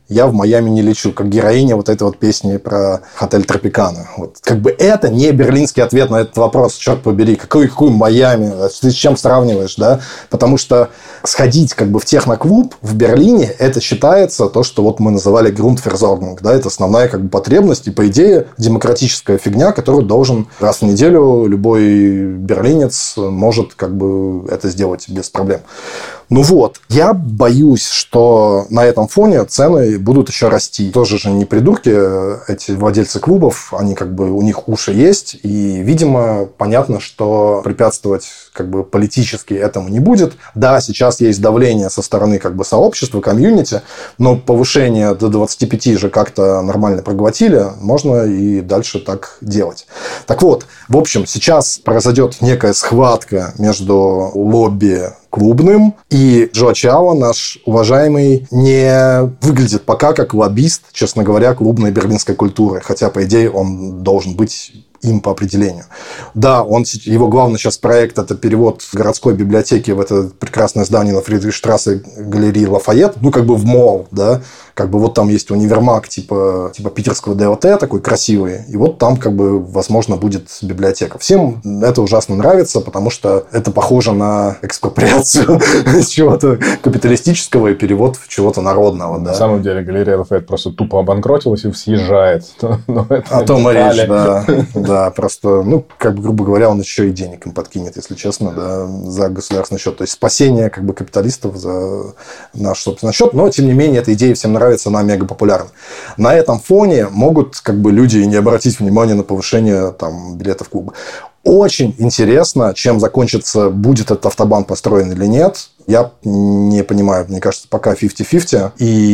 я в Майами не лечу, как героиня вот этой вот песни про отель Тропикана. Вот. Как бы это не берлинский ответ на этот вопрос, черт побери, какой, какой Майами, ты с чем сравниваешь, да? Потому что сходить как бы в техноклуб в Берлине, это считается то, что вот мы называли Grundversorgung, да, это основная как бы потребность и, по идее, демократическая фигня, которую должен раз в неделю любой берлинец может как бы это сделать без проблем. Ну вот, я боюсь, что на этом фоне цены будут еще расти. Тоже же не придурки эти владельцы клубов, они как бы, у них уши есть, и, видимо, понятно, что препятствовать как бы политически этому не будет. Да, сейчас есть давление со стороны как бы сообщества, комьюнити, но повышение до двадцати пяти же как-то нормально проглотили, можно и дальше так делать. Так вот, в общем, сейчас произойдет некая схватка между лобби клубным, и Джо Чао, наш уважаемый, не выглядит пока как лоббист, честно говоря, клубной берлинской культуры, хотя, по идее, он должен быть им по определению. Да, он, его главный сейчас проект – это перевод городской библиотеки в это прекрасное здание на Фридрихштрассе галереи Лафайет, ну, как бы в молл, да, как бы вот там есть универмаг типа, типа питерского ДЛТ, такой красивый, и вот там, как бы, возможно, будет библиотека. Всем это ужасно нравится, потому что это похоже на экспроприацию чего-то капиталистического и перевод в чего-то народного. На самом деле, галерея Лафайет просто тупо обанкротилась и съезжает. О том и речь, да. Да, просто, ну, как бы, грубо говоря, он еще и денег им подкинет, если честно, да, за государственный счет. То есть, спасение как бы капиталистов за наш собственный счет. Но, тем не менее, эта идея всем нравится, она мега популярна. На этом фоне могут как бы люди не обратить внимания на повышение там, билетов в клубы. Очень интересно, чем закончится, будет этот автобан построен или нет. Я не понимаю, мне кажется, пока пятьдесят на пятьдесят.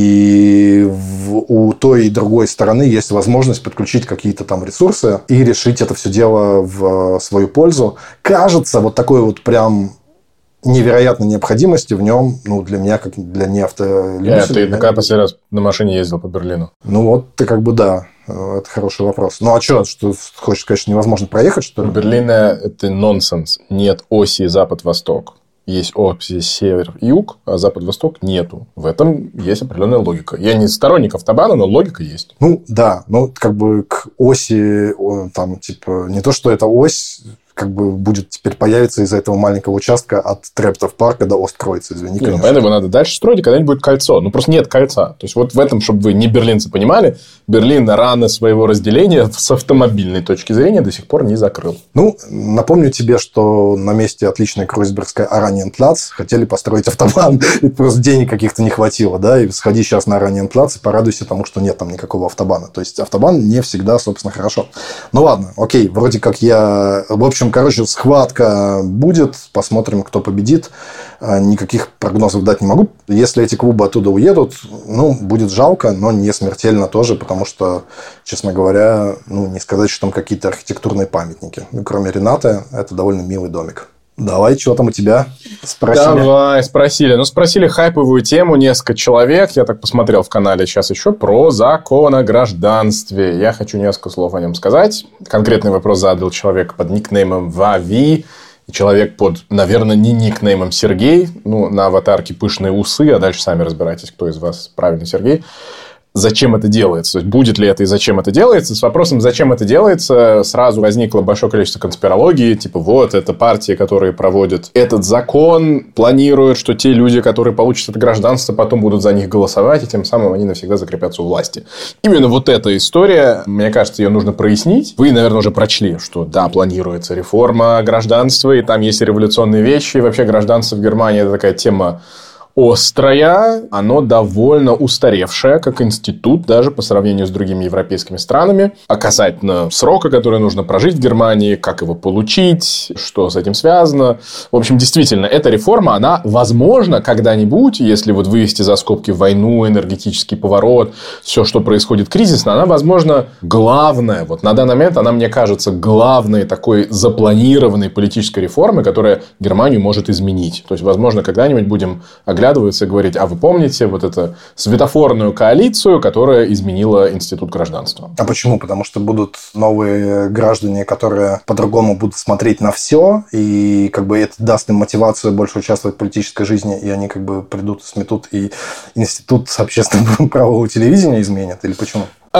И в, у той и другой стороны есть возможность подключить какие-то там ресурсы и решить это все дело в свою пользу. Кажется, вот такой вот прям невероятной необходимости в нем, ну, для меня, как для неавтолюбителя. Нет, ты когда последний раз на машине ездил по Берлину? Ну, вот ты как бы, да. Это хороший вопрос. Ну, а что, что хочешь сказать, что невозможно проехать, что ли? Берлин – это нонсенс. Нет оси запад-восток. Есть оси север-юг, а запад-восток нету. В этом есть определенная логика. Я не сторонник автобана, но логика есть. Ну, да. Ну, как бы к оси, там, типа, не то, что это ось, как бы будет теперь появиться из-за этого маленького участка от Трептов парка до Осткройца, извини, конечно. Поэтому надо дальше строить, и когда-нибудь будет кольцо. Ну, просто нет кольца. То есть, вот в этом, чтобы вы не берлинцы понимали, Берлин раны своего разделения с автомобильной точки зрения до сих пор не закрыл. Ну, напомню тебе, что на месте отличной Кройсбергской Ораниенплац хотели построить автобан, и просто денег каких-то не хватило, да, и сходи сейчас на Ораниенплац и порадуйся тому, что нет там никакого автобана. То есть, автобан не всегда, собственно, хорошо. Ну, ладно, окей, вроде как я... В общем, короче, схватка будет. Посмотрим, кто победит. Никаких прогнозов дать не могу. Если эти клубы оттуда уедут, ну, будет жалко, но не смертельно тоже, потому что, честно говоря, ну, не сказать, что там какие-то архитектурные памятники. Ну, кроме Ренаты, это довольно милый домик. Давай, что там у тебя спросили? Давай, спросили. Ну, спросили хайповую тему несколько человек. Я так посмотрел в канале сейчас еще про закон о гражданстве. Я хочу несколько слов о нем сказать. Конкретный вопрос задал человек под никнеймом Вави. Человек под, наверное, не никнеймом Сергей. Ну, на аватарке пышные усы, а дальше сами разбирайтесь, кто из вас правильно Сергей. Зачем это делается? То есть, будет ли это и зачем это делается? С вопросом, зачем это делается, сразу возникло большое количество конспирологии. Типа, вот, это партии, которые проводят этот закон, планируют, что те люди, которые получат это гражданство, потом будут за них голосовать, и тем самым они навсегда закрепятся у власти. Именно вот эта история, мне кажется, ее нужно прояснить. Вы, наверное, уже прочли, что да, планируется реформа гражданства, и там есть революционные вещи. И вообще гражданство в Германии – это такая тема острое, оно довольно устаревшее, как институт, даже по сравнению с другими европейскими странами. А касательно срока, который нужно прожить в Германии, как его получить, что с этим связано. В общем, действительно, эта реформа, она, возможно, когда-нибудь, если вот вывести за скобки войну, энергетический поворот, все, что происходит кризисно, она, возможно, главная. Вот на данный момент она, мне кажется, главной такой запланированной политической реформой, которая Германию может изменить. То есть, возможно, когда-нибудь будем оглядываться оглядываться и говорить, а вы помните вот эту светофорную коалицию, которая изменила институт гражданства? А почему? Потому что будут новые граждане, которые по-другому будут смотреть на все, и как бы это даст им мотивацию больше участвовать в политической жизни, и они как бы придут, сметут, и институт общественного правового телевидения изменят, или почему?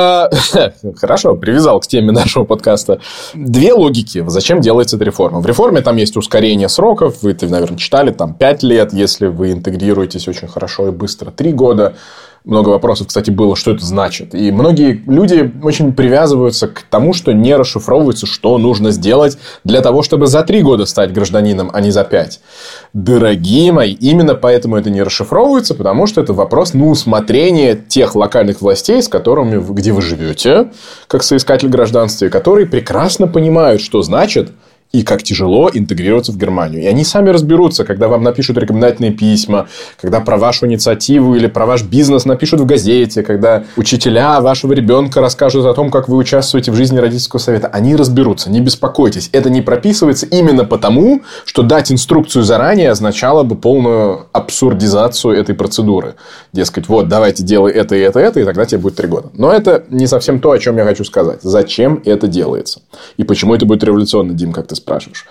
Хорошо, привязал к теме нашего подкаста. Две логики, зачем делается эта реформа. В реформе там есть ускорение сроков. Вы, наверное, читали, там пять лет, если вы интегрируетесь очень хорошо и быстро, три года. Много вопросов, кстати, было, что это значит. И многие люди очень привязываются к тому, что не расшифровывается, что нужно сделать для того, чтобы за три года стать гражданином, а не за пять. Дорогие мои, именно поэтому это не расшифровывается, потому что это вопрос на усмотрение тех локальных властей, с которыми, где вы живете, как соискатель гражданства, и которые прекрасно понимают, что значит и как тяжело интегрироваться в Германию. И они сами разберутся, когда вам напишут рекомендательные письма, когда про вашу инициативу или про ваш бизнес напишут в газете, когда учителя вашего ребенка расскажут о том, как вы участвуете в жизни родительского совета. Они разберутся, не беспокойтесь. Это не прописывается именно потому, что дать инструкцию заранее означало бы полную абсурдизацию этой процедуры. Дескать, вот, давайте делай это и это, и это, и тогда тебе будет три года. Но это не совсем то, о чем я хочу сказать. Зачем это делается? И почему это будет революционно, Дим, как ты спрашиваешь.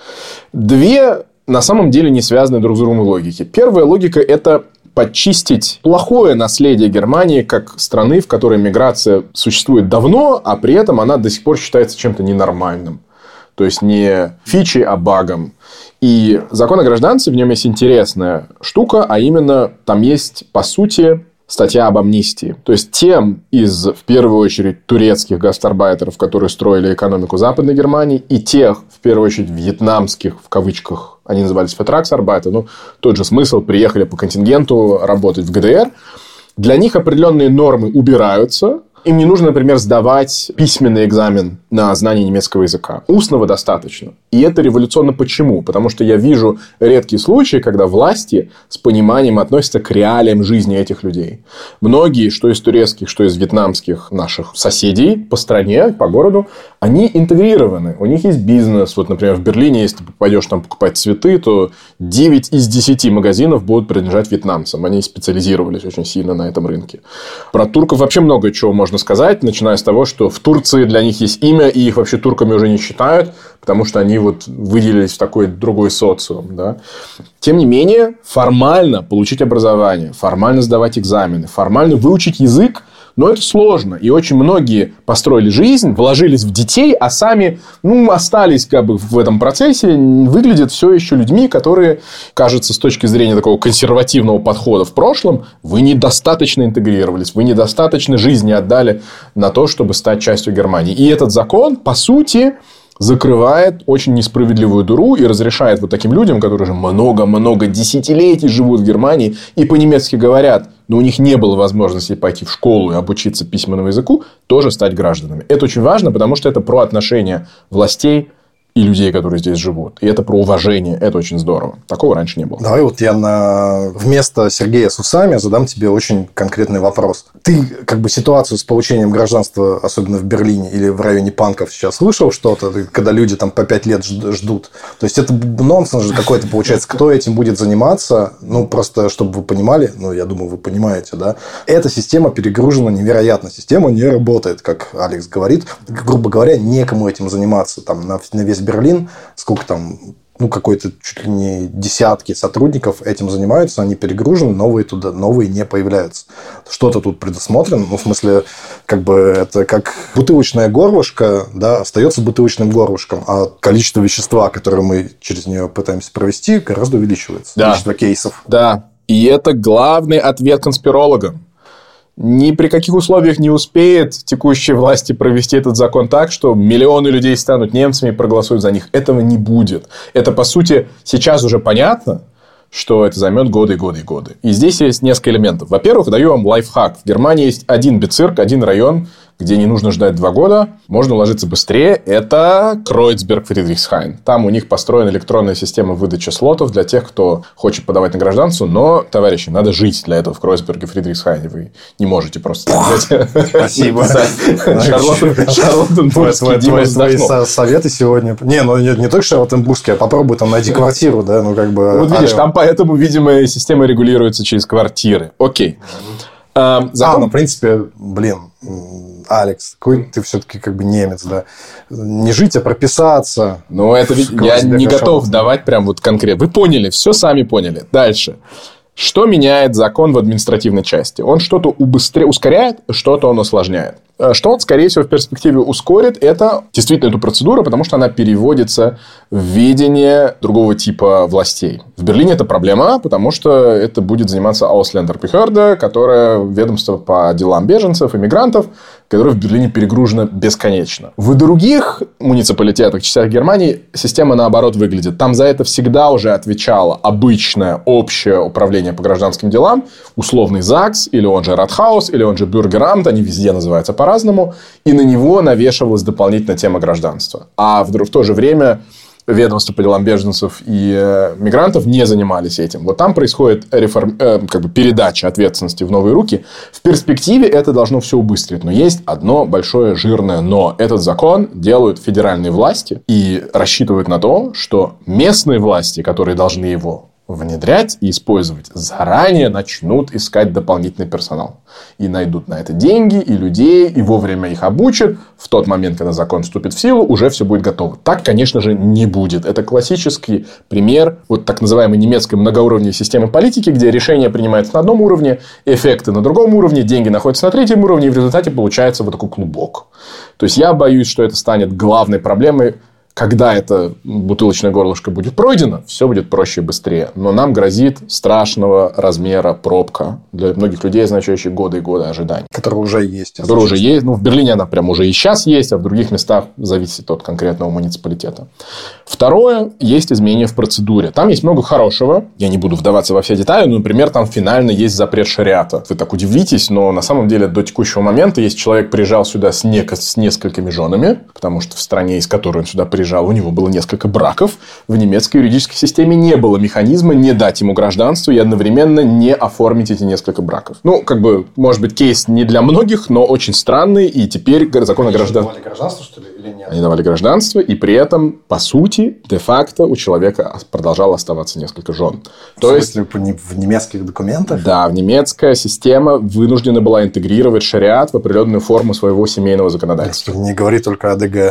Две, на самом деле, не связанные друг с другом логики. Первая логика – это подчистить плохое наследие Германии как страны, в которой миграция существует давно, а при этом она до сих пор считается чем-то ненормальным. То есть, не фичей, а багом. И закон о гражданстве, в нем есть интересная штука, а именно, там есть, по сути, статья об амнистии. То есть, тем из, в первую очередь, турецких гастарбайтеров, которые строили экономику Западной Германии, и тех, в первую очередь, вьетнамских, в кавычках, они назывались фетраксарбайты, ну, тот же смысл, приехали по контингенту работать в ГДР. Для них определенные нормы убираются. Им не нужно, например, сдавать письменный экзамен на знание немецкого языка. Устного достаточно. И это революционно почему? Потому что я вижу редкие случаи, когда власти с пониманием относятся к реалиям жизни этих людей. Многие, что из турецких, что из вьетнамских наших соседей по стране, по городу, они интегрированы. У них есть бизнес. Вот, например, в Берлине, если ты попадешь там покупать цветы, то девять из десяти магазинов будут принадлежать вьетнамцам. Они специализировались очень сильно на этом рынке. Про турков вообще много чего можно сказать, начиная с того, что в Турции для них есть имя, и их вообще турками уже не считают, потому что они вот выделились в такой другой социум. Да? Тем не менее, формально получить образование, формально сдавать экзамены, формально выучить язык, но это сложно. И очень многие построили жизнь, вложились в детей, а сами ну, остались как бы в этом процессе, выглядят все еще людьми, которые, кажется, с точки зрения такого консервативного подхода в прошлом, вы недостаточно интегрировались, вы недостаточно жизни отдали на то, чтобы стать частью Германии. И этот закон, по сути, закрывает очень несправедливую дыру и разрешает вот таким людям, которые уже много-много десятилетий живут в Германии и по-немецки говорят, но у них не было возможности пойти в школу и обучиться письменному языку, тоже стать гражданами. Это очень важно, потому что это про отношения властей и людей, которые здесь живут. И это про уважение. Это очень здорово. Такого раньше не было. Давай вот я на... вместо Сергея с усами задам тебе очень конкретный вопрос. Ты как бы ситуацию с получением гражданства, особенно в Берлине или в районе Панков, сейчас слышал что-то, когда люди там по пять лет ждут? То есть, это нонсенс же какой-то получается. Кто этим будет заниматься? Ну, просто, чтобы вы понимали, ну, я думаю, вы понимаете, да? Эта система перегружена невероятно. Система не работает, как Алекс говорит. Грубо говоря, некому этим заниматься. Там на, на весь Берлин, сколько там, ну, какой-то чуть ли не десятки сотрудников этим занимаются, они перегружены, новые туда, новые не появляются. Что-то тут предусмотрено, ну, в смысле, как бы это как бутылочное горлышко, да, остается бутылочным горлышком, а количество вещества, которое мы через нее пытаемся провести, гораздо увеличивается. Да. Количество кейсов. Да, и это главный ответ конспирологам. Ни при каких условиях не успеет текущие власти провести этот закон так, что миллионы людей станут немцами и проголосуют за них. Этого не будет. Это, по сути, сейчас уже понятно, что это займет годы и годы и годы. И здесь есть несколько элементов. Во-первых, даю вам лайфхак. В Германии есть один безцирк, один район, где не нужно ждать два года, можно уложиться быстрее, это Кройцберг Фридрихсхайн. Там у них построена электронная система выдачи слотов для тех, кто хочет подавать на гражданство, но, товарищи, надо жить для этого в Кройцберге Фридрихсхайне. Вы не можете просто взять... Спасибо. Шарлоттенбургский Дима вздохнул. Советы сегодня... Не, ну не только Шарлоттенбургский, а попробуй там найди квартиру, да, ну как бы... Вот видишь, там поэтому, видимо, система регулируется через квартиры. Окей. А, ну, в принципе, блин, Алекс, какой ты все-таки как бы немец, да? Не жить, а прописаться. Ну, это ведь я не готов давать прям вот конкретно. Вы поняли, все сами поняли. Дальше. Что меняет закон в административной части? Он что-то убыстря... ускоряет, что-то он усложняет. Что он, скорее всего, в перспективе ускорит, это действительно эту процедуру, потому что она переводится в ведение другого типа властей. В Берлине это проблема, потому что это будет заниматься Ausländerbehörde, которое ведомство по делам беженцев, иммигрантов, которое в Берлине перегружено бесконечно. В других муниципалитетах, частях Германии, система наоборот выглядит. Там за это всегда уже отвечало обычное общее управление по гражданским делам, условный ЗАГС, или он же Ратхаус, или он же Бюргерамт, они везде называются по-разному, и на него навешивалась дополнительная тема гражданства. А в, в то же время ведомства по делам беженцев и э, мигрантов не занимались этим. Вот там происходит реформ... э, как бы передача ответственности в новые руки. В перспективе это должно все убыстрить. Но есть одно большое жирное но. Этот закон делают федеральные власти и рассчитывают на то, что местные власти, которые должны его внедрять и использовать, заранее начнут искать дополнительный персонал. И найдут на это деньги и людей, и вовремя их обучат. В тот момент, когда закон вступит в силу, уже все будет готово. Так, конечно же, не будет. Это классический пример вот так называемой немецкой многоуровневой системы политики, где решения принимаются на одном уровне, эффекты на другом уровне, деньги находятся на третьем уровне, и в результате получается вот такой клубок. То есть, я боюсь, что это станет главной проблемой. Когда это бутылочное горлышко будет пройдено, все будет проще и быстрее. Но нам грозит страшного размера пробка для многих людей, означающая годы и годы ожиданий. Которая уже есть. Которая уже есть. Ну, в Берлине она прям уже и сейчас есть, а в других местах зависит от конкретного муниципалитета. Второе, есть изменения в процедуре. Там есть много хорошего. Я не буду вдаваться во все детали, но, например, там финально есть запрет шариата. Вы так удивитесь, но на самом деле до текущего момента, если человек приезжал сюда с, не... с несколькими женами, потому что в стране, из которой он сюда приезжал, у него было несколько браков, в немецкой юридической системе не было механизма не дать ему гражданство и одновременно не оформить эти несколько браков. Ну, как бы, может быть, кейс не для многих, но очень странный, и теперь закон о гражданстве... Они давали гражданство, что ли, или нет? Они давали гражданство, и при этом, по сути, де-факто у человека продолжало оставаться несколько жен. В То смысле, есть... в немецких документах? Да, в немецкая система вынуждена была интегрировать шариат в определенную форму своего семейного законодательства. Не говори только о ДГ.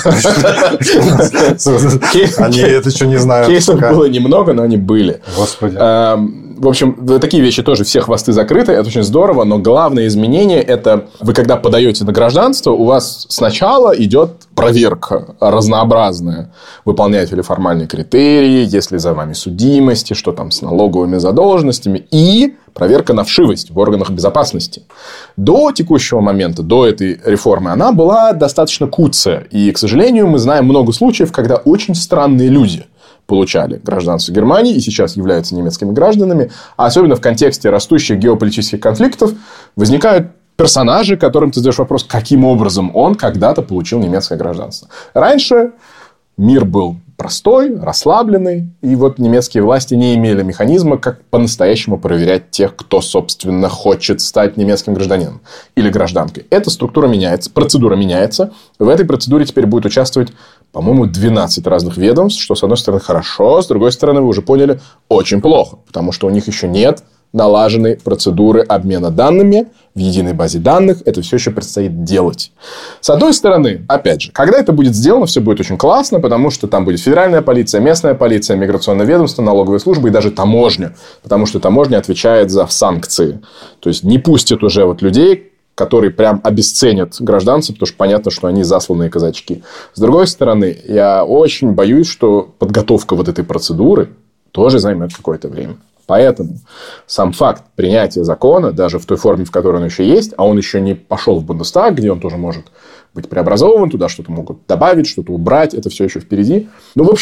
Они это что не знают. Кейсов было немного, но они были. Господи. В общем, такие вещи тоже, все хвосты закрыты, это очень здорово, но главное изменение – это вы, когда подаете на гражданство, у вас сначала идет проверка разнообразная. Выполняете ли формальные критерии, есть ли за вами судимости, что там с налоговыми задолженностями, и проверка на вшивость в органах безопасности. До текущего момента, до этой реформы, она была достаточно куцая. И, к сожалению, мы знаем много случаев, когда очень странные люди получали гражданство Германии и сейчас являются немецкими гражданами. А особенно в контексте растущих геополитических конфликтов возникают персонажи, которым ты задаешь вопрос, каким образом он когда-то получил немецкое гражданство. Раньше мир был простой, расслабленный, и вот немецкие власти не имели механизма, как по-настоящему проверять тех, кто, собственно, хочет стать немецким гражданином или гражданкой. Эта структура меняется, процедура меняется. В этой процедуре теперь будет участвовать, по-моему, двенадцать разных ведомств, что, с одной стороны, хорошо, с другой стороны, вы уже поняли, очень плохо, потому что у них еще нет налаженной процедуры обмена данными в единой базе данных. Это все еще предстоит делать. С одной стороны, опять же, когда это будет сделано, все будет очень классно, потому что там будет федеральная полиция, местная полиция, миграционное ведомство, налоговая служба и даже таможня. Потому что таможня отвечает за санкции. То есть, не пустят уже вот людей, которые прям обесценят гражданцев, потому что понятно, что они засланные казачки. С другой стороны, я очень боюсь, что подготовка вот этой процедуры тоже займет какое-то время. Поэтому сам факт принятия закона, даже в той форме, в которой он еще есть, а он еще не пошел в Бундестаг, где он тоже может быть преобразован, туда что-то могут добавить, что-то убрать, это все еще впереди. Ну, в общем,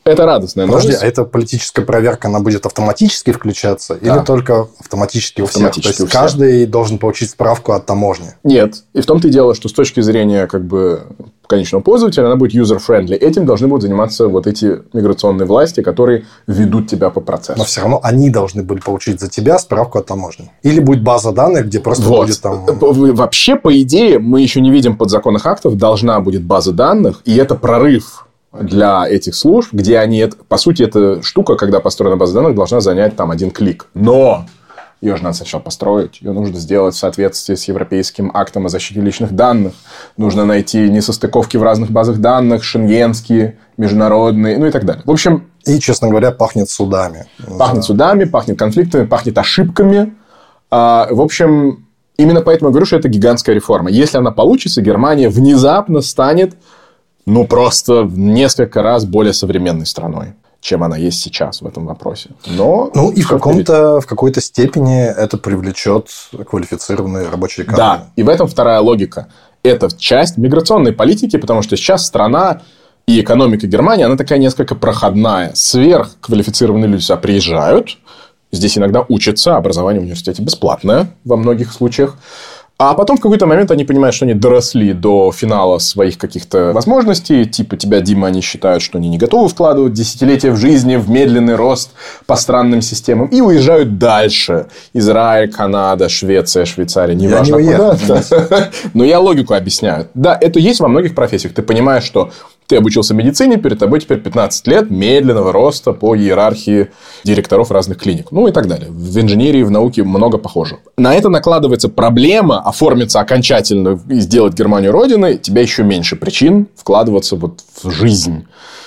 Это радостная Подожди, новость. а эта политическая проверка, она будет автоматически включаться? Да. Или только автоматически у всех? Автоматически То у есть, всех. каждый должен получить справку от таможни? Нет. И в том-то и дело, что с точки зрения как бы конечного пользователя, она будет user-friendly. Этим должны будут заниматься вот эти миграционные власти, которые ведут тебя по процессу. Но все равно они должны были получить за тебя справку от таможни. Или будет база данных, где просто Вот. будет там... Вообще, по идее, мы еще не видим подзаконных актов, должна будет база данных, и это прорыв для этих служб, где они... По сути, эта штука, когда построена база данных, должна занять там один клик. Но ее же надо сначала построить, ее нужно сделать в соответствии с Европейским актом о защите личных данных. Нужно найти несостыковки в разных базах данных, шенгенские, международные, ну и так далее. В общем... И, честно говоря, пахнет судами. Пахнет судами, пахнет конфликтами, пахнет ошибками. А, в общем, именно поэтому я говорю, что это гигантская реформа. Если она получится, Германия внезапно станет, ну, просто в несколько раз более современной страной, чем она есть сейчас в этом вопросе. Но Ну, и в, каком-то, в какой-то степени это привлечет квалифицированные рабочие кадры. Да, и в этом вторая логика. Это часть миграционной политики, потому что сейчас страна и экономика Германии, она такая несколько проходная. Сверхквалифицированные люди сюда приезжают, здесь иногда учатся, образование в университете бесплатное во многих случаях. А потом в какой-то момент они понимают, что они доросли до финала своих каких-то возможностей. Типа тебя, Дима, они считают, что они не готовы вкладывать десятилетия в жизни, в медленный рост по странным системам. И уезжают дальше. Израиль, Канада, Швеция, Швейцария. Неважно куда. Но я логику объясняю. Да, это есть во многих профессиях. Ты понимаешь, что ты обучился медицине, перед тобой теперь пятнадцать лет медленного роста по иерархии директоров разных клиник. Ну, и так далее. В инженерии, в науке много похоже. На это накладывается проблема оформиться окончательно и сделать Германию родиной. Тебя еще меньше причин вкладываться вот в жизнь.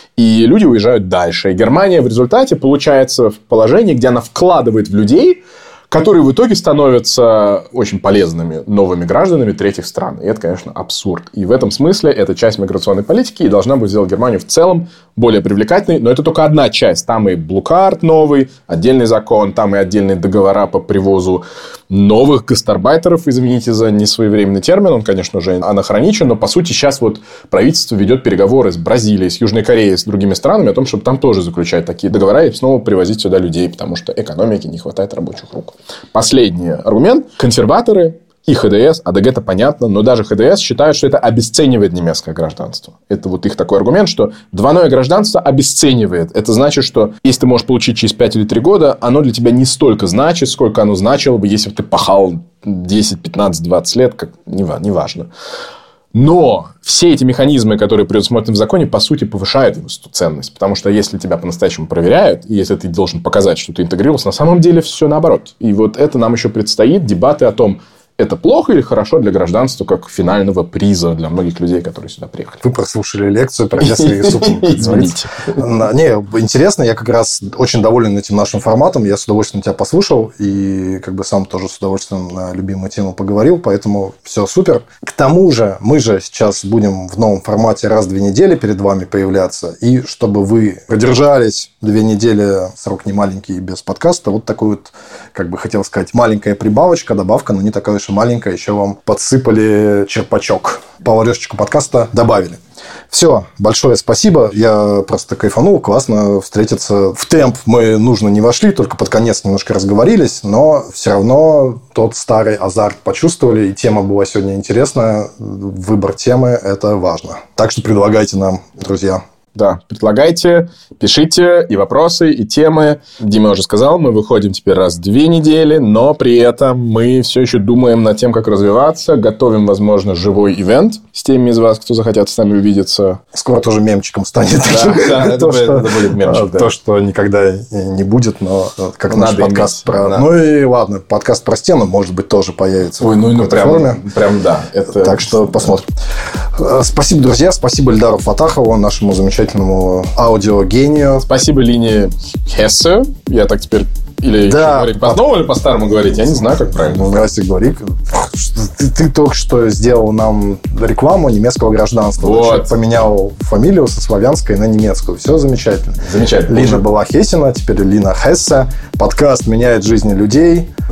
И люди уезжают дальше. И Германия в результате получается в положении, где она вкладывает в людей, которые в итоге становятся очень полезными новыми гражданами третьих стран. И это, конечно, абсурд. И в этом смысле это часть миграционной политики и должна будет сделать Германию в целом более привлекательной. Но это только одна часть. Там и блу-карт новый, отдельный закон, там и отдельные договора по привозу новых гастарбайтеров. Извините за несвоевременный термин. Он, конечно же, анахроничен. Но, по сути, сейчас вот правительство ведет переговоры с Бразилией, с Южной Кореей, с другими странами о том, чтобы там тоже заключать такие договора и снова привозить сюда людей, потому что экономике не хватает рабочих рук. Последний аргумент. Консерваторы и ХДС, АДГ-то понятно, но даже ХДС считают, что это обесценивает немецкое гражданство. Это вот их такой аргумент, что двойное гражданство обесценивает. Это значит, что если ты можешь получить через пять или три года, оно для тебя не столько значит, сколько оно значило бы, если бы ты пахал десять, пятнадцать, двадцать лет, как неважно. Но все эти механизмы, которые предусмотрены в законе, по сути, повышают его ценность. Потому что если тебя по-настоящему проверяют, и если ты должен показать, что ты интегрировался, на самом деле все наоборот. И вот это нам еще предстоит, дебаты о том, это плохо или хорошо для гражданства, как финального приза для многих людей, которые сюда приехали. Вы прослушали лекцию про детство и суп. Извините. Не, интересно, я как раз очень доволен этим нашим форматом, я с удовольствием тебя послушал, и как бы сам тоже с удовольствием на любимую тему поговорил, поэтому все супер. К тому же, мы же сейчас будем в новом формате раз в две недели перед вами появляться, и чтобы вы продержались две недели, срок не маленький, без подкаста, вот такой вот, как бы хотел сказать, маленькая прибавочка, добавка, но не такая уж и маленькая, еще вам подсыпали черпачок. Поварешечку подкаста добавили. Все, большое спасибо. Я просто кайфанул. Классно встретиться. В темп мы нужно не вошли, только под конец немножко разговорились, но все равно тот старый азарт почувствовали, и тема была сегодня интересная. Выбор темы – это важно. Так что предлагайте нам, друзья. Да, предлагайте, пишите и вопросы, и темы. Дима уже сказал, мы выходим теперь раз в две недели, но при этом мы все еще думаем над тем, как развиваться, готовим, возможно, живой ивент с теми из вас, кто захотят с нами увидеться. Скоро тоже мемчиком станет. Да, да, это, то, будет, что, это будет мемчик. Да. То, что никогда не будет, но как наш подкаст иметь, про... да. Ну и ладно, подкаст про стену, может быть, тоже появится. Ой, ну, ну прям, форме. прям да. Это... Так что посмотрим. Спасибо, друзья. Спасибо Эльдару Фатахову, нашему замечательному аудиогению. Спасибо Лине Хессе. Я так теперь... Или да, говорить по-новому, или по-старому говорить? Я не знаю, как правильно. Ну, давайте говори. Ты, ты только что сделал нам рекламу немецкого гражданства. Вот. Человек поменял фамилию со славянской на немецкую. Все замечательно. Замечательно. Лина была Хессина, теперь Лина Хессе. Подкаст меняет жизни людей.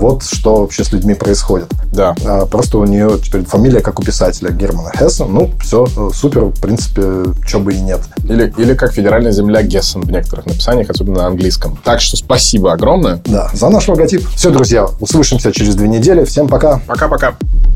Вот что вообще с людьми происходит. Да. А, просто у нее теперь фамилия, как у писателя Германа Хесса. Ну, все, супер, в принципе, чё бы и нет. Или, или как федеральная земля Гессен в некоторых написаниях, особенно на английском. Так что спасибо огромное. Да, за наш логотип. Все, друзья, услышимся через две недели. Всем пока. Пока-пока.